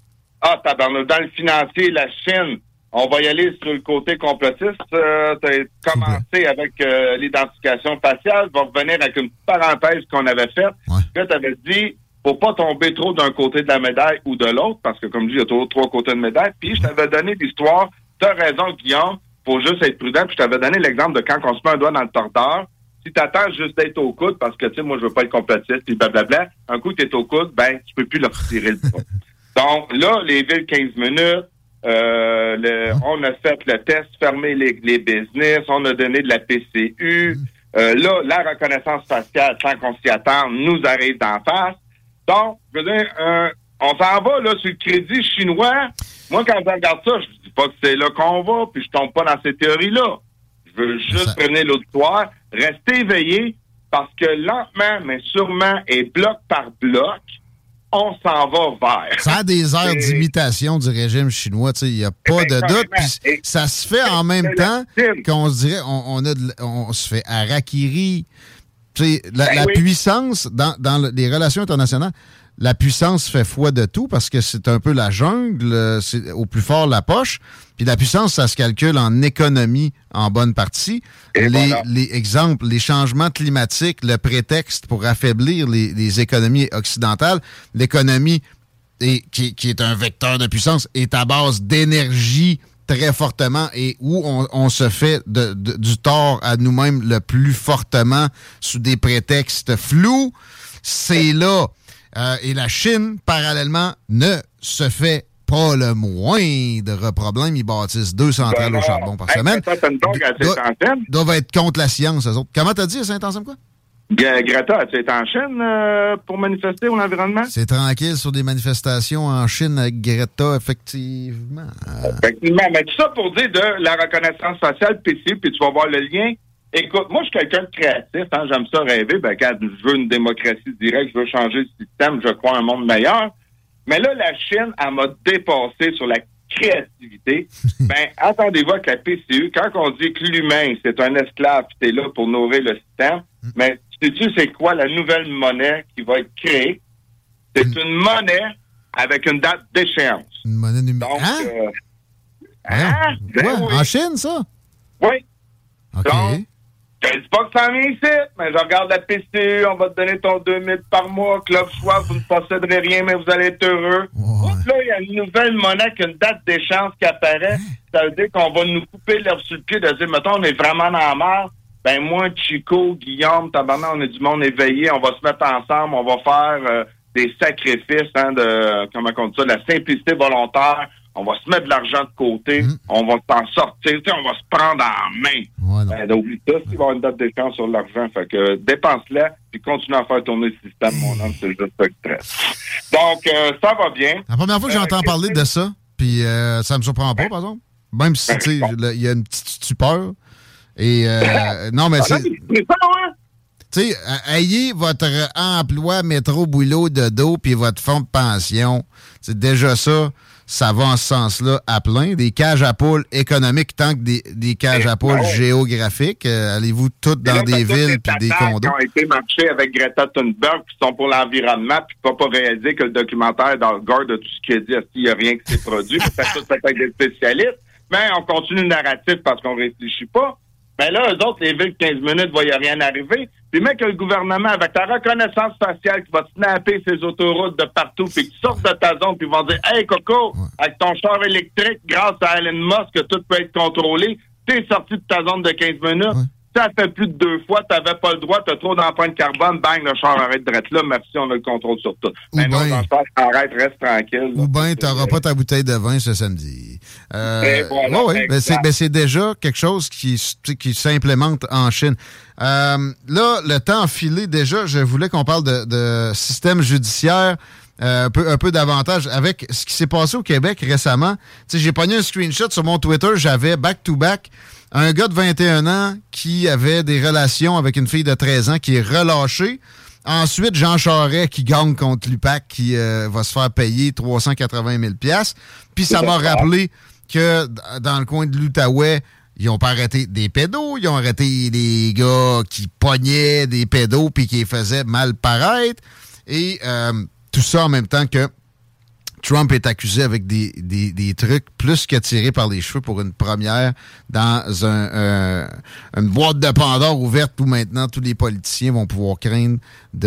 Ah, tabarnak, dans le financier, la Chine, on va y aller sur le côté complotiste. Euh, tu as commencé avec euh, l'identification faciale, va revenir avec une parenthèse qu'on avait faite. Ouais. Là, tu avais dit, faut pas tomber trop d'un côté de la médaille ou de l'autre, parce que, comme je dis, il y a toujours trois côtés de médaille. Puis, je t'avais donné l'histoire. Tu as raison, Guillaume, faut juste être prudent. Puis, je t'avais donné l'exemple de quand on se met un doigt dans le tordeur. Si tu attends juste d'être au coude, parce que, tu sais, moi, je veux pas être complotiste, puis blablabla, un coup, tu es au coude, ben, tu peux plus leur retirer le doigt. Donc, là, les villes quinze minutes, euh, le, on a fait le test, fermé les, les business, on a donné de la P C U. Euh, là, la reconnaissance faciale, sans qu'on s'y attende, nous arrive d'en face. Donc, je veux dire, euh, on s'en va, là, sur le crédit chinois. Moi, quand je regarde ça, je dis pas que c'est là qu'on va, puis je tombe pas dans ces théories-là. Je veux juste prévenir l'auditoire, rester éveillé, parce que lentement, mais sûrement, et bloc par bloc, on s'en va vers. Ça a des airs d'imitation du régime chinois, tu sais, il n'y a pas de doute. Puis ça se fait en même temps qu'on se dirait, on, on, a de, on se fait harakiri. Tu sais, la, ben la oui. puissance, dans, dans les relations internationales, la puissance fait foi de tout parce que c'est un peu la jungle, c'est au plus fort la poche. Puis la puissance, ça se calcule en économie en bonne partie. Les, voilà. les exemples, les changements climatiques, le prétexte pour affaiblir les, les économies occidentales, l'économie est, qui, qui est un vecteur de puissance est à base d'énergie très fortement et où on, on se fait de, de, du tort à nous-mêmes le plus fortement sous des prétextes flous, c'est là. Euh, et la Chine, parallèlement, ne se fait pas le moindre problème. Ils bâtissent deux centrales ben au charbon par hey, semaine. Ils doivent être contre la science, eux autres. Comment t'as dit à Saint-Anselme, quoi? Greta, tu es en Chine euh, pour manifester pour l'environnement? C'est tranquille sur des manifestations en Chine avec Greta, effectivement. Effectivement, mais tout ça pour dire de la reconnaissance faciale P C, puis tu vas voir le lien. Écoute, moi, je suis quelqu'un de créatif, hein, j'aime ça rêver. Ben, quand je veux une démocratie directe, je veux changer le système, je crois un monde meilleur. Mais là, la Chine, elle m'a dépassé sur la créativité. Ben, attendez-vous avec la P C U. Quand on dit que l'humain, c'est un esclave, tu es là pour nourrir le système, mais sais-tu c'est quoi la nouvelle monnaie qui va être créée? C'est une monnaie avec une date d'échéance. Une monnaie numérique. Hein? Euh, hein? Ben ouais, oui. En Chine, ça? Oui. OK. Donc, je ne dis pas que ça en vient ici, mais je regarde la P C U, on va te donner ton deux mille par mois, Club Choix, vous ne posséderez rien, mais vous allez être heureux. Ouais. Là, il y a une nouvelle monnaie avec une date d'échéance qui apparaît. Hein? Ça veut dire qu'on va nous couper l'herbe sur le pied de dire, mettons, on est vraiment dans la merde. Ben moi, Chico, Guillaume, tabarnak, on est du monde éveillé, on va se mettre ensemble, on va faire euh, des sacrifices, hein, de, comment on dit ça, de la simplicité volontaire. On va se mettre de l'argent de côté, mmh. on va s'en sortir, tu sais, on va se prendre en main. Ouais, ben, donc, ça, s'il va y avoir une date d'échéance sur l'argent, fait que dépense-la, puis continue à faire tourner le système, mon homme, c'est juste pas stress. Donc, euh, ça va bien. La première fois que j'entends euh, parler de ça, puis euh, ça me surprend pas, par exemple, même si, tu sais, il y a une petite stupeur, et euh, non, mais c'est... Tu sais, ayez votre emploi métro, boulot, dodo, puis votre fonds de pension, c'est déjà ça. Ça va en ce sens-là à plein. Des cages à poules économiques tant que des, des cages à poules ouais. géographiques. Euh, allez-vous toutes dans là, des villes puis des condos? Qui ont été marchés avec Greta Thunberg qui sont pour l'environnement puis pas pas réaliser que le documentaire dans le garde de tout ce qu'il a dit, est-ce qu'il n'y a rien qui s'est produit? Peut-être tout peut-être des spécialistes. Mais on continue le narratif parce qu'on réfléchit pas. Mais là, eux autres, les villes quinze minutes, il n'y a rien arriver. Puis mec, que le gouvernement, avec ta reconnaissance faciale, qui va te snapper ces autoroutes de partout, puis que tu sortes de ta zone, puis ils vont dire « Hey, Coco, ouais. avec ton char électrique, grâce à Elon Musk, que tout peut être contrôlé, t'es sorti de ta zone de quinze minutes. Ouais. Ça fait plus de deux fois, t'avais pas le droit, t'as trop d'empreintes carbone, bang, le char arrête de là, merci, on a le contrôle sur tout. Mais non, dans le char, arrête, reste tranquille. Ou bien, t'auras pas ta bouteille de vin ce samedi. Euh, voilà, oui, ben c'est, ben c'est déjà quelque chose qui, qui s'implémente en Chine. Euh, là, le temps filé, déjà, je voulais qu'on parle de, de système judiciaire euh, un peu, un peu davantage avec ce qui s'est passé au Québec récemment. T'sais, j'ai pogné un screenshot sur mon Twitter, j'avais back-to-back un gars de vingt et un ans qui avait des relations avec une fille de treize ans qui est relâché. Ensuite, Jean Charest qui gagne contre l'U P A C qui euh, va se faire payer trois cent quatre-vingt mille dollars. Puis ça m'a rappelé que dans le coin de l'Outaouais, ils n'ont pas arrêté des pédos, ils ont arrêté des gars qui pognaient des pédos puis qui les faisaient mal paraître. Et euh, tout ça en même temps que Trump est accusé avec des, des, des trucs plus que tirés par les cheveux pour une première dans un, euh, une boîte de Pandore ouverte où maintenant tous les politiciens vont pouvoir craindre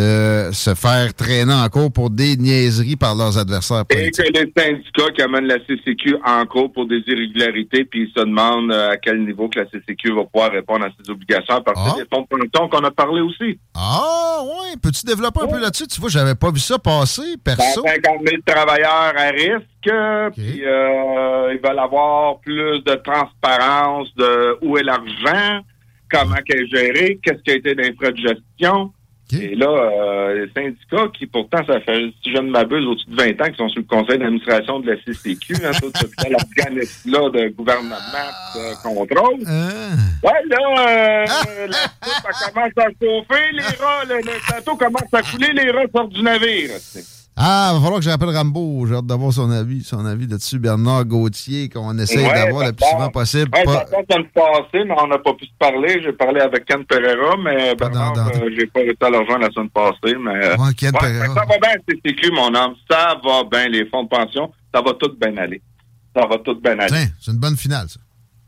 de se faire traîner en cours pour des niaiseries par leurs adversaires politiques. Et que les syndicats qui amènent la C C Q en cours pour des irrégularités, puis ils se demandent à quel niveau que la C C Q va pouvoir répondre à ses obligations à partir ah. des fonds de pension qu'on a parlé aussi. Ah, oui. Peux-tu développer un ouais. peu là-dessus? Tu vois, j'avais pas vu ça passer, perso. cinquante mille travailleurs à risque, okay. Puis euh, ils veulent avoir plus de transparence de où est l'argent, comment ouais. qu'elle est gérée, qu'est-ce qui a été des frais de gestion. Okay. Et là, euh, les syndicats qui, pourtant, ça fait, si je ne m'abuse, au-dessus de vingt ans, qui sont sur le conseil d'administration de la C C Q, hein, tout l'organisme-là de gouvernement de contrôle. Euh. Ouais, là, euh, la soupe, ça commence à chauffer, les rats, le, le bateau commence à couler, les rats sortent du navire. T'sais. Ah, il va falloir que j'appelle Rambo. J'ai hâte d'avoir son avis, son avis là-dessus. Bernard Gauthier, qu'on essaye ouais, d'avoir le plus souvent possible. Ouais, pas... ça passe à me passer, mais on n'a pas pu se parler. J'ai parlé avec Ken Pereira, mais pas Bernard, dans, dans... Euh, j'ai pas réussi à le rejoindre la semaine passée. Mais, ouais, Ken ouais, Pereira. Ça va bien, C C Q, mon homme. Ça va bien, les fonds de pension. Ça va tout bien aller. Ça va tout bien aller. Tiens, c'est une bonne finale, ça.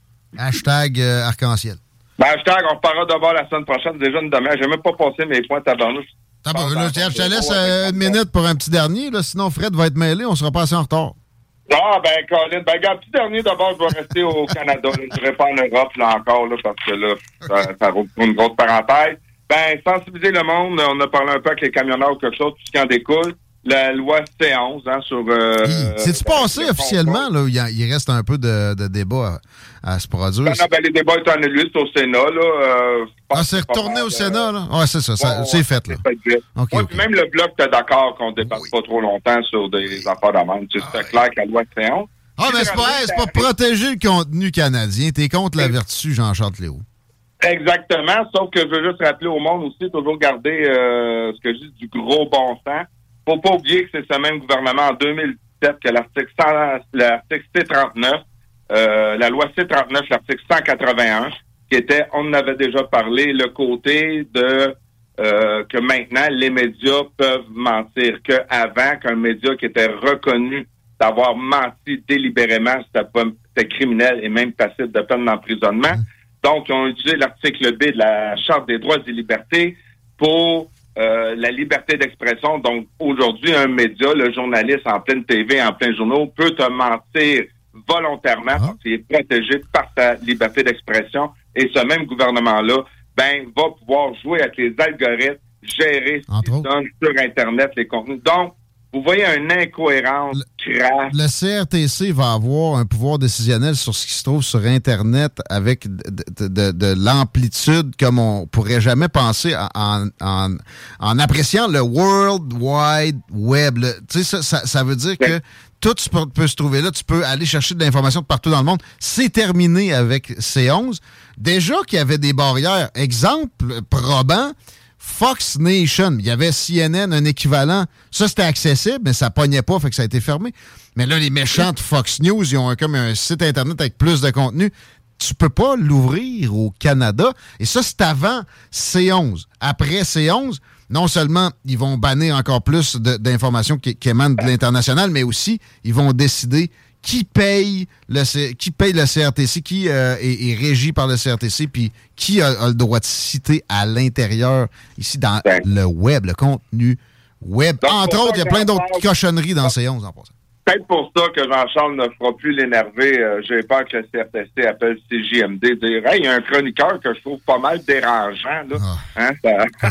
Hashtag euh, arc-en-ciel. Ben, hashtag, on reparlera de voir la semaine prochaine. Déjà une demi-heure. J'ai même pas passé mes points tabarnouche. Ah bon, là, je te laisse euh, une minute pour un petit dernier, là, sinon Fred va être mêlé, on sera pas assez en retard. Ah, ben, Colin, ben, regarde, petit dernier, d'abord, je vais rester au Canada. Là. Je ne serai pas en Europe, là, encore, là, parce que là, ça, ça roule pour une grosse parenthèse. Ben, sensibiliser le monde, on a parlé un peu avec les camionneurs ou quelque chose, tout ce qui en découle. La loi C onze, hein, sur... Euh, C'est-tu passé officiellement, là, où il, y a, il reste un peu de, de débat à, à se produire? Ben, non, ben, les débats étant annulés, c'est au Sénat, là. Euh, ah, c'est retourné mal, au Sénat, là? Ouais, c'est ça, ça ouais, c'est fait, là. C'est fait okay, ouais, okay. Même le Bloc, t'es d'accord qu'on ne dépasse oui. pas trop longtemps sur des affaires d'amende. Tu sais, c'est clair que la loi C onze... Ah, mais c'est pas, c'est pas protéger le contenu canadien. T'es contre la vertu, Jean-Charles Léo. Exactement, sauf que je veux juste rappeler au monde aussi, toujours garder euh, ce que je dis du gros bon sens. Faut pas oublier que c'est ce même gouvernement en deux mille dix-sept que l'article, cent, l'article C trente-neuf, euh, la loi C trente-neuf, l'article cent quatre-vingt-un, qui était, on en avait déjà parlé, le côté de euh, que maintenant les médias peuvent mentir, qu'avant, qu'un média qui était reconnu d'avoir menti délibérément, c'était, pas, c'était criminel et même passible de peine d'emprisonnement. Donc, ils ont utilisé l'article B de la Charte des droits et libertés pour Euh, la liberté d'expression. Donc, aujourd'hui, un média, le journaliste en pleine T V, en plein journal, peut te mentir volontairement parce qu'il est protégé par sa liberté d'expression. Et ce même gouvernement-là, ben, va pouvoir jouer avec les algorithmes, gérer ce qu'ils donnent sur Internet, les contenus. Donc, vous voyez une incohérence crasse. Le C R T C va avoir un pouvoir décisionnel sur ce qui se trouve sur Internet avec de, de, de, de l'amplitude comme on pourrait jamais penser en, en, en appréciant le World Wide Web. Tu sais, ça, ça, ça veut dire que tout peut, peut se trouver là. Tu peux aller chercher de l'information de partout dans le monde. C'est terminé avec C onze. Déjà qu'il y avait des barrières. Exemple probant, Fox Nation, il y avait C N N, un équivalent. Ça, c'était accessible, mais ça pognait pas, fait que ça a été fermé. Mais là, les méchants de Fox News, ils ont un, comme un site Internet avec plus de contenu. Tu peux pas l'ouvrir au Canada. Et ça, c'est avant C onze. Après C onze, non seulement ils vont bannir encore plus de, d'informations qui, qui émanent de l'international, mais aussi, ils vont décider qui paye le, C, qui paye le C R T C, qui euh, est, est régi par le C R T C, puis qui a, a le droit de citer à l'intérieur, ici, dans ouais. le web, le contenu web. Donc, entre autres, il y a plein d'autres cochonneries dans C onze en passant. Peut-être pour ça que Jean-Charles ne fera plus l'énerver. Euh, j'ai peur que le C R T C appelle C J M D dire « Hey, il y a un chroniqueur que je trouve pas mal dérangeant. » là. Ah. Hein, ça...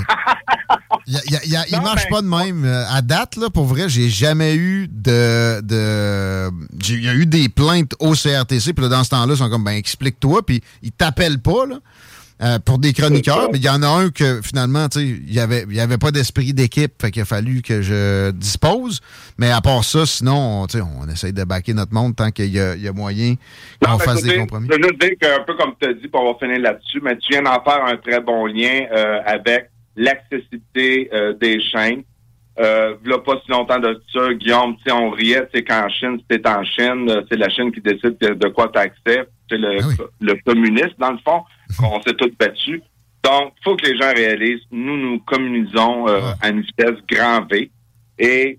Il ne marche ben, pas de même. À date, là, pour vrai, j'ai jamais eu de... de il y a eu des plaintes au C R T C, puis dans ce temps-là, ils sont comme « Ben, explique-toi », puis ils t'appellent pas, là. Euh, pour des chroniqueurs, mais il y en a un que finalement, tu sais, il y avait, il y avait pas d'esprit d'équipe, fait qu'il a fallu que je dispose. Mais à part ça, sinon, tu sais, on essaye de backer notre monde tant qu'il y a, il y a moyen qu'on non, fasse des compromis. Je veux juste dire qu'un peu comme tu as dit, pour on va finir là-dessus, mais tu viens d'en faire un très bon lien euh, avec l'accessibilité euh, des chaînes. Euh, il n'y a pas si longtemps de ça, Guillaume, tu sais, on riait, tu sais, qu'en Chine, si t'es en Chine, c'est la Chine qui décide de, de quoi tu as accès. C'est le, ah oui. le communiste, dans le fond, qu'on s'est tous battus. Donc, il faut que les gens réalisent, nous, nous communisons euh, ah. à une vitesse grand V. Et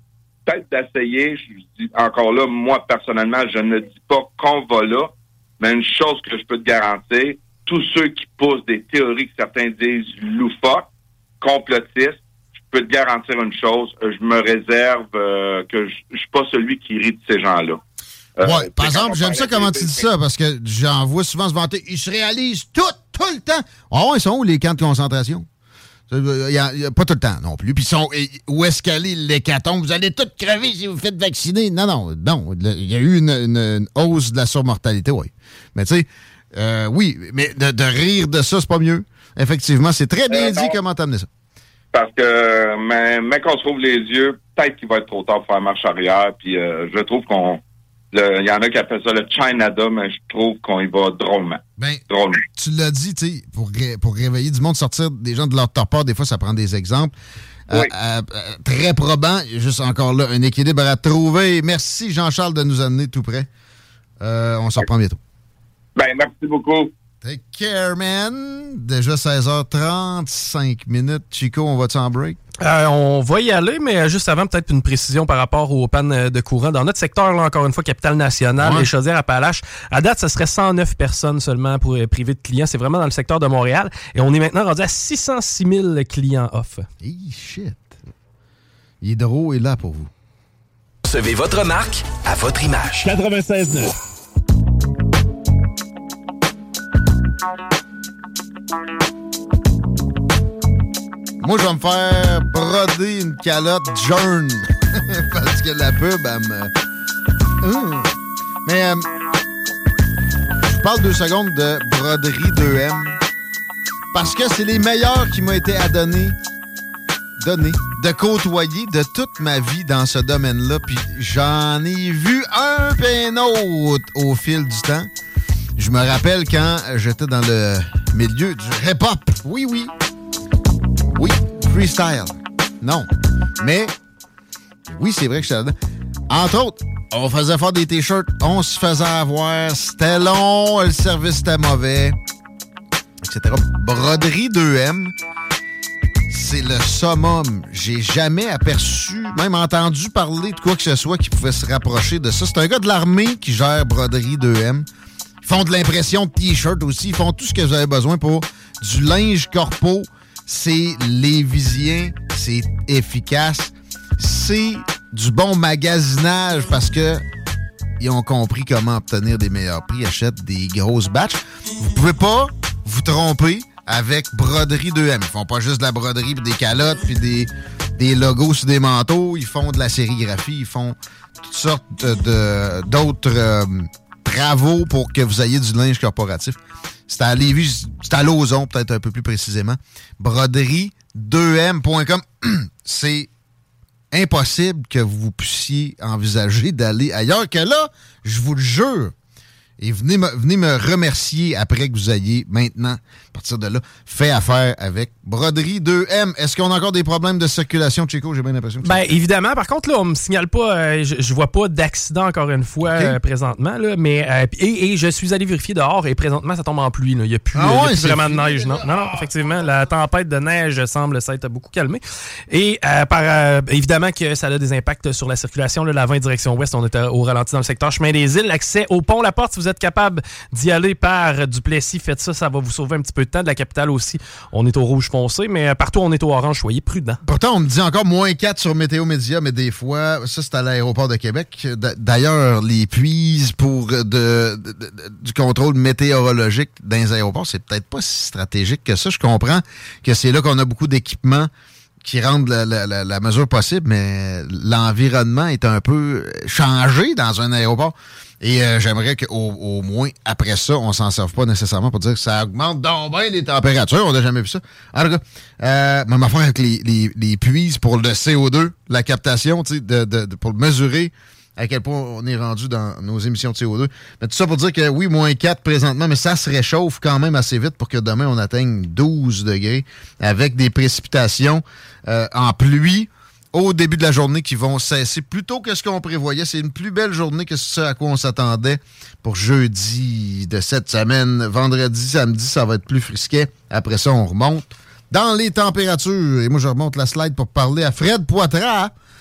peut-être d'essayer. Je dis encore là, moi, personnellement, je ne dis pas qu'on va là, mais une chose que je peux te garantir, tous ceux qui poussent des théories que certains disent loufoques, complotistes, je peux te garantir une chose, je me réserve euh, que je ne suis pas celui qui rit de ces gens-là. Euh, ouais, par exemple, j'aime ça comment tu dis ça, parce que j'en vois souvent se vanter. Ils se réalisent tout, tout le temps. Ah ouais, ils sont où les camps de concentration? Il y a, il y a pas tout le temps non plus. Puis ils sont, où est-ce qu'elle est l'hécatombe? Vous allez tous crever si vous faites vacciner. Non, non, non. Il y a eu une, une, une hausse de la surmortalité, oui. Mais tu sais, euh, oui, mais de, de rire de ça, c'est pas mieux. Effectivement, c'est très bien euh, dit non. Comment t'as amené ça. Parce que, mais, mais qu'on se trouve les yeux, peut-être qu'il va être trop tard pour faire marche arrière. Puis euh, je trouve qu'on... Il y en a qui appellent ça le China-Da, mais je trouve qu'on y va drôlement. Ben, drôlement. Tu l'as dit, tu sais, pour, ré, pour réveiller du monde, sortir des gens de leur torpeur, des fois, ça prend des exemples. Oui. Euh, euh, très probant, juste encore là, un équilibre à trouver. Merci, Jean-Charles, de nous amener tout près. Euh, on se reprend bientôt. Ben, merci beaucoup. Take care, man. Déjà seize heures trente-cinq minutes. Chico, on va-tu en break? Euh, on va y aller, mais juste avant, peut-être une précision par rapport aux pannes de courant. Dans notre secteur, là, encore une fois, Capitale-Nationale, ouais. Les Chaudières-Appalaches, à date, ce serait cent neuf personnes seulement pour euh, priver de clients. C'est vraiment dans le secteur de Montréal. Et on est maintenant rendu à six cent six mille clients off. Hey, shit. Hydro est là pour vous. Recevez votre marque à votre image. quatre-vingt-seize neuf. Moi, je vais me faire broder une calotte jaune. Parce que la pub, elle me... Mmh. Mais, euh, je parle deux secondes de broderie deux M. Parce que c'est les meilleurs qui m'ont été à donner, donner, de côtoyer de toute ma vie dans ce domaine-là. Puis j'en ai vu un puis un autre au fil du temps. Je me rappelle quand j'étais dans le milieu du hip-hop. Oui, oui. Oui, freestyle. Non. Mais, oui, c'est vrai que j'étais là-dedans. Entre autres, on faisait faire des t-shirts, on se faisait avoir, c'était long, le service était mauvais, et cetera. Broderie deux M, c'est le summum. J'ai jamais aperçu, même entendu parler de quoi que ce soit qui pouvait se rapprocher de ça. C'est un gars de l'armée qui gère Broderie deux M. Ils font de l'impression de t-shirts aussi. Ils font tout ce que vous avez besoin pour du linge corpo. C'est lévisien, c'est efficace, c'est du bon magasinage parce que ils ont compris comment obtenir des meilleurs prix, achètent des grosses batches. Vous pouvez pas vous tromper avec Broderie deux M. Ils font pas juste de la broderie puis des calottes puis des, des logos sur des manteaux. Ils font de la sérigraphie, ils font toutes sortes de, de, d'autres euh, travaux pour que vous ayez du linge corporatif. C'est à Lévis, c'est à Lauson, peut-être un peu plus précisément. broderie deux M point com. C'est impossible que vous puissiez envisager d'aller ailleurs que là, je vous le jure. Et venez me, venez me remercier après que vous ayez maintenant, à partir de là, fait affaire avec Broderie deux M. Est-ce qu'on a encore des problèmes de circulation, Chico? J'ai bien l'impression que Ben, évidemment. Par contre, là, on me signale pas, euh, je, je vois pas d'accident encore une fois okay. euh, présentement, là, mais euh, et, et je suis allé vérifier dehors et présentement, ça tombe en pluie. Il n'y a plus, ah ouais, y a plus vraiment fou. de neige. Non, non, non, effectivement, la tempête de neige semble s'être beaucoup calmée. Et euh, par, euh, évidemment que ça a des impacts sur la circulation. Là, la vingt direction ouest, on était au ralenti dans le secteur Chemin des Îles. L'accès au pont La Porte, si vous êtes capable d'y aller par Duplessis, faites ça, ça va vous sauver un petit peu de temps. De la capitale aussi, on est au rouge foncé, mais partout on est au orange, soyez prudents. Pourtant, on me dit encore moins quatre sur Météo Média, mais des fois, ça c'est à l'aéroport de Québec. D'ailleurs, les puises pour de, de, de, du contrôle météorologique dans les aéroports, c'est peut-être pas si stratégique que ça. Je comprends que c'est là qu'on a beaucoup d'équipements qui rendent la, la, la, la mesure possible, mais l'environnement est un peu changé dans un aéroport. Et euh, j'aimerais qu'au au moins, après ça, on s'en serve pas nécessairement pour dire que ça augmente donc bien les températures. On n'a jamais vu ça. En tout cas, euh, même affaire avec les, les, les puises pour le C O deux, la captation, tu sais, de, de, de, pour mesurer à quel point on est rendu dans nos émissions de C O deux. Mais tout ça pour dire que oui, moins quatre présentement, mais ça se réchauffe quand même assez vite pour que demain, on atteigne douze degrés avec des précipitations euh, en pluie au début de la journée qui vont cesser plus tôt que ce qu'on prévoyait. C'est une plus belle journée que ce à quoi on s'attendait pour jeudi de cette semaine. Vendredi, samedi, ça va être plus frisquet. Après ça, on remonte dans les températures. Et moi, je remonte la slide pour parler à Fred Poitras.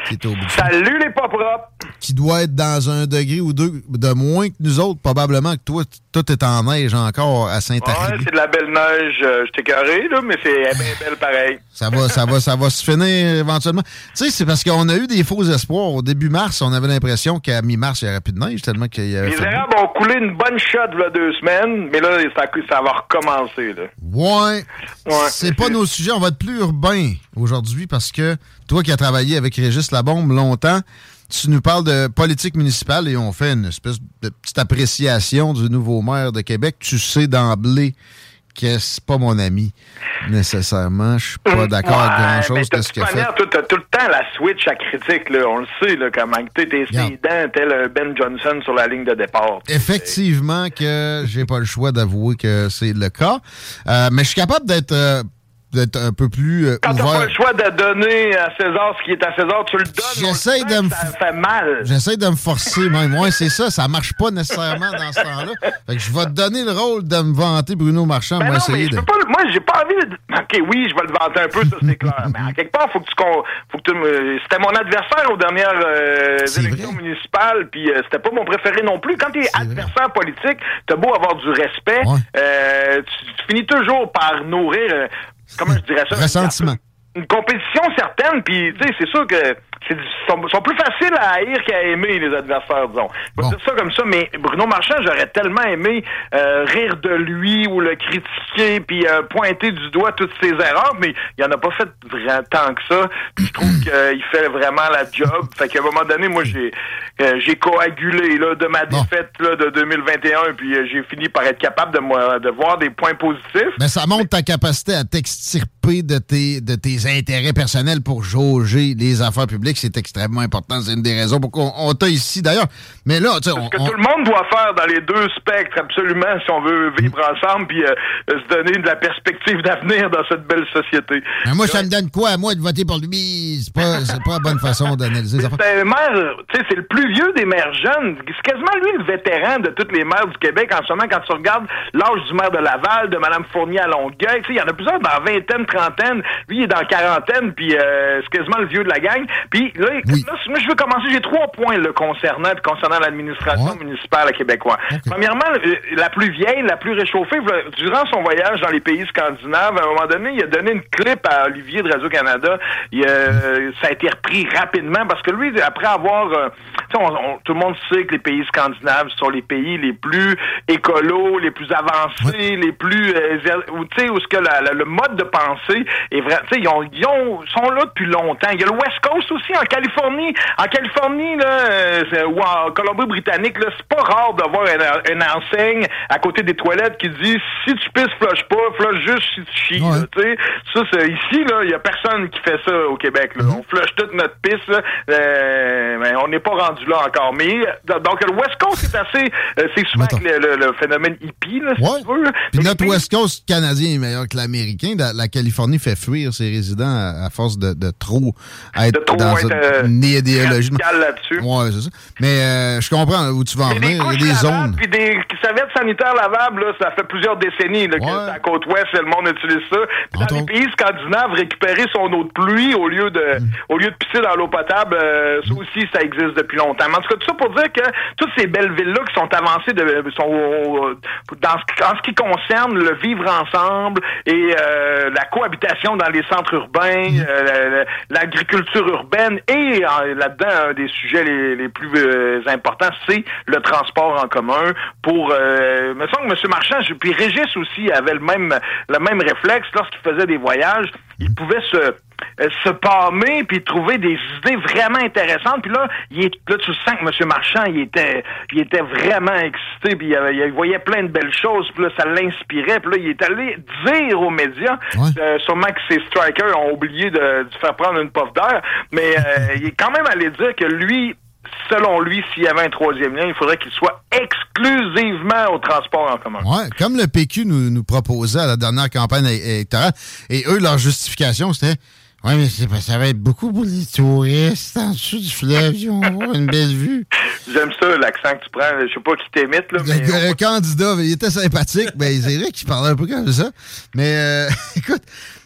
qui est au bout du Salut les pas propres! Qui doit être dans un degré ou deux de moins que nous autres, probablement que toi, tout est en neige encore à Saint-Arrêt. Ouais, c'est de la belle neige. Euh, je t'ai carré, là, mais c'est bien belle pareil. Ça va, ça va, ça va se finir éventuellement. Tu sais, c'est parce qu'on a eu des faux espoirs. Au début mars, on avait l'impression qu'à mi-mars, il n'y aurait plus de neige, tellement qu'il y avait... Les fait... érables ont coulé une bonne shot il y a deux semaines, mais là, ça, ça va recommencer, là. Ouais. ouais c'est pas nos sujets. On va être plus urbain aujourd'hui parce que toi qui as travaillé avec Régis Labombe longtemps, tu nous parles de politique municipale et on fait une espèce de petite appréciation du nouveau maire de Québec. Tu sais d'emblée que c'est pas mon ami, nécessairement. Je suis pas d'accord ouais, avec grand-chose de ce qu'il a fait. Tu as tout le temps la switch à critique, là. On le sait, là, comment tu t'es ses dents tel un Ben Johnson sur la ligne de départ. Effectivement que j'ai pas le choix d'avouer que c'est le cas. Euh, mais je suis capable d'être... Euh, d'être un peu plus euh, Quand ouvert. t'as pas le choix de donner à César ce qui est à César, tu le donnes. J'essaie de me ça fait mal. J'essaie de me forcer même. Ouais, c'est ça. Ça marche pas nécessairement dans ce temps-là. Fait que je vais te donner le rôle de me vanter Bruno Marchand. Ben moi, non, essayer mais de... pas, moi, j'ai pas envie de... OK, oui, je vais le vanter un peu, ça, c'est clair. Mais à quelque part, faut que tu... Faut que tu me... C'était mon adversaire aux dernières euh, élections vrai. municipales, puis euh, c'était pas mon préféré non plus. Quand t'es adversaire vrai. politique, t'as beau avoir du respect, ouais. euh, tu, tu finis toujours par nourrir... Euh, comment je dirais ça? Ressentiment. Une compétition certaine, puis tu sais, c'est sûr que c'est sont, sont plus faciles à haïr qu'à aimer les adversaires, disons. Je vais bon. dire ça comme ça, mais Bruno Marchand, j'aurais tellement aimé euh, rire de lui ou le critiquer, puis euh, pointer du doigt toutes ses erreurs, mais il en a pas fait vraiment tant que ça. Puis je trouve qu'il euh, fait vraiment la job. Fait qu'à un moment donné, moi, j'ai euh, j'ai coagulé là de ma défaite là, de deux mille vingt et un, puis euh, j'ai fini par être capable de moi de voir des points positifs. Mais ça montre ta capacité à t'extirper de tes de tes intérêts personnels pour jauger les affaires publiques. C'est extrêmement important. C'est une des raisons pourquoi on, on t'a ici, d'ailleurs. Mais là, tu sais... Parce on, que on... tout le monde doit faire dans les deux spectres, absolument, si on veut vivre ensemble puis euh, se donner de la perspective d'avenir dans cette belle société. Mais moi, ça me donne quoi, à moi, de voter pour lui? C'est pas, c'est pas la bonne façon d'analyser les affaires. C'est un maire, tu sais, c'est le plus vieux des maires jeunes. C'est quasiment lui le vétéran de tous les maires du Québec en ce moment. Quand tu regardes l'âge du maire de Laval, de Mme Fournier à Longueuil, tu sais, il y en a plusieurs dans vingtaine, trentaine. Lui, il est dans quarantaine, puis euh, c'est quasiment le vieux de la gang. Puis là, oui. là, moi, je veux commencer. J'ai trois points là, concernant, concernant l'administration ouais. municipale à Québécois. Okay. Premièrement, la plus vieille, la plus réchauffée, durant son voyage dans les pays scandinaves, à un moment donné, il a donné une clip à Olivier de Radio-Canada. Il, euh, ça a été repris rapidement parce que lui, après avoir... Euh, on, on, tout le monde sait que les pays scandinaves sont les pays les plus écolos, les plus avancés, ouais. les plus... Euh, tu sais, où ce que la, la, le mode de pensée est vrai. Tu sais, ils, ont, ils ont, sont là depuis longtemps. Il y a le West Coast aussi, en Californie. En Californie, là, euh, ou en Colombie-Britannique, là, c'est pas rare d'avoir une, une enseigne à côté des toilettes qui dit « Si tu pisses, flush pas, flush juste si tu chies. Ouais. » Tu sais, ça, c'est, ici, là, il y a personne qui fait ça au Québec. Là. Mm-hmm. On flush toute notre pisse, là. Euh, mais on n'est pas rendu là encore. Mais, donc, le West Coast, c'est assez... Euh, c'est souvent le, le, le phénomène hippie, là, si ouais. tu veux. Puis notre pays... West Coast canadien est meilleur que l'américain. La, la Californie fait fuir ses résidents à, à force de, de trop être de trop dans être, une euh, idéologie. Là-dessus. Ouais, c'est ça. Mais euh, je comprends où tu vas en venir. Il y a des zones. Puis des serviettes sanitaires lavables, là, ça fait plusieurs décennies là, ouais. que à la côte ouest, le monde utilise ça. Puis dans les pays scandinaves, récupérer son eau de pluie au lieu de mm. au lieu de pisser dans l'eau potable, euh, ça aussi, ça existe depuis longtemps. Mais en tout cas, tout ça pour dire que toutes ces belles villes-là qui sont avancées de, sont dans ce, en ce qui concerne le vivre ensemble et euh, la cohabitation dans les centres urbains, mm. euh, l'agriculture urbaine et euh, là-dedans, un des sujets les, les plus euh, importants, c'est le transport en commun. Pour, euh, me semble que M. Marchand, puis Régis aussi avait le même le même réflexe lorsqu'il faisait des voyages, il pouvait se se pâmer puis trouver des idées vraiment intéressantes. Puis là, il est, là, tu sens que M. Marchand, il était, il était vraiment excité. Puis il, il voyait plein de belles choses. Puis là, ça l'inspirait. Puis là, il est allé dire aux médias, ouais. euh, sûrement que ses strikers ont oublié de, de faire prendre une puff d'air, mais euh, il est quand même allé dire que lui, selon lui, s'il y avait un troisième lien, il faudrait qu'il soit exclusivement au transport en commun. Oui, comme le P Q nous, nous proposait à la dernière campagne électorale. Et eux, leur justification, c'était « Oui, mais c'est, ça va être beaucoup pour les touristes en dessous du fleuve, ils vont avoir une belle vue. » J'aime ça, l'accent que tu prends. Je sais pas qui t'imite, là. Le, mais le on... candidat, il était sympathique. Ben, c'est vrai qu'il parlait un peu comme ça. Mais, euh, écoute,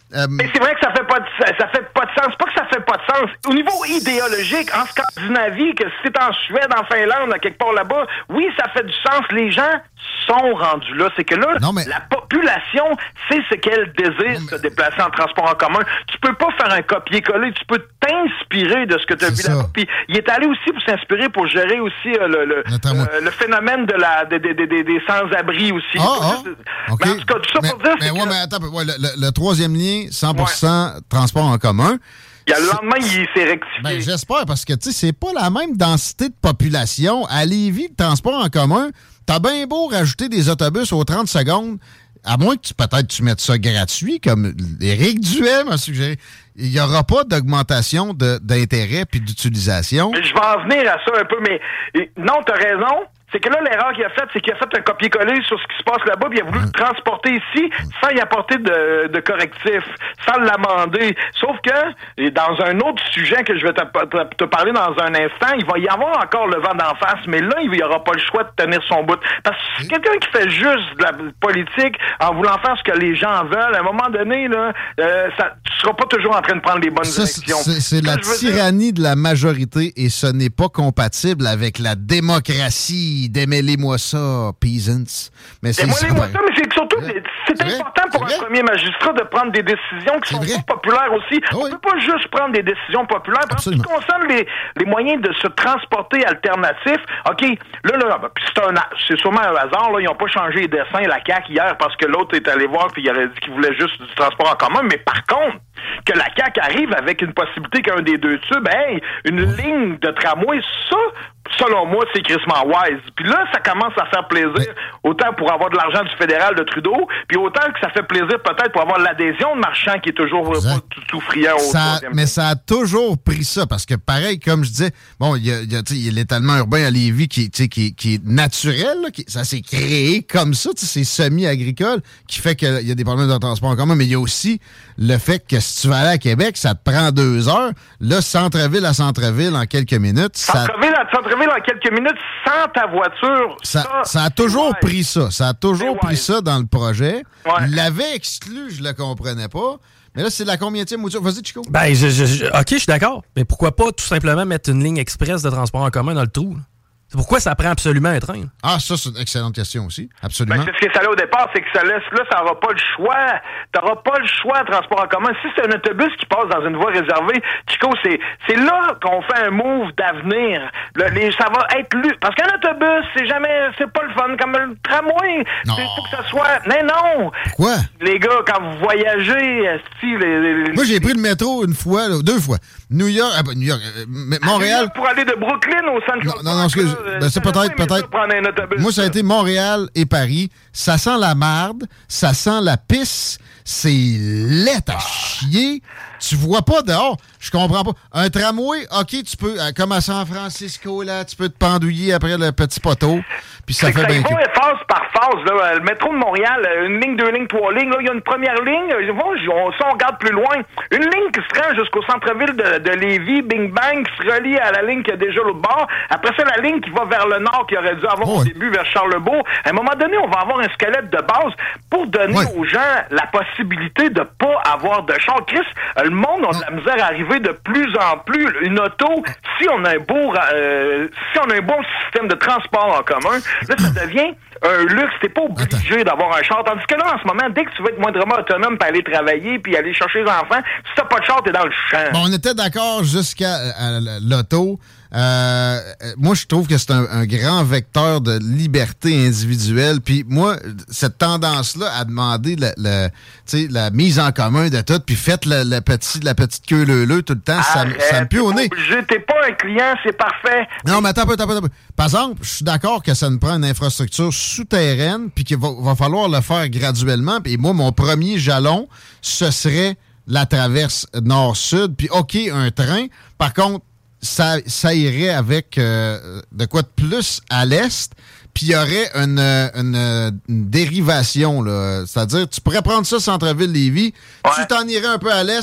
Euh, Mais c'est vrai que ça fait pas de, ça fait pas de sens. Pas que ça fait pas de sens. Au niveau idéologique, en Scandinavie, que si c'est en Suède, en Finlande, quelque part là-bas, oui, ça fait du sens. Les gens sont rendus là. C'est que là, non, mais... la population sait ce qu'elle désire, non, mais... se déplacer en transport en commun. Tu peux pas faire un copier-coller. Tu peux t'inspirer de ce que tu as vu ça. Là-bas. Puis il est allé aussi pour s'inspirer, pour gérer aussi euh, le, le, euh, le phénomène de la, des, des, des, des sans-abri aussi. Ah, ah, juste... okay. Mais en tout cas, tout ça mais, pour dire, mais c'est ouais, que... mais attends, ouais, le, le, le troisième lien, cent pour cent ouais. transport en commun. Il y a le lendemain, il s'est rectifié. Ben, j'espère, parce que, tu sais, c'est pas la même densité de population. À Lévis, le transport en commun, t'as bien beau rajouter des autobus aux trente secondes, à moins que tu, peut-être tu mettes ça gratuit, comme Éric Duhem m'a suggéré. Il n'y aura pas d'augmentation de, d'intérêt puis d'utilisation. Je vais en venir à ça un peu, mais non, t'as raison. C'est que là, l'erreur qu'il a faite, c'est qu'il a fait un copier-coller sur ce qui se passe là-bas, puis il a voulu le transporter ici sans y apporter de, de correctifs, sans l'amender. Sauf que, et dans un autre sujet que je vais te, te, te parler dans un instant, il va y avoir encore le vent d'en face, mais là, il n'y aura pas le choix de tenir son bout. Parce que c'est quelqu'un qui fait juste de la politique en voulant faire ce que les gens veulent. À un moment donné, là, euh, ça, tu ne seras pas toujours en train de prendre les bonnes ça, directions. C'est, c'est la tyrannie dire... de la majorité et ce n'est pas compatible avec la démocratie. Démêlez-moi ça, peasants. Mais c'est Démêlez-moi ça, mais c'est surtout, c'est, c'est important pour un premier magistrat de prendre des décisions qui c'est sont vrai. pas populaires aussi. Oh, oui. On ne peut pas juste prendre des décisions populaires. Parce que ce qui concerne les, les moyens de se transporter alternatifs, OK, là, là, c'est, un, c'est sûrement un hasard, là, ils n'ont pas changé les dessins, la C A Q, hier, parce que l'autre est allé voir et il aurait dit qu'il voulait juste du transport en commun. Mais par contre, que la C A Q arrive avec une possibilité qu'un des deux tubes, hey, une oh. ligne de tramway, ça, selon moi, c'est crissement wise. Puis là, ça commence à faire plaisir, mais... autant pour avoir de l'argent du fédéral de Trudeau, puis autant que ça fait plaisir peut-être pour avoir l'adhésion de Marchand qui est toujours pas tout, tout friand au ça, Mais ça a toujours pris ça, parce que pareil, comme je disais, bon, il y a, y a, y a l'étalement urbain à Lévis qui, qui, qui est naturel, là, qui, ça s'est créé comme ça, c'est semi-agricole, qui fait qu'il y a des problèmes de transport en commun, mais il y a aussi le fait que si tu vas aller à Québec, ça te prend deux heures. Là, centre-ville à centre-ville en quelques minutes. Centre-ville ça... à centre-ville en quelques minutes sans ta voiture. Ça, ça, ça a toujours ouais. pris ça. Ça a toujours pris ouais. ça dans le projet. Ouais. Il l'avait exclu, je le comprenais pas. Mais là, c'est la combienième mouture? Vas-y, Chico. Ben, je, je, je, OK, je suis d'accord. Mais pourquoi pas tout simplement mettre une ligne express de transport en commun dans le trou? Là? C'est pourquoi ça prend absolument un train. Ah, ça, c'est une excellente question aussi. Absolument. Ben, c'est ce que ça allait au départ, c'est que ça laisse là, ça n'aura pas le choix. T'auras pas le choix de transport en commun. Si c'est un autobus qui passe dans une voie réservée, Chico, c'est, c'est là qu'on fait un move d'avenir. Le, les, ça va être lu. Parce qu'un autobus, c'est jamais, c'est pas le fun. Comme le tramway. Il faut que ça soit. Mais non! Quoi? Les gars, quand vous voyagez, si, les, les, Moi, j'ai pris le métro une fois, là, deux fois. New York, ah, New York, euh, Montréal. York pour aller de Brooklyn au centre. Non, non, non, excuse. Ben, c'est peut-être, peut-être. Moi, ça a été Montréal et Paris. Ça sent la marde, ça sent la pisse, c'est laid à chier. Tu vois pas dehors. Je comprends pas. Un tramway, OK, tu peux, comme à San Francisco, là, tu peux te pendouiller après le petit poteau. Puis ça fait bien. Ils vont phase par phase, là. Le métro de Montréal, une ligne, deux lignes, trois lignes. Là, il y a une première ligne. On, ça, on regarde plus loin. Une ligne qui se rend jusqu'au centre-ville de, de Lévis, Bing Bang, qui se relie à la ligne qui a déjà l'autre bord. Après ça, la ligne qui va vers le nord, qui aurait dû avoir oh, au début vers Charlebourg. À un moment donné, on va avoir un squelette de base pour donner ouais. aux gens la possibilité de pas avoir de char. Chris, le monde a de la misère à arriver de plus en plus. Une auto, si on a un beau, euh, si on a un bon système de transport en commun, là, ça devient un luxe. T'es pas obligé Attends. d'avoir un char. Tandis que là, en ce moment, dès que tu veux être moindrement autonome pour aller travailler puis aller chercher les enfants, si t'as pas de char, t'es dans le champ. Bon, on était d'accord jusqu'à à, à, l'auto. Euh, moi, je trouve que c'est un, un grand vecteur de liberté individuelle. Puis moi, cette tendance-là à demander le, le, la mise en commun de tout, puis faites le, le petit, la petite queue leu-leu tout le temps, Arrête, ça, ça me pue au nez. T'es pas un client, c'est parfait. Non, mais attends un peu, attends un peu. Par exemple, je suis d'accord que ça nous prend une infrastructure souterraine, puis qu'il va, va falloir le faire graduellement. Puis moi, mon premier jalon, ce serait la traverse nord-sud. Puis OK, un train. Par contre, Ça, ça irait avec euh, de quoi de plus à l'est, puis il y aurait une, une, une dérivation, là. C'est-à-dire, tu pourrais prendre ça, centre-ville Lévis, ouais. tu t'en irais un peu à l'est,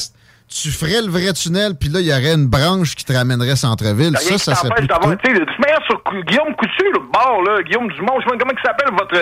tu ferais le vrai tunnel, puis là, il y aurait une branche qui te ramènerait centre-ville. Ça, ça serait plus d'avoir, tu sais, de toute manière, sur Guillaume Coutu, le bord, là, Guillaume Dumont, je sais pas comment il s'appelle, votre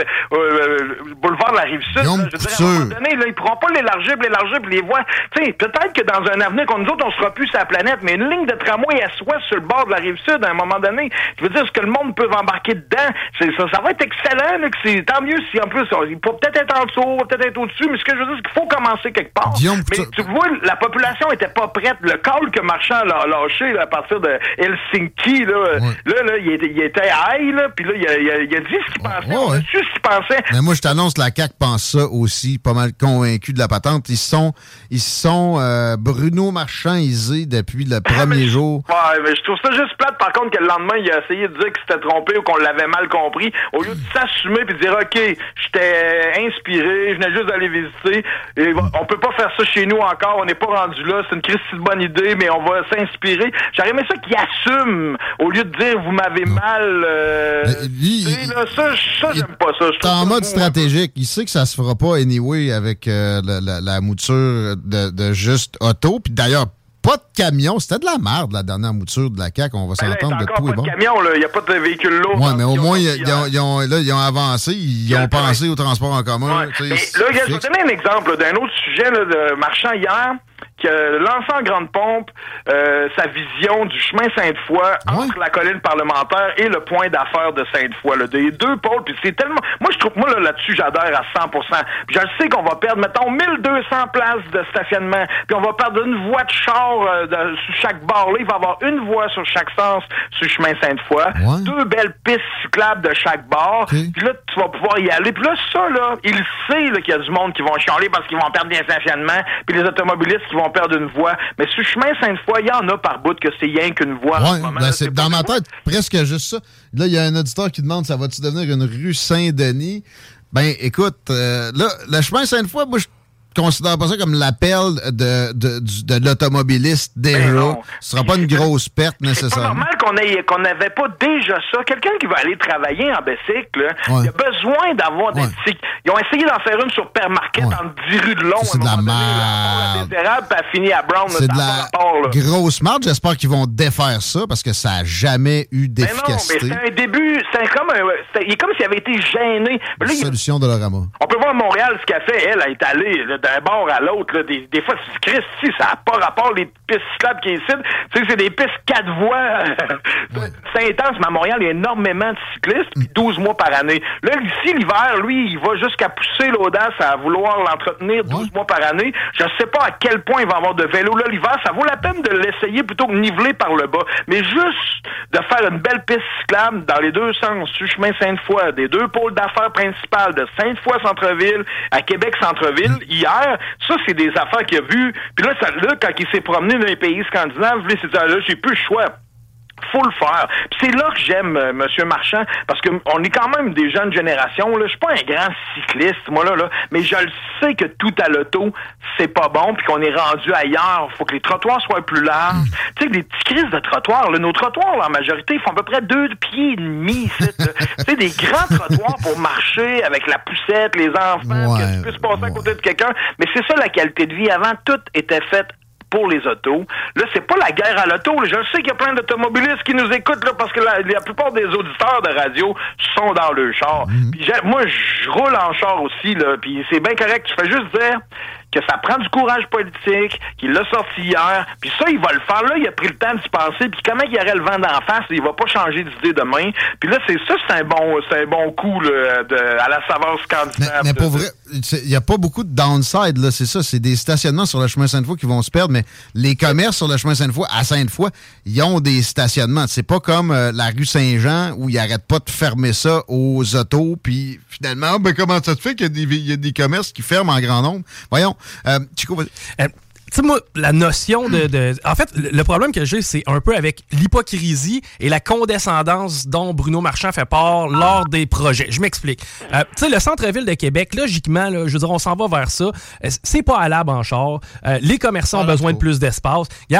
euh, boulevard de la Rive-Sud. Guillaume là, je veux dire, à un moment donné, là, ils pourront pas l'élargir, puis l'élargir, puis les voies. Tu sais, peut-être que dans un avenir, qu'on nous autres, on sera plus sur la planète, mais une ligne de tramway à soi sur le bord de la Rive-Sud, à un moment donné, je veux dire, ce que le monde peut embarquer dedans, c'est, ça, ça va être excellent, là, que c'est, tant mieux si, en plus, il peut peut-être être en dessous, peut-être être au-dessus, mais ce que je veux dire, c'est qu'il faut commencer quelque part. Guillaume, mais tu... tu vois, la population était pas prête. Le call que Marchand l'a lâché là, à partir de Helsinki, là, ouais. là, là, il était, il était high, là, puis là, il a, il, a, il a dit ce qu'il pensait, ouais, on a su ce qu'il pensait. Mais moi, je t'annonce, la C A Q pense ça aussi, pas mal convaincu de la patente. Ils sont, ils sont euh, Bruno Marchand-isés depuis le premier jour. Ouais, mais je trouve ça juste plate, par contre, que le lendemain, il a essayé de dire qu'il s'était trompé ou qu'on l'avait mal compris, au lieu de s'assumer puis de dire, OK, j'étais inspiré, je venais juste d'aller visiter, et on peut pas faire ça chez nous encore, on n'est pas rendu là, c'est une crise de bonne idée, mais on va s'inspirer. J'aurais aimé ça qu'il assume, au lieu de dire, vous m'avez non. mal... Euh, lui, là, ça, ça il, j'aime pas ça. C'est en mode stratégique. Il sait que ça se fera pas anyway avec euh, la, la, la mouture de, de juste auto, puis d'ailleurs, pas de camion. C'était de la merde, la dernière mouture de la C A Q. On va ben s'entendre de tout et bon. Il n'y a pas de camion, là. Il n'y a pas de véhicule lourd. Oui, mais au moins, ils, ils, ont, ils, ont, là, ils ont avancé. Ils il ont pensé au transport en commun. Ouais. Mais là, je vais vous donner un exemple là, d'un autre sujet là, de Marchand hier, qui a lancé en grande pompe euh, sa vision du chemin Sainte-Foy ouais. entre la colline parlementaire et le point d'affaires de Sainte-Foy. Là, des deux pôles, puis c'est tellement... Moi, je trouve, moi, là, là-dessus, j'adhère à cent pour cent. Puis je sais qu'on va perdre, mettons, mille deux cents places de stationnement, puis on va perdre une voie de char euh, de, sur chaque bord. Là, il va y avoir une voie sur chaque sens sur le chemin Sainte-Foy, ouais. deux belles pistes cyclables de chaque bord, okay. Puis là, tu vas pouvoir y aller. Puis là, ça, là, il sait là, qu'il y a du monde qui vont chialer parce qu'ils vont perdre des stationnements, puis les automobilistes qui vont perdre une voie. Mais sur le chemin Sainte-Foy, il y en a par bout que c'est rien qu'une voie. Ouais, moment, ben là, c'est, c'est dans ma tête, presque juste ça. Là, il y a un auditeur qui demande, ça va-tu devenir une rue Saint-Denis? Ben, écoute, euh, là, le chemin Sainte-Foy, moi, je considère pas ça comme l'appel de, de, de, de l'automobiliste déjà. Ce sera pas une grosse perte nécessairement. C'est pas normal qu'on ait, qu'on n'avait pas déjà ça. Quelqu'un qui va aller travailler en bicycle, ouais. il a besoin d'avoir ouais. des... Ils ont essayé d'en faire une sur Père Marquette ouais. en dix rues de long. C'est de la merde. Puis elle finit à Brown. C'est de la rapport, grosse merde. J'espère qu'ils vont défaire ça parce que ça n'a jamais eu d'efficacité. Mais non, mais c'est un début... C'est comme un, c'est, il est comme s'il avait été gêné. La là, solution il, de Dolorama. On peut voir Montréal ce qu'elle fait. Elle, elle est allée là, d'un bord à l'autre. Là, des, des fois, c'est Christ, si, ça n'a pas rapport les pistes cyclables qui ici. Tu sais, c'est des pistes quatre voies. Ouais. C'est intense, mais à Montréal, il y a énormément de cyclistes, puis douze mois par année. Là, ici, l'hiver, lui, il va jusqu'à pousser l'audace à vouloir l'entretenir douze ouais. mois par année. Je ne sais pas à quel point il va avoir de vélo. Là, l'hiver, ça vaut la peine de l'essayer plutôt que de niveler par le bas. Mais juste de faire une belle piste cyclable dans les deux sens, sur le chemin Sainte-Foy, des deux pôles d'affaires principales de Sainte-Foy-Centreville à Québec-Centreville, hier, ça, c'est des affaires qu'il a vues. Puis là, ça, là, quand il s'est promené dans les pays scandinaves, là, il s'est dit, ah, là, j'ai plus le choix. Faut le faire. Puis c'est là que j'aime euh, M. Marchand, parce que on est quand même des jeunes générations. Là, je suis pas un grand cycliste, moi là, là, mais je le sais que tout à l'auto, c'est pas bon, puis qu'on est rendu ailleurs. Faut que les trottoirs soient plus larges. Mmh. Tu sais, des petits crises de trottoirs. Là, nos trottoirs, là, en majorité, font à peu près deux pieds et demi. Tu sais, des grands trottoirs pour marcher avec la poussette, les enfants, ouais, que tu puisses passer ouais. à côté de quelqu'un. Mais c'est ça la qualité de vie. Avant, tout était fait pour les autos. Là, c'est pas la guerre à l'auto. Je sais qu'il y a plein d'automobilistes qui nous écoutent là, parce que la, la plupart des auditeurs de radio sont dans le char. Mm-hmm. Puis moi, je roule en char aussi, là, puis c'est bien correct. Tu fais juste dire que ça prend du courage politique, qu'il l'a sorti hier, puis ça, il va le faire. Là, il a pris le temps d'y penser, puis comment il y aurait le vent d'en face, il va pas changer d'idée demain. Puis là, c'est ça, c'est un bon, c'est un bon coup là, de, à la saveur scandinave. Mais, mais pour vrai, il n'y a pas beaucoup de downside, là, c'est ça. C'est des stationnements sur le chemin Sainte-Foy qui vont se perdre, mais les commerces sur le chemin Sainte-Foy, à Sainte-Foy, ils ont des stationnements. C'est pas comme euh, la rue Saint-Jean où ils n'arrêtent pas de fermer ça aux autos, puis finalement, ben comment ça te fait qu'il y a des, il y a des commerces qui ferment en grand nombre? Voyons. Euh, Chico, vas-y. Euh, tu sais, moi, la notion de, de... En fait, le problème que j'ai, c'est un peu avec l'hypocrisie et la condescendance dont Bruno Marchand fait part lors des projets. Je m'explique. Euh, tu sais, le centre-ville de Québec, logiquement, là, je veux dire, on s'en va vers ça. C'est pas allable en char. Euh, les commerçants ah, ont besoin de plus d'espace. Regarde,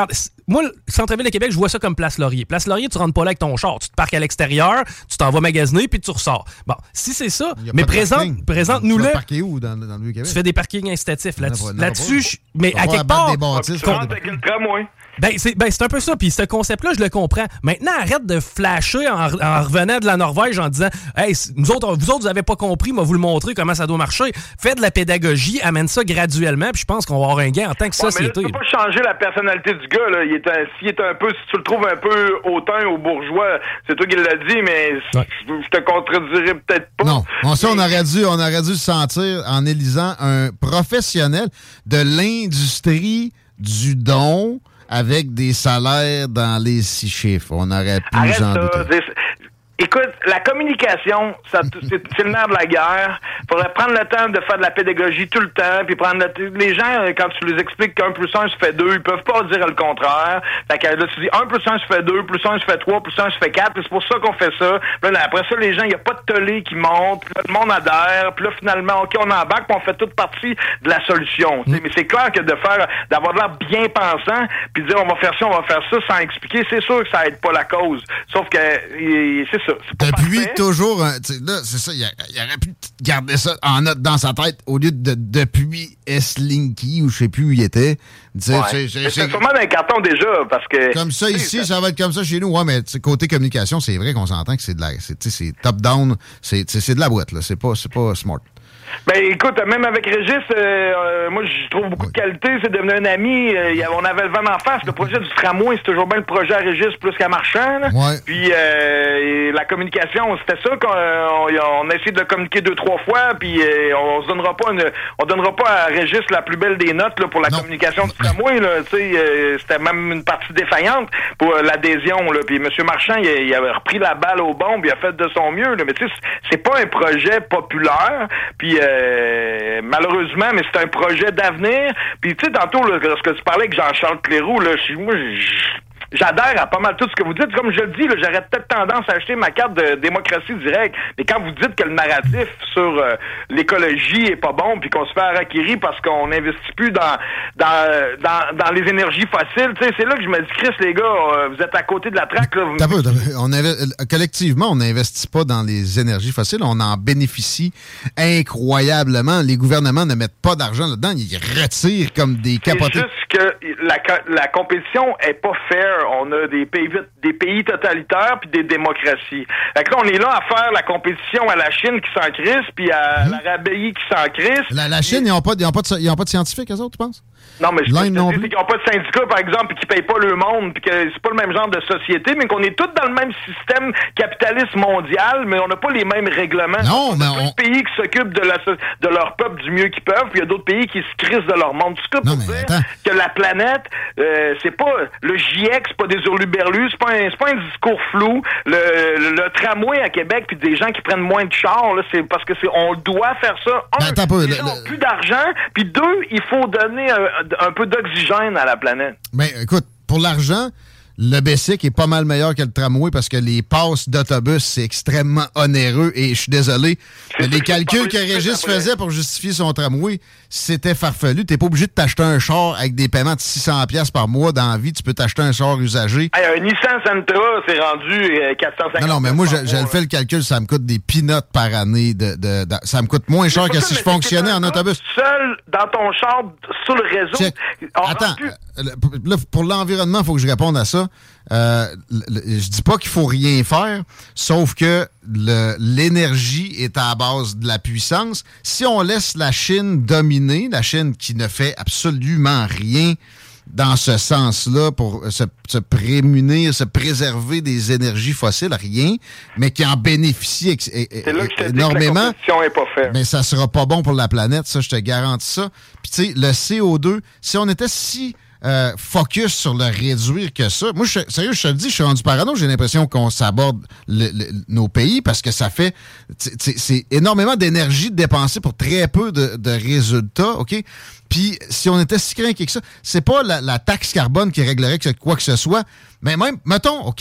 moi, le centre-ville de Québec, je vois ça comme Place Laurier. Place Laurier, tu rentres pas là avec ton char. Tu te parques à l'extérieur, tu t'en vas magasiner, puis tu ressors. Bon, si c'est ça, mais présente, présente-nous-le. Tu vas parquer où dans, dans le Vieux-Québec? Tu fais des parkings incitatifs. Là, pas, là-dessus, je, mais à quelque quelque part... Des bâtisses, tu rentres avec le tramway. Ben c'est, ben, c'est un peu ça. Puis ce concept-là, je le comprends. Maintenant, arrête de flasher en, en revenant de la Norvège en disant « Hey, nous autres, vous autres, vous avez pas compris, moi, vous le montrer comment ça doit marcher. » Fais de la pédagogie, amène ça graduellement, puis je pense qu'on va avoir un gain en tant que ouais, société. Mais là, tu peux pas changer la personnalité du gars. Là. Il est un, s'il est un peu, si tu le trouves un peu hautain ou bourgeois, c'est toi qui l'as dit, mais ouais. je, je te contredirais peut-être pas. Non, on, ça, on aurait dû, on aurait dû le sentir en élisant un professionnel de l'industrie du don avec des salaires dans les six chiffres. On aurait pu Arrête nous en ça, douter. Écoute, la communication, ça, c'est, c'est le nerf de la guerre. Il faudrait prendre le temps de faire de la pédagogie tout le temps, puis prendre le, les gens, quand tu les expliques qu'un plus un se fait deux, ils peuvent pas dire le contraire. Fait que là, tu dis un plus un se fait deux, plus un se fait trois, plus un se fait quatre, puis c'est pour ça qu'on fait ça. Puis là, après ça, les gens, il n'y a pas de tollé qui monte, puis là, le monde adhère, puis là, finalement, OK, on embarque, puis on fait toute partie de la solution. Mm. Mais c'est clair que de faire, d'avoir l'air bien pensant, puis dire on va faire ça, on va faire ça, sans expliquer, c'est sûr que ça aide pas la cause. Sauf que, c'est ça. Depuis parfait. Toujours, là, c'est ça, il, il aurait pu garder ça en note dans sa tête au lieu de depuis S-Linky ou je sais plus où il était. Dire, ouais. c'est, c'est, c'est sûrement dans un carton déjà, parce que... Comme ça ici, ça... ça va être comme ça chez nous. Ouais, mais côté communication, c'est vrai qu'on s'entend que c'est de la... C'est, c'est top-down, c'est, c'est de la boîte, là. C'est pas, c'est pas smart. Ben écoute, même avec Régis, euh, euh, moi je trouve beaucoup de qualité, c'est devenu un ami. Euh, on avait le vent en face. Le projet du tramway, c'est toujours bien le projet à Régis plus qu'à Marchand. Là. Ouais. Puis euh, la communication, c'était ça qu'on on, on a essayé de le communiquer deux, trois fois, puis euh, on se donnera pas une, on donnera pas à Régis la plus belle des notes là, pour la non. communication du tramway. Là, euh, c'était même une partie défaillante pour euh, l'adhésion. Là. Puis M. Marchand, il, il avait repris la balle au bon, puis il a fait de son mieux. Là. Mais tu sais, c'est pas un projet populaire. Puis Euh, malheureusement, mais c'est un projet d'avenir. Puis tu sais, tantôt, là, lorsque tu parlais avec Jean-Charles Cléroux, là, moi, j'adhère à pas mal tout ce que vous dites. Comme je le dis, là, j'aurais peut-être tendance à acheter ma carte de démocratie directe. Mais quand vous dites que le narratif sur euh, l'écologie est pas bon, puis qu'on se fait harakiri parce qu'on n'investit plus dans dans, dans dans les énergies fossiles, tu sais, c'est là que je me dis, Chris, les gars, euh, vous êtes à côté de la traque. Là. Vous... T'as peu, t'as peu. On inv... Collectivement, on n'investit pas dans les énergies fossiles. On en bénéficie incroyablement. Les gouvernements ne mettent pas d'argent là-dedans. Ils retirent comme des capotés. C'est juste que la, la compétition est pas fair. On a des pays, des pays totalitaires puis des démocraties. Fait que là, on est là à faire la compétition à la Chine qui s'en crisse puis à mmh. l'Arabie qui s'en crisse. La, la Chine, ils n'ont pas, pas, pas, pas de scientifiques, eux autres, tu penses? Non, mais je te dis, c'est qu'ils n'ont pas de syndicats, par exemple, puis qu'ils payent pas le monde, puis que c'est pas le même genre de société, mais qu'on est tous dans le même système capitaliste mondial, mais on n'a pas les mêmes règlements. Non, mais il y a on... d'autres pays qui s'occupent de, la, de leur peuple du mieux qu'ils peuvent, puis il y a d'autres pays qui se crissent de leur monde. Tout ça pour dire attends. que la planète, euh, c'est pas le GIEC, c'est pas des hurluberlus, c'est pas un, c'est pas un discours flou. Le, le, le tramway à Québec, puis des gens qui prennent moins de chars, là, c'est parce que c'est on doit faire ça. Un, ben, peu, les le, gens ont le... plus d'argent, puis deux, il faut donner un, un peu d'oxygène à la planète. Ben, écoute, pour l'argent, le B C I C est pas mal meilleur que le tramway parce que les passes d'autobus, c'est extrêmement onéreux et je suis désolé. C'est les calculs que Régis faisait pour justifier son tramway, c'était farfelu. T'es pas obligé de t'acheter un char avec des paiements de six cents dollars par mois dans la vie. Tu peux t'acheter un char usagé. Hey, un Nissan Sentra, c'est rendu euh, quatre cent cinquante. Non, non, mais moi, j'ai le fait le calcul, ça me coûte des peanuts par année. De, de, de ça me coûte moins cher que ça, si je fonctionnais en autobus. Seul dans ton char, sur le réseau. Attends, là, pour l'environnement, il faut que je réponde à ça. Euh, je dis pas qu'il faut rien faire, sauf que le, l'énergie est à la base de la puissance. Si on laisse la Chine dominer, la Chine qui ne fait absolument rien dans ce sens-là pour se, se prémunir, se préserver des énergies fossiles, rien, mais qui en bénéficie ex- C'est là que je te énormément, dis que la compétition est pas faite. mais ça sera pas bon pour la planète, ça, je te garantis ça. Puis tu sais, le C O deux, si on était si Euh, focus sur le réduire que ça. Moi, je, sérieux, je te le dis, je suis rendu parano. J'ai l'impression qu'on s'aborde le, le, nos pays parce que ça fait... C'est, c'est énormément d'énergie dépensée pour très peu de, de résultats, OK? Puis, si on était si crainqués que ça, c'est pas la, la taxe carbone qui réglerait que quoi que ce soit, mais même, mettons, OK,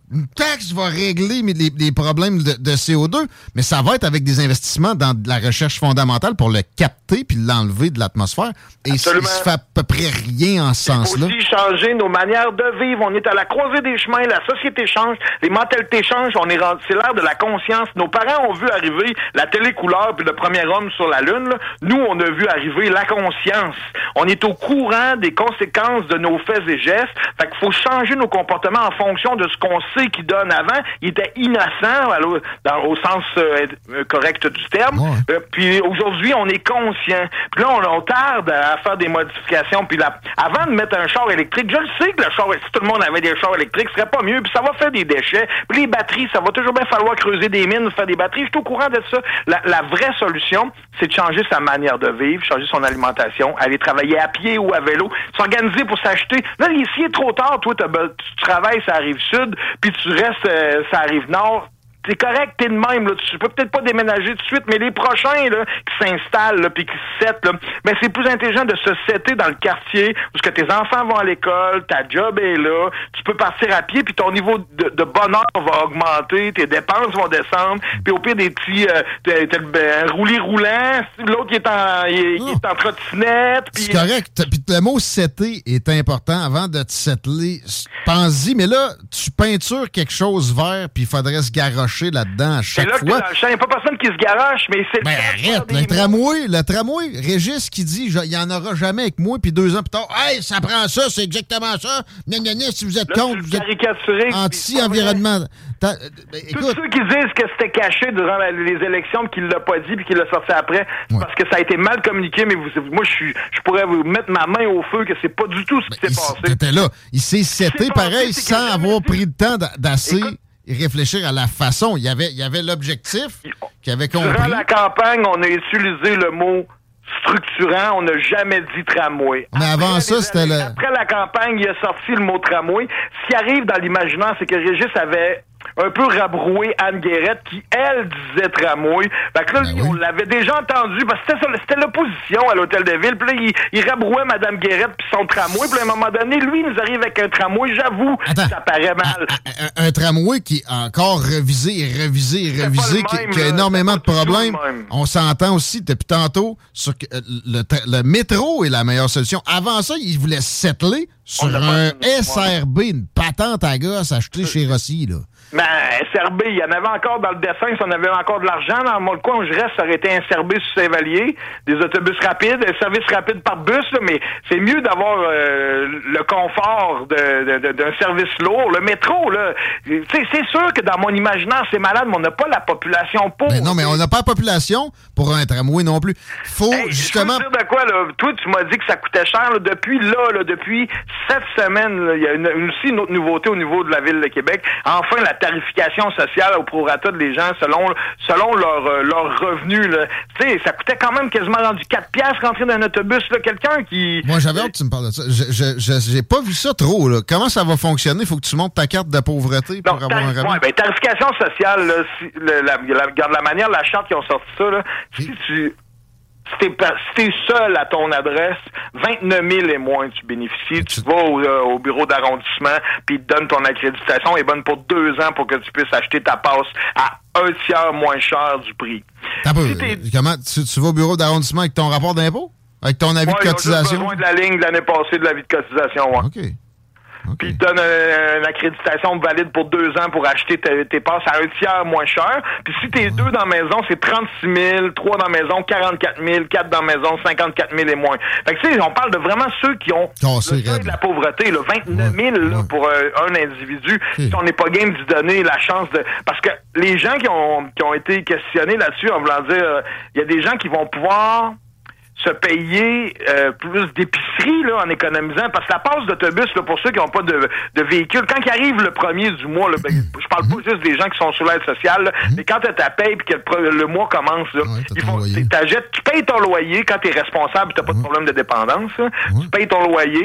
une taxe va régler les, les problèmes de, de C O deux, mais ça va être avec des investissements dans de la recherche fondamentale pour le capter puis l'enlever de l'atmosphère. Et Absolument. il se fait à peu près rien en ce sens-là. Il faut aussi changer nos manières de vivre. On est à la croisée des chemins, la société change, les mentalités changent, on est rendu, c'est l'ère de la conscience. Nos parents ont vu arriver la télécouleur puis le premier homme sur la Lune. Là. Nous, on a vu arriver la conscience. On est au courant des conséquences de nos faits et gestes. Fait qu'il faut changer nos comportements en fonction de ce qu'on sait qu'ils donnent avant. Il était innocent, alors, dans, au sens euh, correct du terme. Ouais. Euh, puis aujourd'hui, on est conscient. Puis là, on, on tarde à faire des modifications. Puis là, avant de mettre un char électrique, je le sais que le char, si tout le monde avait des chars électriques, ce serait pas mieux. Puis ça va faire des déchets. Puis les batteries, ça va toujours bien falloir creuser des mines, faire des batteries. Je suis au courant de ça. La, la vraie solution, c'est de changer sa manière de vivre, changer son alimentation, aller travailler à pied ou à vélo, s'organiser pour s'acheter. Là, ici, il est trop tard. Toi, tu travailles sur la rive sud, puis tu restes euh, sur la rive nord. C'est correct, t'es de même, là. Tu peux peut-être pas déménager tout de suite, mais les prochains, là, qui s'installent, là, puis qui se settent, là, mais c'est plus intelligent de se setter dans le quartier, où que tes enfants vont à l'école, ta job est là, tu peux partir à pied, puis ton niveau de, de bonheur va augmenter, tes dépenses vont descendre, puis au pire des petits, euh, t'as, t'as un roulis roulant, l'autre, il est en, il, il est en trottinette, puis... C'est correct, puis le mot setter est important avant de te settler. Pense-y, mais là, tu peintures quelque chose vert, puis il faudrait se garrocher là-dedans à chaque là fois. Il n'y a pas personne qui se garoche, mais c'est... Ben arrête, le tramway, le tramway, Régis qui dit, il n'y en aura jamais avec moi, puis deux ans plus tard, hey, ça prend ça, c'est exactement ça. Gna, gna, gna, si vous êtes là, contre, vous êtes anti-environnement. Ben, tous ceux qui disent que c'était caché durant la, les élections, puis qu'il l'a pas dit, puis qu'il l'a sorti après, c'est ouais. parce que ça a été mal communiqué, mais vous, moi, je suis, je pourrais vous mettre ma main au feu que c'est pas du tout ce qui ben, s'est passé. T'étais là. Il s'est seté pareil, sans avoir pris le temps d'assez... Écoute, réfléchir à la façon. Il y avait, il y avait l'objectif qu'il avait compris. Durant la campagne, on a utilisé le mot structurant, on n'a jamais dit tramway. Mais après avant ça, c'était le... Après la campagne, il a sorti le mot tramway. Ce qui arrive dans l'imaginaire, c'est que Régis avait un peu rabroué Anne Guérette qui, elle, disait tramway. Fait que là, ben lui, oui. on l'avait déjà entendu, parce que c'était, c'était l'opposition à l'Hôtel de Ville. Puis là, il, il rabrouait Mme Guérette puis son tramway. Puis à un moment donné, lui, il nous arrive avec un tramway. J'avoue, Attends, ça paraît mal. Un, un, un tramway qui est encore revisé et revisé et revisé, qui, même, qui a énormément de problèmes. On s'entend aussi depuis tantôt sur que le, le métro est la meilleure solution. Avant ça, il voulait settler sur un S R B, une patente à gosse achetée chez Rossi, là. Ben, S R B, il y en avait encore dans le dessin, si on avait encore de l'argent. Dans le coin où je reste, ça aurait été un S R B sur Saint-Vallier, des autobus rapides, un service rapide par bus, là, mais c'est mieux d'avoir euh, le confort de, de, de, d'un service lourd. Le métro, là, c'est sûr que dans mon imaginaire, c'est malade, mais on n'a pas la population pour. Ben non, mais on n'a pas la population pour un tramway non plus. Faut hey, justement... Je veux dire de quoi, là? Toi, tu m'as dit que ça coûtait cher, là. Depuis là, là, depuis cette semaine, là, il y a une, une, aussi une autre nouveauté au niveau de la Ville de Québec. Enfin, la tarification sociale au prorata des gens selon selon leur euh, leur revenu. Tu sais, ça coûtait quand même quasiment rendu quatre piastres rentrer dans un autobus. Là, quelqu'un qui... Moi, j'avais hâte que tu me parles de ça. Je, je, je, j'ai pas vu ça trop. Là. Comment ça va fonctionner? Il faut que tu montes ta carte de pauvreté pour Donc, avoir un rabais. Ouais, ben, tarification sociale, là, si, le, la, la, la, la manière, la charte qui ont sorti ça, là, oui. si tu... Si t'es, si t'es seul à ton adresse, vingt-neuf mille et moins tu bénéficies. Tu vas au, euh, au bureau d'arrondissement, puis ils te donnent ton accréditation. Elle est bonne pour deux ans pour que tu puisses acheter ta passe à un tiers moins cher du prix. T'as si peu, comment, tu, tu vas au bureau d'arrondissement avec ton rapport d'impôt? Avec ton avis ouais, de cotisation? J'ai besoin de la ligne de l'année passée de l'avis de cotisation, ouais. OK. Okay. Puis ils te donnent euh, une accréditation valide pour deux ans pour acheter tes, tes passes à un tiers moins cher. Puis si t'es ouais. deux dans la maison, c'est trente-six mille, trois dans la maison, quarante-quatre mille, quatre dans la maison, cinquante-quatre mille et moins. Fait que tu sais, on parle de vraiment ceux qui ont oh, le seuil de la pauvreté, là, vingt-neuf mille ouais. là, ouais. pour euh, un individu. Okay. Si on n'est pas game d'y donner la chance de... Parce que les gens qui ont, qui ont été questionnés là-dessus, en voulant dire, il euh, y a des gens qui vont pouvoir... se payer euh, plus d'épicerie là, en économisant. Parce que la passe d'autobus, là, pour ceux qui n'ont pas de, de véhicule, quand ils arrivent le premier du mois, là, ben, je parle pas juste des gens qui sont sur l'aide sociale, là, mais quand tu as ta paye et que le, le mois commence, là, ouais, ils font, tu payes ton loyer quand tu es responsable et tu n'as pas de problème de dépendance. Là, tu payes ton loyer.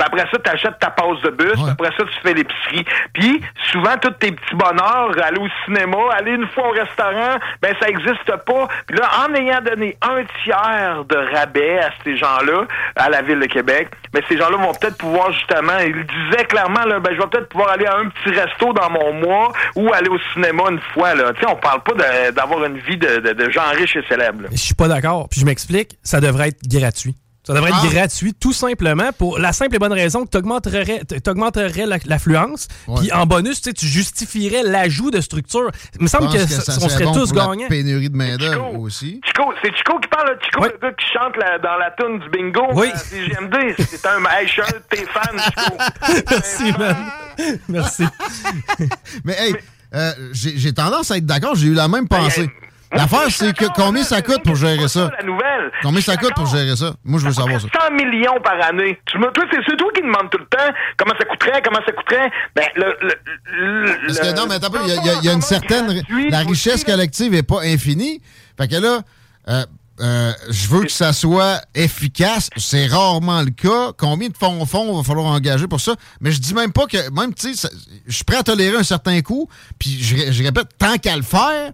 puis après ça, tu achètes ta passe de bus, puis après ça, tu fais l'épicerie. Puis, souvent, tous tes petits bonheurs, aller au cinéma, aller une fois au restaurant, ben ça existe pas. Puis là, en ayant donné un tiers de rabais à ces gens-là, à la Ville de Québec, ben ces gens-là vont peut-être pouvoir, justement, ils disaient clairement, là, ben je vais peut-être pouvoir aller à un petit resto dans mon mois ou aller au cinéma une fois, là. Tu sais, on parle pas de, d'avoir une vie de, de, de gens riches et célèbres. Je suis pas d'accord. Puis je m'explique, ça devrait être gratuit. Ça devrait être ah. gratuit, tout simplement, pour la simple et bonne raison que tu augmenterais, t'augmenterais la, l'affluence, ouais. Puis en bonus, tu sais, tu justifierais l'ajout de structure. Il me semble que, que ça, on serait bon tous gagnants. Pénurie de main-d'œuvre aussi. Chico, c'est Chico qui parle, là. Chico, ouais. Le gars qui chante la, dans la toune du bingo. Oui. À C G M D. C'est un. Hey, je suis un de tes fans, Chico. Merci, man. Merci. Mais, hey, euh, j'ai, j'ai tendance à être d'accord, j'ai eu la même pensée. Hey, l'affaire, c'est que combien ça coûte pour gérer ça? La nouvelle. Combien ça coûte pour gérer ça? Moi, je veux savoir ça. cent millions par année. Tu me, toi, c'est, c'est toi qui demandes tout le temps comment ça coûterait, comment ça coûterait. Ben, le. le, le Parce que non, mais attends un peu, il y, y, y a une certaine. La richesse collective n'est pas infinie. Fait que là, euh, euh, je veux que ça soit efficace. C'est rarement le cas. Combien de fonds fonds va falloir engager pour ça? Mais je dis même pas que. Même, tu sais, je suis prêt à tolérer un certain coût. Puis je, je répète, tant qu'à le faire.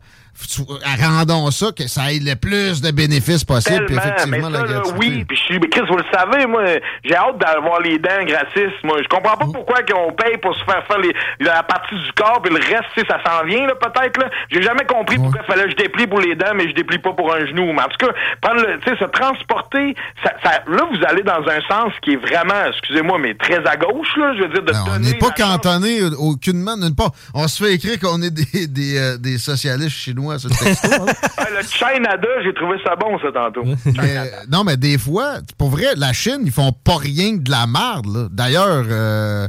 Rendons ça, que ça ait le plus de bénéfices possible. Puis effectivement, mais ça, la gratuité. Là, oui, puis je suis, Chris, vous le savez, moi, j'ai hâte d'avoir les dents gratis. Moi, je comprends pas pourquoi qu'on paye pour se faire faire les, la partie du corps, puis le reste, tu sais, ça s'en vient, là, peut-être, là. J'ai jamais compris ouais. pourquoi il fallait que je déplie pour les dents, mais je déplie pas pour un genou. Mais en tout cas, prendre le, tu sais, se transporter, ça, ça, là, vous allez dans un sens qui est vraiment, excusez-moi, mais très à gauche, là, je veux dire, de non, on n'est pas cantonné chance. Aucunement, nulle part. On se fait écrire qu'on est des, des, euh, des socialistes chinois. Sur le, texto, hein? Le China-da, j'ai trouvé ça bon, ça, tantôt. Mais, non, mais des fois, pour vrai, la Chine, ils font pas rien que de la merde, là. D'ailleurs, euh,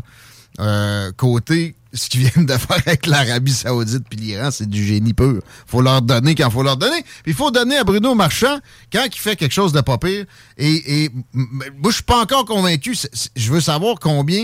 euh, côté, ce qu'ils viennent de faire avec l'Arabie Saoudite puis l'Iran, c'est du génie pur. Faut leur donner quand faut leur donner. Puis il faut donner à Bruno Marchand quand il fait quelque chose de pas pire. Et, et moi, je suis pas encore convaincu. Je veux savoir combien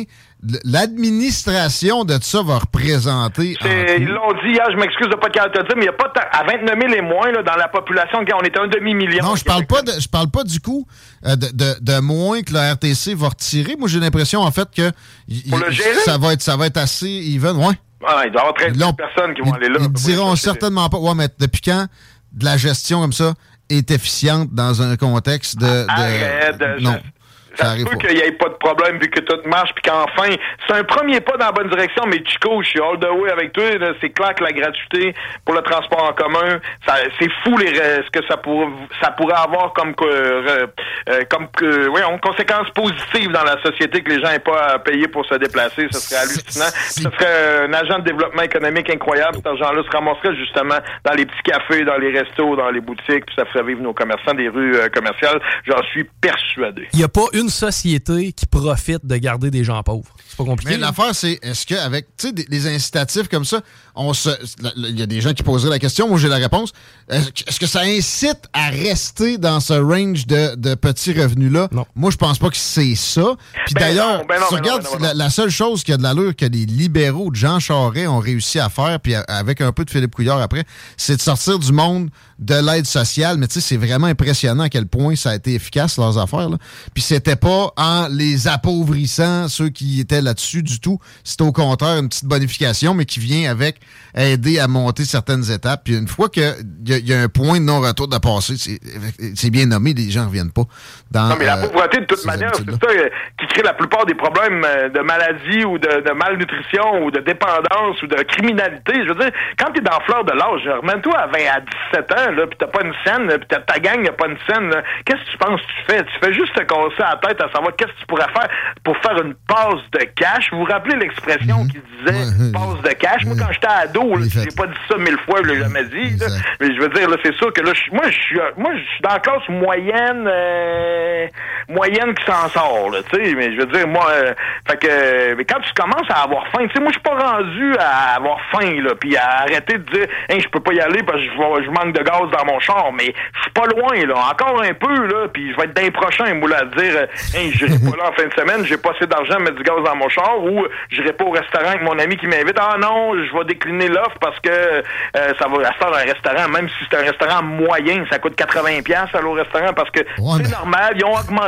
l'administration de ça va représenter. C'est, ils l'ont dit hier, je m'excuse de pas te dire, mais il n'y a pas t- à vingt-neuf mille et moins là, dans la population, on était un demi-million. Non, je parle pas de, je parle pas du coup euh, de, de, de moins que la R T C va retirer. Moi, j'ai l'impression en fait que y, Pour le gérer? ça va être ça va être assez even, ouais. Ah, il doit y avoir treize mille personnes qui vont ils, aller là. Ils diront certainement pas. Ouais, mais depuis quand de la gestion comme ça est efficiente dans un contexte de, de Arrête, de non. Ça se peut qu'il n'y ait pas de problème vu que tout marche puis qu'enfin, c'est un premier pas dans la bonne direction, mais Chico, je suis all the way avec toi, là, c'est clair que la gratuité pour le transport en commun, ça, c'est fou les, ce que ça, pour, ça pourrait avoir comme, euh, euh, comme euh, oui, une conséquence positive dans la société que les gens n'aient pas à payer pour se déplacer, ça serait hallucinant. Ce serait un agent de développement économique incroyable, cet argent-là se ramasserait justement dans les petits cafés, dans les restos, dans les boutiques, puis ça ferait vivre nos commerçants des rues euh, commerciales, j'en suis persuadé. Il n'y a pas une société qui profite de garder des gens pauvres. C'est pas compliqué. Mais l'affaire, c'est, est-ce qu'avec, tu sais, des, des incitatifs comme ça, on se, il y a des gens qui poseraient la question, moi j'ai la réponse, est-ce, est-ce que ça incite à rester dans ce range de, de petits revenus-là? Non. Moi, je pense pas que c'est ça. Puis ben d'ailleurs, non, ben non, tu ben regardes, non, ben non, la, la seule chose qui a de l'allure que les libéraux de Jean Charest ont réussi à faire, puis avec un peu de Philippe Couillard après, c'est de sortir du monde de l'aide sociale. Mais tu sais, c'est vraiment impressionnant à quel point ça a été efficace, leurs affaires, là. Puis c'était pas en les appauvrissant, ceux qui étaient là-dessus du tout. C'est au contraire une petite bonification, mais qui vient avec aider à monter certaines étapes. Puis une fois qu'il y, y a un point de non-retour de passer, c'est, c'est bien nommé, les gens ne reviennent pas. Dans, non, mais la euh, pauvreté, de toute manière, c'est ça euh, qui crée la plupart des problèmes euh, de maladie ou de, de malnutrition ou de dépendance ou de criminalité. Je veux dire, quand t'es dans la fleur de l'âge, remets-toi à vingt à dix-sept ans, là, pis t'as pas une scène, pis ta, ta gang n'a pas une scène, là, qu'est-ce que tu penses que tu fais? Tu fais juste te casser la tête à savoir qu'est-ce que tu pourrais faire pour faire une passe de cash. Vous vous rappelez l'expression mm-hmm. qui disait ouais, passe de cash? Moi, quand j'étais ado, là, j'ai pas dit ça mille fois, je l'ai jamais dit. Là. Mais je veux dire, là, c'est sûr que là, je, moi, je suis, moi, je suis dans la classe moyenne, euh, moyenne qui s'en sort, là, tu sais. Mais je veux dire, moi, euh, fait que, mais quand tu commences à avoir faim, tu sais, moi, je suis pas rendu à avoir faim, là, puis à arrêter de dire, hey, je peux pas y aller parce que je, je manque de gaz dans mon char, mais je suis pas loin, là, encore un peu, là, puis je vais être d'un prochain, moi, là, à dire, hey, j'irai pas là en fin de semaine, j'ai pas assez d'argent à mettre du gaz dans mon char, ou j'irai pas au restaurant avec mon ami qui m'invite, ah non, je vais décliner l'offre parce que euh, ça va rester un restaurant, même si c'est un restaurant moyen, ça coûte quatre-vingts dollars aller au restaurant parce que ouais, c'est mais... normal, ils ont augmenté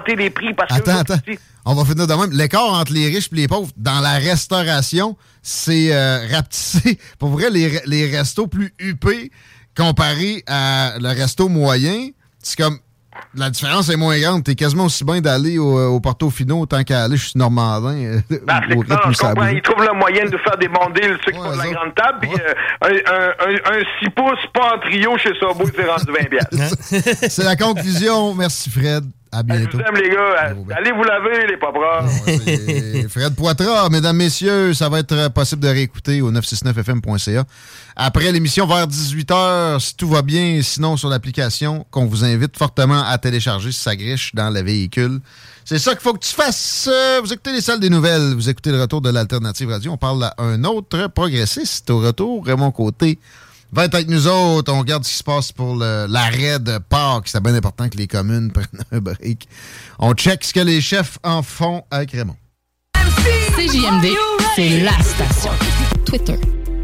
augmenter les prix parce attends, que... Attends, attends. On va finir de même. L'écart entre les riches et les pauvres, dans la restauration, c'est euh, rapetissé. Pour vrai, les, les restos plus huppés, comparé à le resto moyen, c'est comme... La différence est moins grande. T'es quasiment aussi bien d'aller au, au Portofino tant qu'à aller chez Normandin. Euh, ben, au non, je comprends. Ils trouvent le moyen de faire des bons deals, ceux qui font de la grande table, puis euh, un, un, un, un six pouces pas en trio chez Subway, c'est rendu vingt piastres. C'est la conclusion. Merci, Fred. À bientôt. Je vous aime, les gars. Allez vous laver, les pauvres. C'est Fred Poitras, mesdames, messieurs. Ça va être possible de réécouter au neuf cent soixante-neuf F M point C A. Après l'émission, vers dix-huit heures, si tout va bien. Sinon, sur l'application, qu'on vous invite fortement à télécharger si ça griche dans le véhicule. C'est ça qu'il faut que tu fasses. Vous écoutez les salles des nouvelles. Vous écoutez le retour de l'Alternative Radio. On parle à un autre progressiste au retour. Raymond Côté va être avec nous autres. On regarde ce qui se passe pour le, l'arrêt de Pâques. C'est bien important que les communes prennent un break. On check ce que les chefs en font avec Raymond. C J M D, c'est la station. Twitter.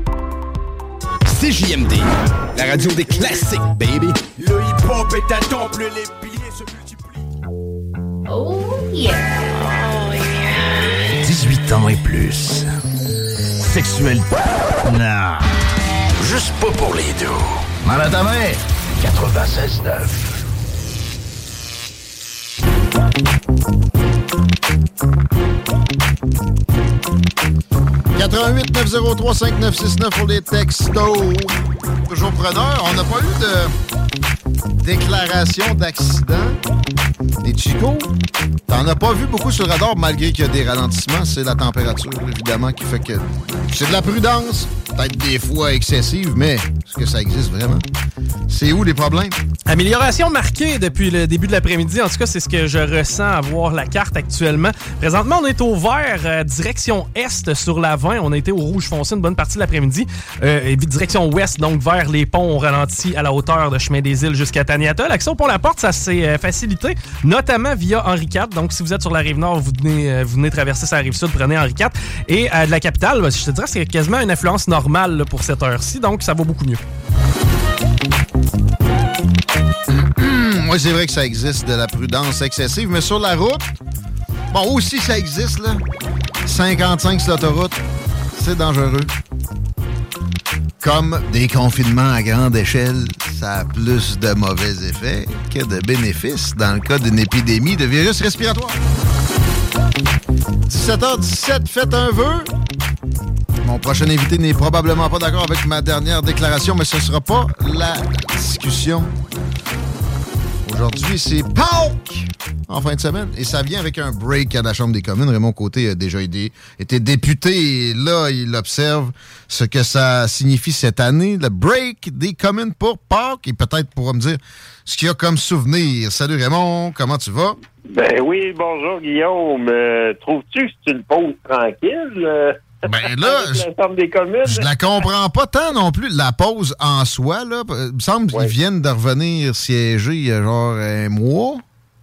C J M D, la radio des classiques, baby. Le hip-hop est un temple, les piliers se multiplient. Oh yeah. Oh yeah. dix-huit ans et plus. Sexuel. Non. Juste pas pour les deux. Mal à ta main. quatre-vingt-seize neuf. quatre un huit neuf zéro trois cinq neuf six neuf pour les textos. Toujours preneur. On n'a pas eu de déclaration d'accident. Les Chicos, t'en as pas vu beaucoup sur le radar malgré qu'il y a des ralentissements. C'est la température, évidemment, qui fait que c'est de la prudence. Peut-être des fois excessive, mais est-ce que ça existe vraiment? C'est où les problèmes? Amélioration marquée depuis le début de l'après-midi. En tout cas, c'est ce que je ressens à voir la carte actuellement. Présentement, on est au vert, euh, direction est sur la vingt. On a été au rouge foncé une bonne partie de l'après-midi. Euh, et direction ouest, donc vers les ponts, on ralentit à la hauteur de Chemin des Îles jusqu'à Taniata. L'accès au pont-la-porte, ça s'est euh, facilité, notamment via Henri quatre. Donc, si vous êtes sur la Rive-Nord, vous venez, euh, vous venez traverser sa Rive-Sud, prenez Henri quatre. Et euh, de la capitale, bah, je te dirais, c'est quasiment une affluence normale là, pour cette heure-ci. Donc, ça va beaucoup mieux. Moi, c'est vrai que ça existe de la prudence excessive, mais sur la route, bon, aussi ça existe, là. cinquante-cinq sur l'autoroute, c'est dangereux. Comme des confinements à grande échelle, ça a plus de mauvais effets que de bénéfices dans le cas d'une épidémie de virus respiratoire. dix-sept heures dix-sept, faites un vœu. Mon prochain invité n'est probablement pas d'accord avec ma dernière déclaration, mais ce ne sera pas la discussion. Aujourd'hui, c'est Pâques en fin de semaine. Et ça vient avec un break à la Chambre des communes. Raymond Côté a déjà été, été député. Et là, il observe ce que ça signifie cette année. Le break des communes pour Pâques. Et peut-être pourra me dire ce qu'il y a comme souvenir. Salut Raymond, comment tu vas? Ben oui, bonjour Guillaume. Euh, trouves-tu que c'est une pause tranquille? Euh... Ben là, je, je la comprends pas tant non plus. La pause en soi, là, il me semble qu'ils ouais. viennent de revenir siéger il y a genre un mois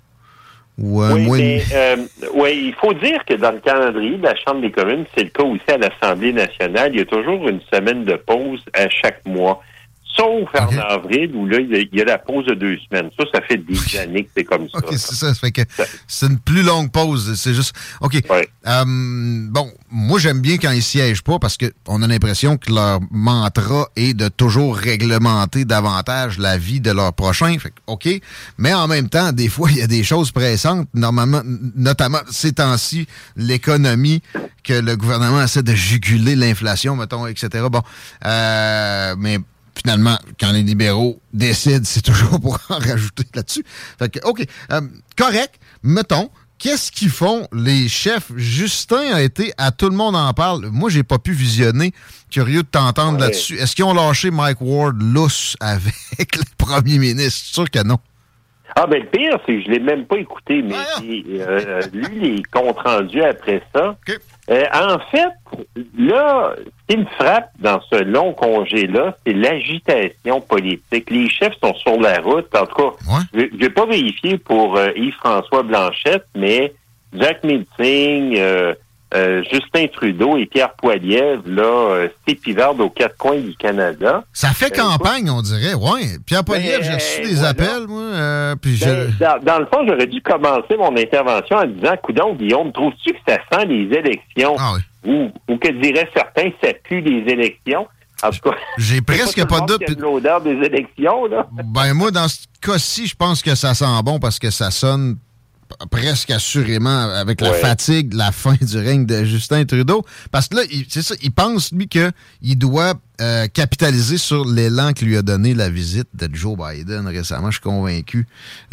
ou un oui, mois mais, et demi. Euh, oui, il faut dire que dans le calendrier de la Chambre des communes, c'est le cas aussi à l'Assemblée nationale, il y a toujours une semaine de pause à chaque mois. Sauf okay. en avril, où là, il y a la pause de deux semaines. Ça, ça fait des années que c'est comme ça. OK, c'est ça. Ça fait que c'est une plus longue pause. C'est juste... OK. Ouais. Euh, bon, moi, j'aime bien quand ils siègent pas parce qu'on a l'impression que leur mantra est de toujours réglementer davantage la vie de leurs prochains. Fait que, OK. Mais en même temps, des fois, il y a des choses pressantes. Normalement, notamment ces temps-ci, l'économie, que le gouvernement essaie de juguler l'inflation, mettons, et cetera. Bon. Euh, mais... Finalement, quand les libéraux décident, c'est toujours pour en rajouter là-dessus. Fait que, OK, euh, correct. Mettons, qu'est-ce qu'ils font les chefs? Justin a été à Tout le monde en parle. Moi, j'ai pas pu visionner. Curieux de t'entendre ouais. là-dessus. Est-ce qu'ils ont lâché Mike Ward lousse avec le premier ministre? Je suis sûr que non. Ah, ben le pire, c'est que je l'ai même pas écouté, mais ah, euh, lui, les comptes rendus après ça. Okay. Euh, en fait, là, ce qui me frappe dans ce long congé-là, c'est l'agitation politique. Les chefs sont sur la route. En tout cas, ouais. je ne vais pas vérifier pour euh, Yves-François Blanchette, mais Jack Meeting, euh, euh, Justin Trudeau et Pierre Poilievre, là, euh, s'épivardent aux quatre coins du Canada. Ça fait euh, campagne, on dirait. Ouais. Pierre Poilievre, ben, j'ai reçu des voilà. appels, moi. Euh, puis ben, je... dans, dans le fond, j'aurais dû commencer mon intervention en disant, coudonc, Guillaume, trouves-tu que ça sent les élections? Ah oui. Ou, ou que diraient certains, ça pue les élections? En tout cas, j'ai presque pas de doute. Puis... l'odeur des élections, là. Ben, moi, dans ce cas-ci, je pense que ça sent bon parce que ça sonne presque assurément avec la ouais. fatigue, la fin du règne de Justin Trudeau. Parce que là, il, c'est ça, il pense, lui, qu'il doit euh, capitaliser sur l'élan que lui a donné la visite de Joe Biden récemment. Je suis convaincu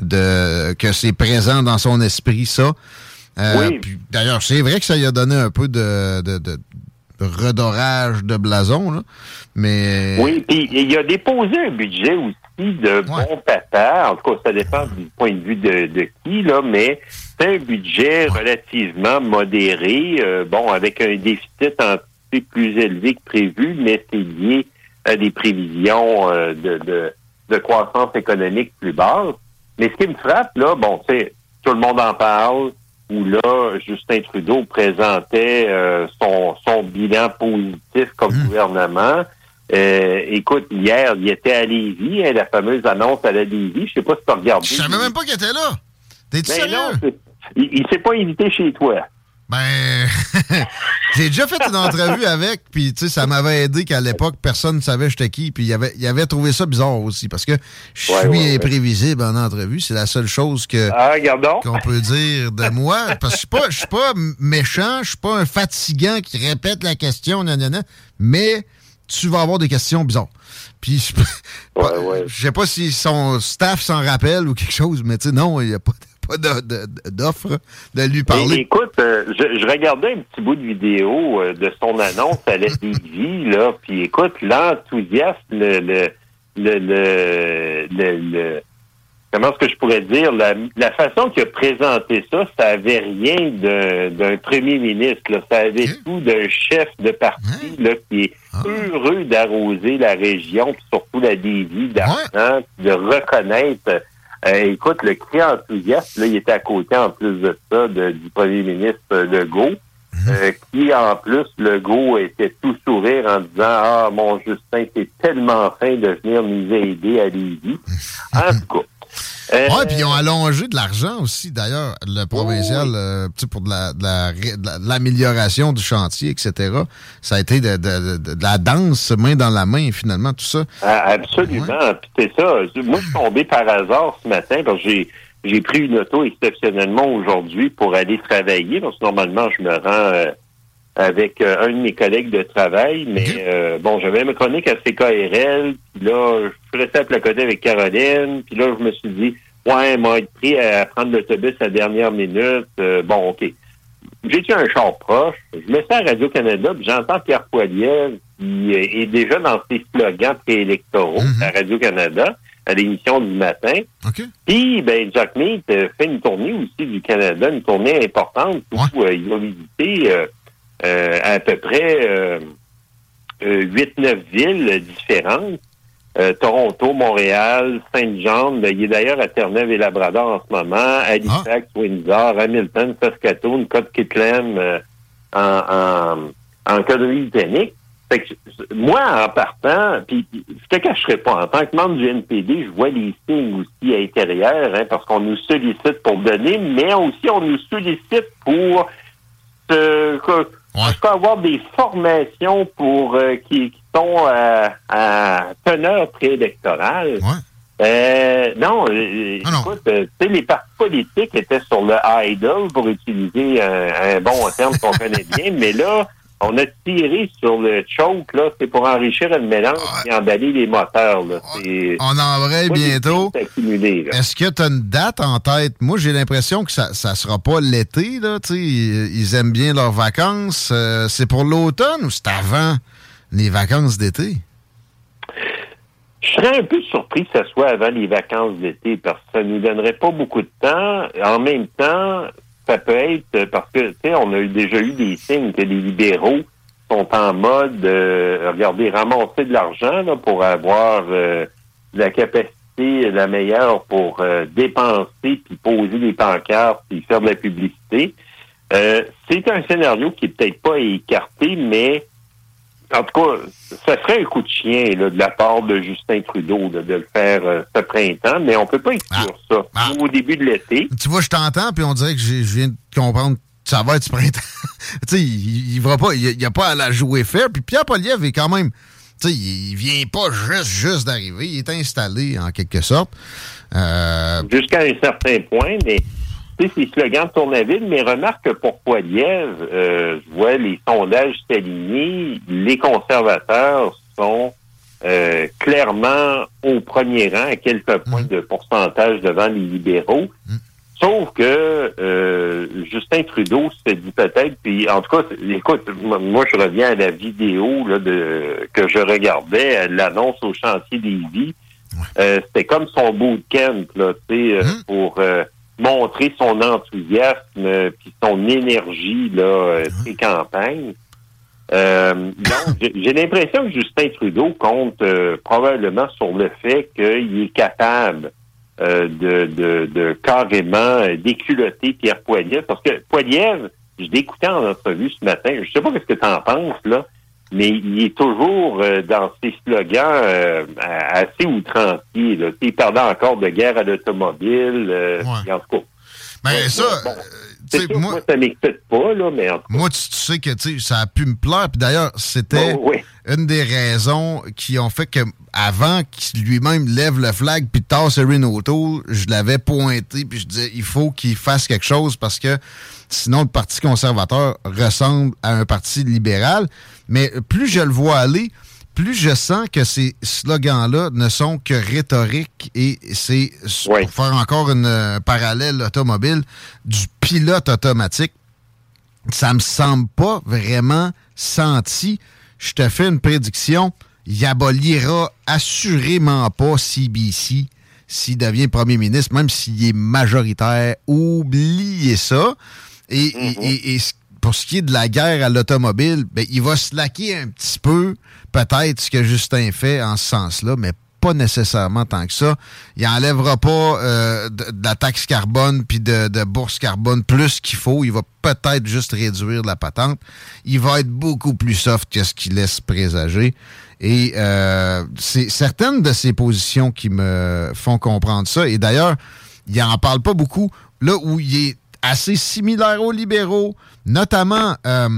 de que c'est présent dans son esprit, ça. Euh, oui. Puis, d'ailleurs, c'est vrai que ça lui a donné un peu de... de, de redorage de blason, là. Mais... Oui, puis il a déposé un budget aussi de ouais. bon papa. En tout cas, ça dépend du point de vue de, de qui, là, mais c'est un budget ouais. relativement modéré, euh, bon, avec un déficit un peu plus élevé que prévu, mais c'est lié à des prévisions euh, de, de, de croissance économique plus basse. Mais ce qui me frappe, là, bon, c'est tout le monde en parle, où là, Justin Trudeau présentait euh, son, son bilan positif comme mmh. gouvernement. Euh, écoute, hier, il était à Lévis, hein, la fameuse annonce à la Lévis. Je sais pas si tu as regardé. Je savais même pas qu'il était là. T'es-tu ben sérieux? Non, il, il s'est pas invité chez toi. Ben, j'ai déjà fait une entrevue avec, puis tu sais, ça m'avait aidé qu'à l'époque, personne ne savait j'étais qui, puis il avait, il avait trouvé ça bizarre aussi, parce que je ouais, suis ouais, imprévisible ouais. en entrevue, c'est la seule chose que ah, qu'on peut dire de moi, parce que je suis pas, je suis pas méchant, je suis pas un fatigant qui répète la question, nanana, mais tu vas avoir des questions bizarres. Puis je ouais, ouais. je sais pas si son staff s'en rappelle ou quelque chose, mais tu sais, non, il y a pas pas de, de, d'offre de lui parler. Et, écoute, euh, je, je regardais un petit bout de vidéo euh, de son annonce à la Lévis, là, puis écoute, l'enthousiasme, le, le, le, le, le, le comment est-ce que je pourrais dire, la, la façon qu'il a présenté ça, ça avait rien d'un, d'un premier ministre, là, ça avait okay. tout d'un chef de parti, hein? là, qui est ah. heureux d'arroser la région, puis surtout la Lévis, d'argent, ouais. de reconnaître. Euh, écoute, le cri enthousiaste, là, il était à côté, en plus de ça, de, du premier ministre Legault, mmh. euh, qui, en plus, Legault était tout sourire en disant « Ah, mon Justin, c'est tellement fin de venir nous aider à Lévis. » En tout cas. Euh, oui, puis ils ont allongé de l'argent aussi, d'ailleurs, le provincial, oui. euh, pour de, la, de, la, de, la, de l'amélioration du chantier, et cetera. Ça a été de, de, de, de la danse main dans la main, finalement, tout ça. Ah, absolument. Ouais. Puis c'est ça. Moi, je suis tombé par hasard ce matin, parce que j'ai, j'ai pris une auto exceptionnellement aujourd'hui pour aller travailler, parce que normalement, je me rends euh, avec euh, un de mes collègues de travail, mais okay. euh, bon, j'avais ma chronique à C K R L, puis là, je suis resté à placoter avec Caroline, puis là, je me suis dit, ouais, m'a été pris à prendre l'autobus à la dernière minute, euh, bon, OK. J'ai eu un char proche, je me fais à Radio-Canada, puis j'entends Pierre Poilievre, qui est déjà dans ses slogans préélectoraux mm-hmm. à Radio-Canada, à l'émission du matin. Okay. Puis, ben, Jack Mead fait une tournée aussi du Canada, une tournée importante, où ouais. euh, il va visiter... Euh, Euh, à peu près euh, euh, huit neuf villes différentes. Euh, Toronto, Montréal, Saint-Jean. Ben, il est d'ailleurs à Terre-Neuve et Labrador en ce moment. Halifax, ah. Windsor, Hamilton, Saskatoon, Coquitlam euh, en, en, en Colombie-Britannique. Fait que, moi, en partant, puis je te cacherai pas, en tant que membre du N P D, je vois les signes aussi à l'intérieur, hein, parce qu'on nous sollicite pour donner, mais aussi on nous sollicite pour euh, Ouais. Je peux avoir des formations pour euh, qui, qui sont euh, à teneur préélectorale. Ouais. Euh, non, euh, ah écoute, euh, tu sais, les partis politiques étaient sur le idle, pour utiliser un, un bon terme qu'on connaît bien, mais là, on a tiré sur le choke, là, c'est pour enrichir le mélange ouais. et emballer les moteurs. Là. C'est, on embraye bientôt. Est-ce que tu as une date en tête? Moi, j'ai l'impression que ça ça sera pas l'été. Là, t'sais. Ils aiment bien leurs vacances. Euh, c'est pour l'automne ou c'est avant les vacances d'été? Je serais un peu surpris que ce soit avant les vacances d'été parce que ça nous donnerait pas beaucoup de temps. En même temps... Ça peut être parce que, tu sais, on a déjà eu des signes que les libéraux sont en mode, euh, regardez, ramasser de l'argent là, pour avoir euh, la capacité la meilleure pour euh, dépenser puis poser des pancartes puis faire de la publicité. Euh, c'est un scénario qui est peut-être pas écarté, mais en tout cas, ça serait un coup de chien là, de la part de Justin Trudeau là, de le faire euh, ce printemps, mais on peut pas exclure ah. ça. Ah. Au début de l'été. Tu vois, je t'entends, puis on dirait que je viens de comprendre que ça va être ce printemps. tu sais, il, il va pas, il n'y a pas à la jouer faire. Puis Pierre Poilievre est quand même, tu sais, il vient pas juste, juste d'arriver. Il est installé en quelque sorte. Euh... Jusqu'à un certain point, mais tu sais, ces slogans tournent à vide, mais remarque que pour Poilievre, euh, je vois les sondages s'aligner, les conservateurs sont euh, clairement au premier rang, à quelques points de pourcentage devant les libéraux. Mm. Sauf que euh, Justin Trudeau se dit peut-être, puis en tout cas, écoute, moi je reviens à la vidéo là, de que je regardais, à l'annonce au chantier des vies. Ouais. Euh, c'était comme son bootcamp, là, tu sais, mm. pour euh, montrer son enthousiasme euh, puis son énergie là, euh, mm. ses campagnes. Euh, donc, j'ai, j'ai l'impression que Justin Trudeau compte euh, probablement sur le fait qu'il est capable Euh, de, de, de carrément euh, déculotter Pierre Poilievre. Parce que Poilievre, je l'écoutais en entrevue ce matin, je sais pas ce que tu en penses, là, mais il est toujours euh, dans ses slogans euh, assez outranciers. Là. Il parlait encore de guerre à l'automobile. Euh, ouais. En tout cas. Ben ouais, ça... Bon, c'est sûr, moi, moi, ça m'excite pas, là, mais en tout cas. Moi, tu, tu sais que tu sais, ça a pu me plaire. Puis d'ailleurs, c'était oh, oui. une des raisons qui ont fait que avant qu'il lui-même lève le flag puis tasse Erin O'Toole, je l'avais pointé puis je disais il faut qu'il fasse quelque chose parce que sinon le Parti conservateur ressemble à un parti libéral. Mais plus je le vois aller, plus je sens que ces slogans-là ne sont que rhétoriques et c'est, oui. pour faire encore une euh, parallèle automobile, du pilote automatique. Ça me semble pas vraiment senti. Je te fais une prédiction. Il abolira assurément pas C B C s'il devient premier ministre, même s'il est majoritaire. Oubliez ça. Et, mm-hmm. et, et pour ce qui est de la guerre à l'automobile, ben, il va slacker un petit peu, peut-être, ce que Justin fait en ce sens-là, mais pas nécessairement tant que ça. Il n'enlèvera pas euh, de, de la taxe carbone puis de, de bourse carbone plus qu'il faut. Il va peut-être juste réduire la patente. Il va être beaucoup plus soft que ce qu'il laisse présager. Et euh, c'est certaines de ses positions qui me font comprendre ça. Et d'ailleurs, il n'en parle pas beaucoup. Là où il est assez similaire aux libéraux, notamment euh,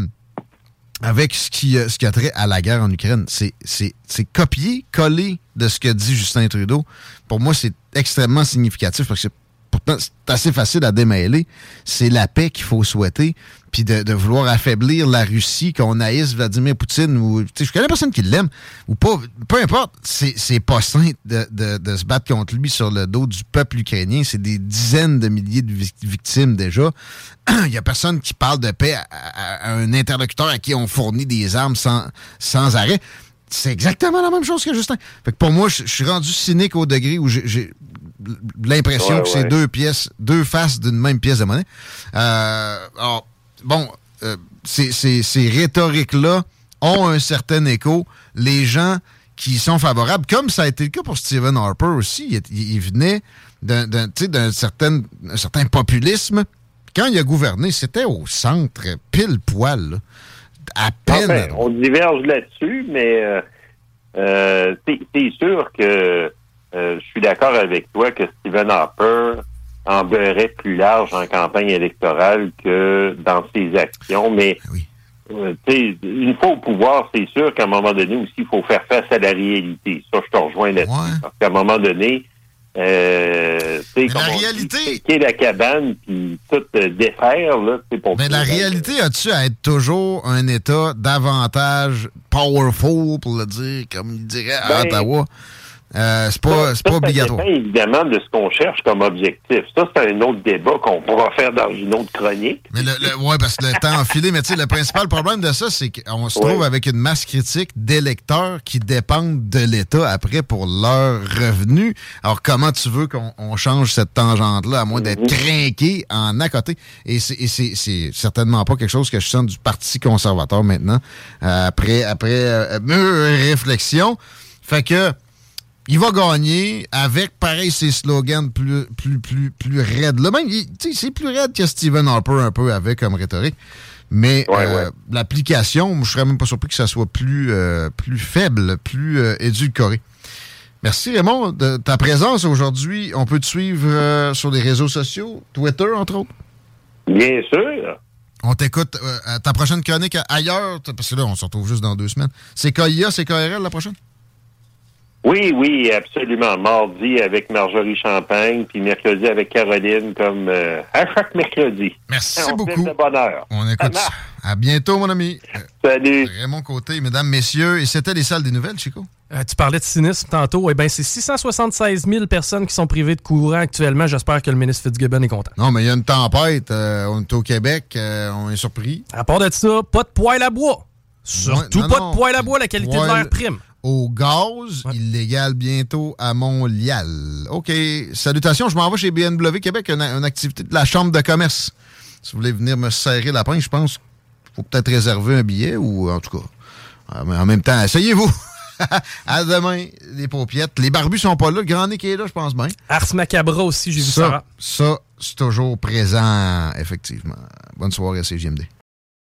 avec ce qui, ce qui a trait à la guerre en Ukraine. C'est, c'est, c'est copier-coller de ce que dit Justin Trudeau. Pour moi, c'est extrêmement significatif parce que pourtant, c'est assez facile à démêler. C'est la paix qu'il faut souhaiter, puis de, de vouloir affaiblir la Russie, qu'on haïsse Vladimir Poutine, ou je connais personne qui l'aime, ou pas, peu importe, c'est, c'est pas sain de, de, de se battre contre lui sur le dos du peuple ukrainien. C'est des dizaines de milliers de victimes déjà. Il y a personne qui parle de paix à, à, à un interlocuteur à qui on fournit des armes sans, sans arrêt. C'est exactement la même chose que Justin. Fait que pour moi, je, je suis rendu cynique au degré où j'ai, j'ai l'impression ouais, que ouais. c'est deux pièces, deux faces d'une même pièce de monnaie. Euh, alors, bon, euh, ces, ces, ces rhétoriques-là ont un certain écho. Les gens qui sont favorables, comme ça a été le cas pour Stephen Harper aussi, il, il, il venait d'un, d'un, d'un certain, un certain populisme. Quand il a gouverné, c'était au centre, pile poil, là. À peine. Enfin, on diverge là-dessus, mais euh, euh, c'est, c'est sûr que euh, je suis d'accord avec toi que Stephen Harper en beurrait plus large en campagne électorale que dans ses actions. Mais oui. euh, une fois au pouvoir, c'est sûr qu'à un moment donné aussi, il faut faire face à la réalité. Ça, je te rejoins là-dessus. Ouais. Parce qu'à un moment donné, Euh, mais la réalité, dit, la cabane puis tout euh, défaire là, c'est pour. Mais la réalité as-tu à être toujours un État davantage powerful pour le dire, comme il dirait à ben, Ottawa? Euh, c'est pas, ça, c'est pas ça, obligatoire. Ça dépend évidemment de ce qu'on cherche comme objectif. Ça, c'est un autre débat qu'on pourra faire dans une autre chronique. Mais le, le, ouais, parce que le temps a filé. Mais tu sais, le principal problème de ça, c'est qu'on se trouve ouais. avec une masse critique d'électeurs qui dépendent de l'État après pour leurs revenus. Alors, comment tu veux qu'on on change cette tangente-là, à moins d'être mm-hmm. crinqué en à côté? Et, c'est, et c'est, c'est certainement pas quelque chose que je sens du Parti conservateur maintenant, euh, après, après euh, mûre réflexion. Fait que il va gagner avec, pareil, ses slogans plus, plus, plus, plus raides. Là, même, il, c'est plus raide que Stephen Harper un peu avait comme rhétorique. Mais ouais, euh, ouais. l'application, je serais même pas surpris que ça soit plus, euh, plus faible, plus euh, édulcoré. Merci Raymond de ta présence aujourd'hui. On peut te suivre euh, sur les réseaux sociaux, Twitter entre autres. Bien sûr. On t'écoute euh, à ta prochaine chronique ailleurs, parce que là, on se retrouve juste dans deux semaines. C'est K I A, c'est K R L la prochaine? Oui, oui, absolument. Mardi avec Marjorie Champagne, puis mercredi avec Caroline, comme euh, à chaque mercredi. Merci on beaucoup. De bonheur. On écoute ça. À bientôt, mon ami. Salut. Raymond Côté, mesdames, messieurs. Et c'était les salles des nouvelles, Chico? Euh, tu parlais de cynisme tantôt. Eh bien, c'est six cent soixante-seize mille personnes qui sont privées de courant actuellement. J'espère que le ministre Fitzgibbon est content. Non, mais il y a une tempête. Euh, on est au Québec. Euh, on est surpris. À part de ça, pas de poêle à bois. Surtout ouais, non, pas non, de poêle à bois. La qualité poêle... de l'air prime. Au gaz, ouais. illégal bientôt à Montréal. OK. Salutations, je m'en vais chez B M W Québec, une, une activité de la Chambre de commerce. Si vous voulez venir me serrer la pince, je pense qu'il faut peut-être réserver un billet ou en tout cas. En même temps, essayez-vous. À demain, les paupiettes. Les barbus sont pas là. Le grand nez qui est là, je pense bien. Ars Macabra aussi, j'ai vu ça. Ça, ça c'est toujours présent, effectivement. Bonne soirée à C J M D.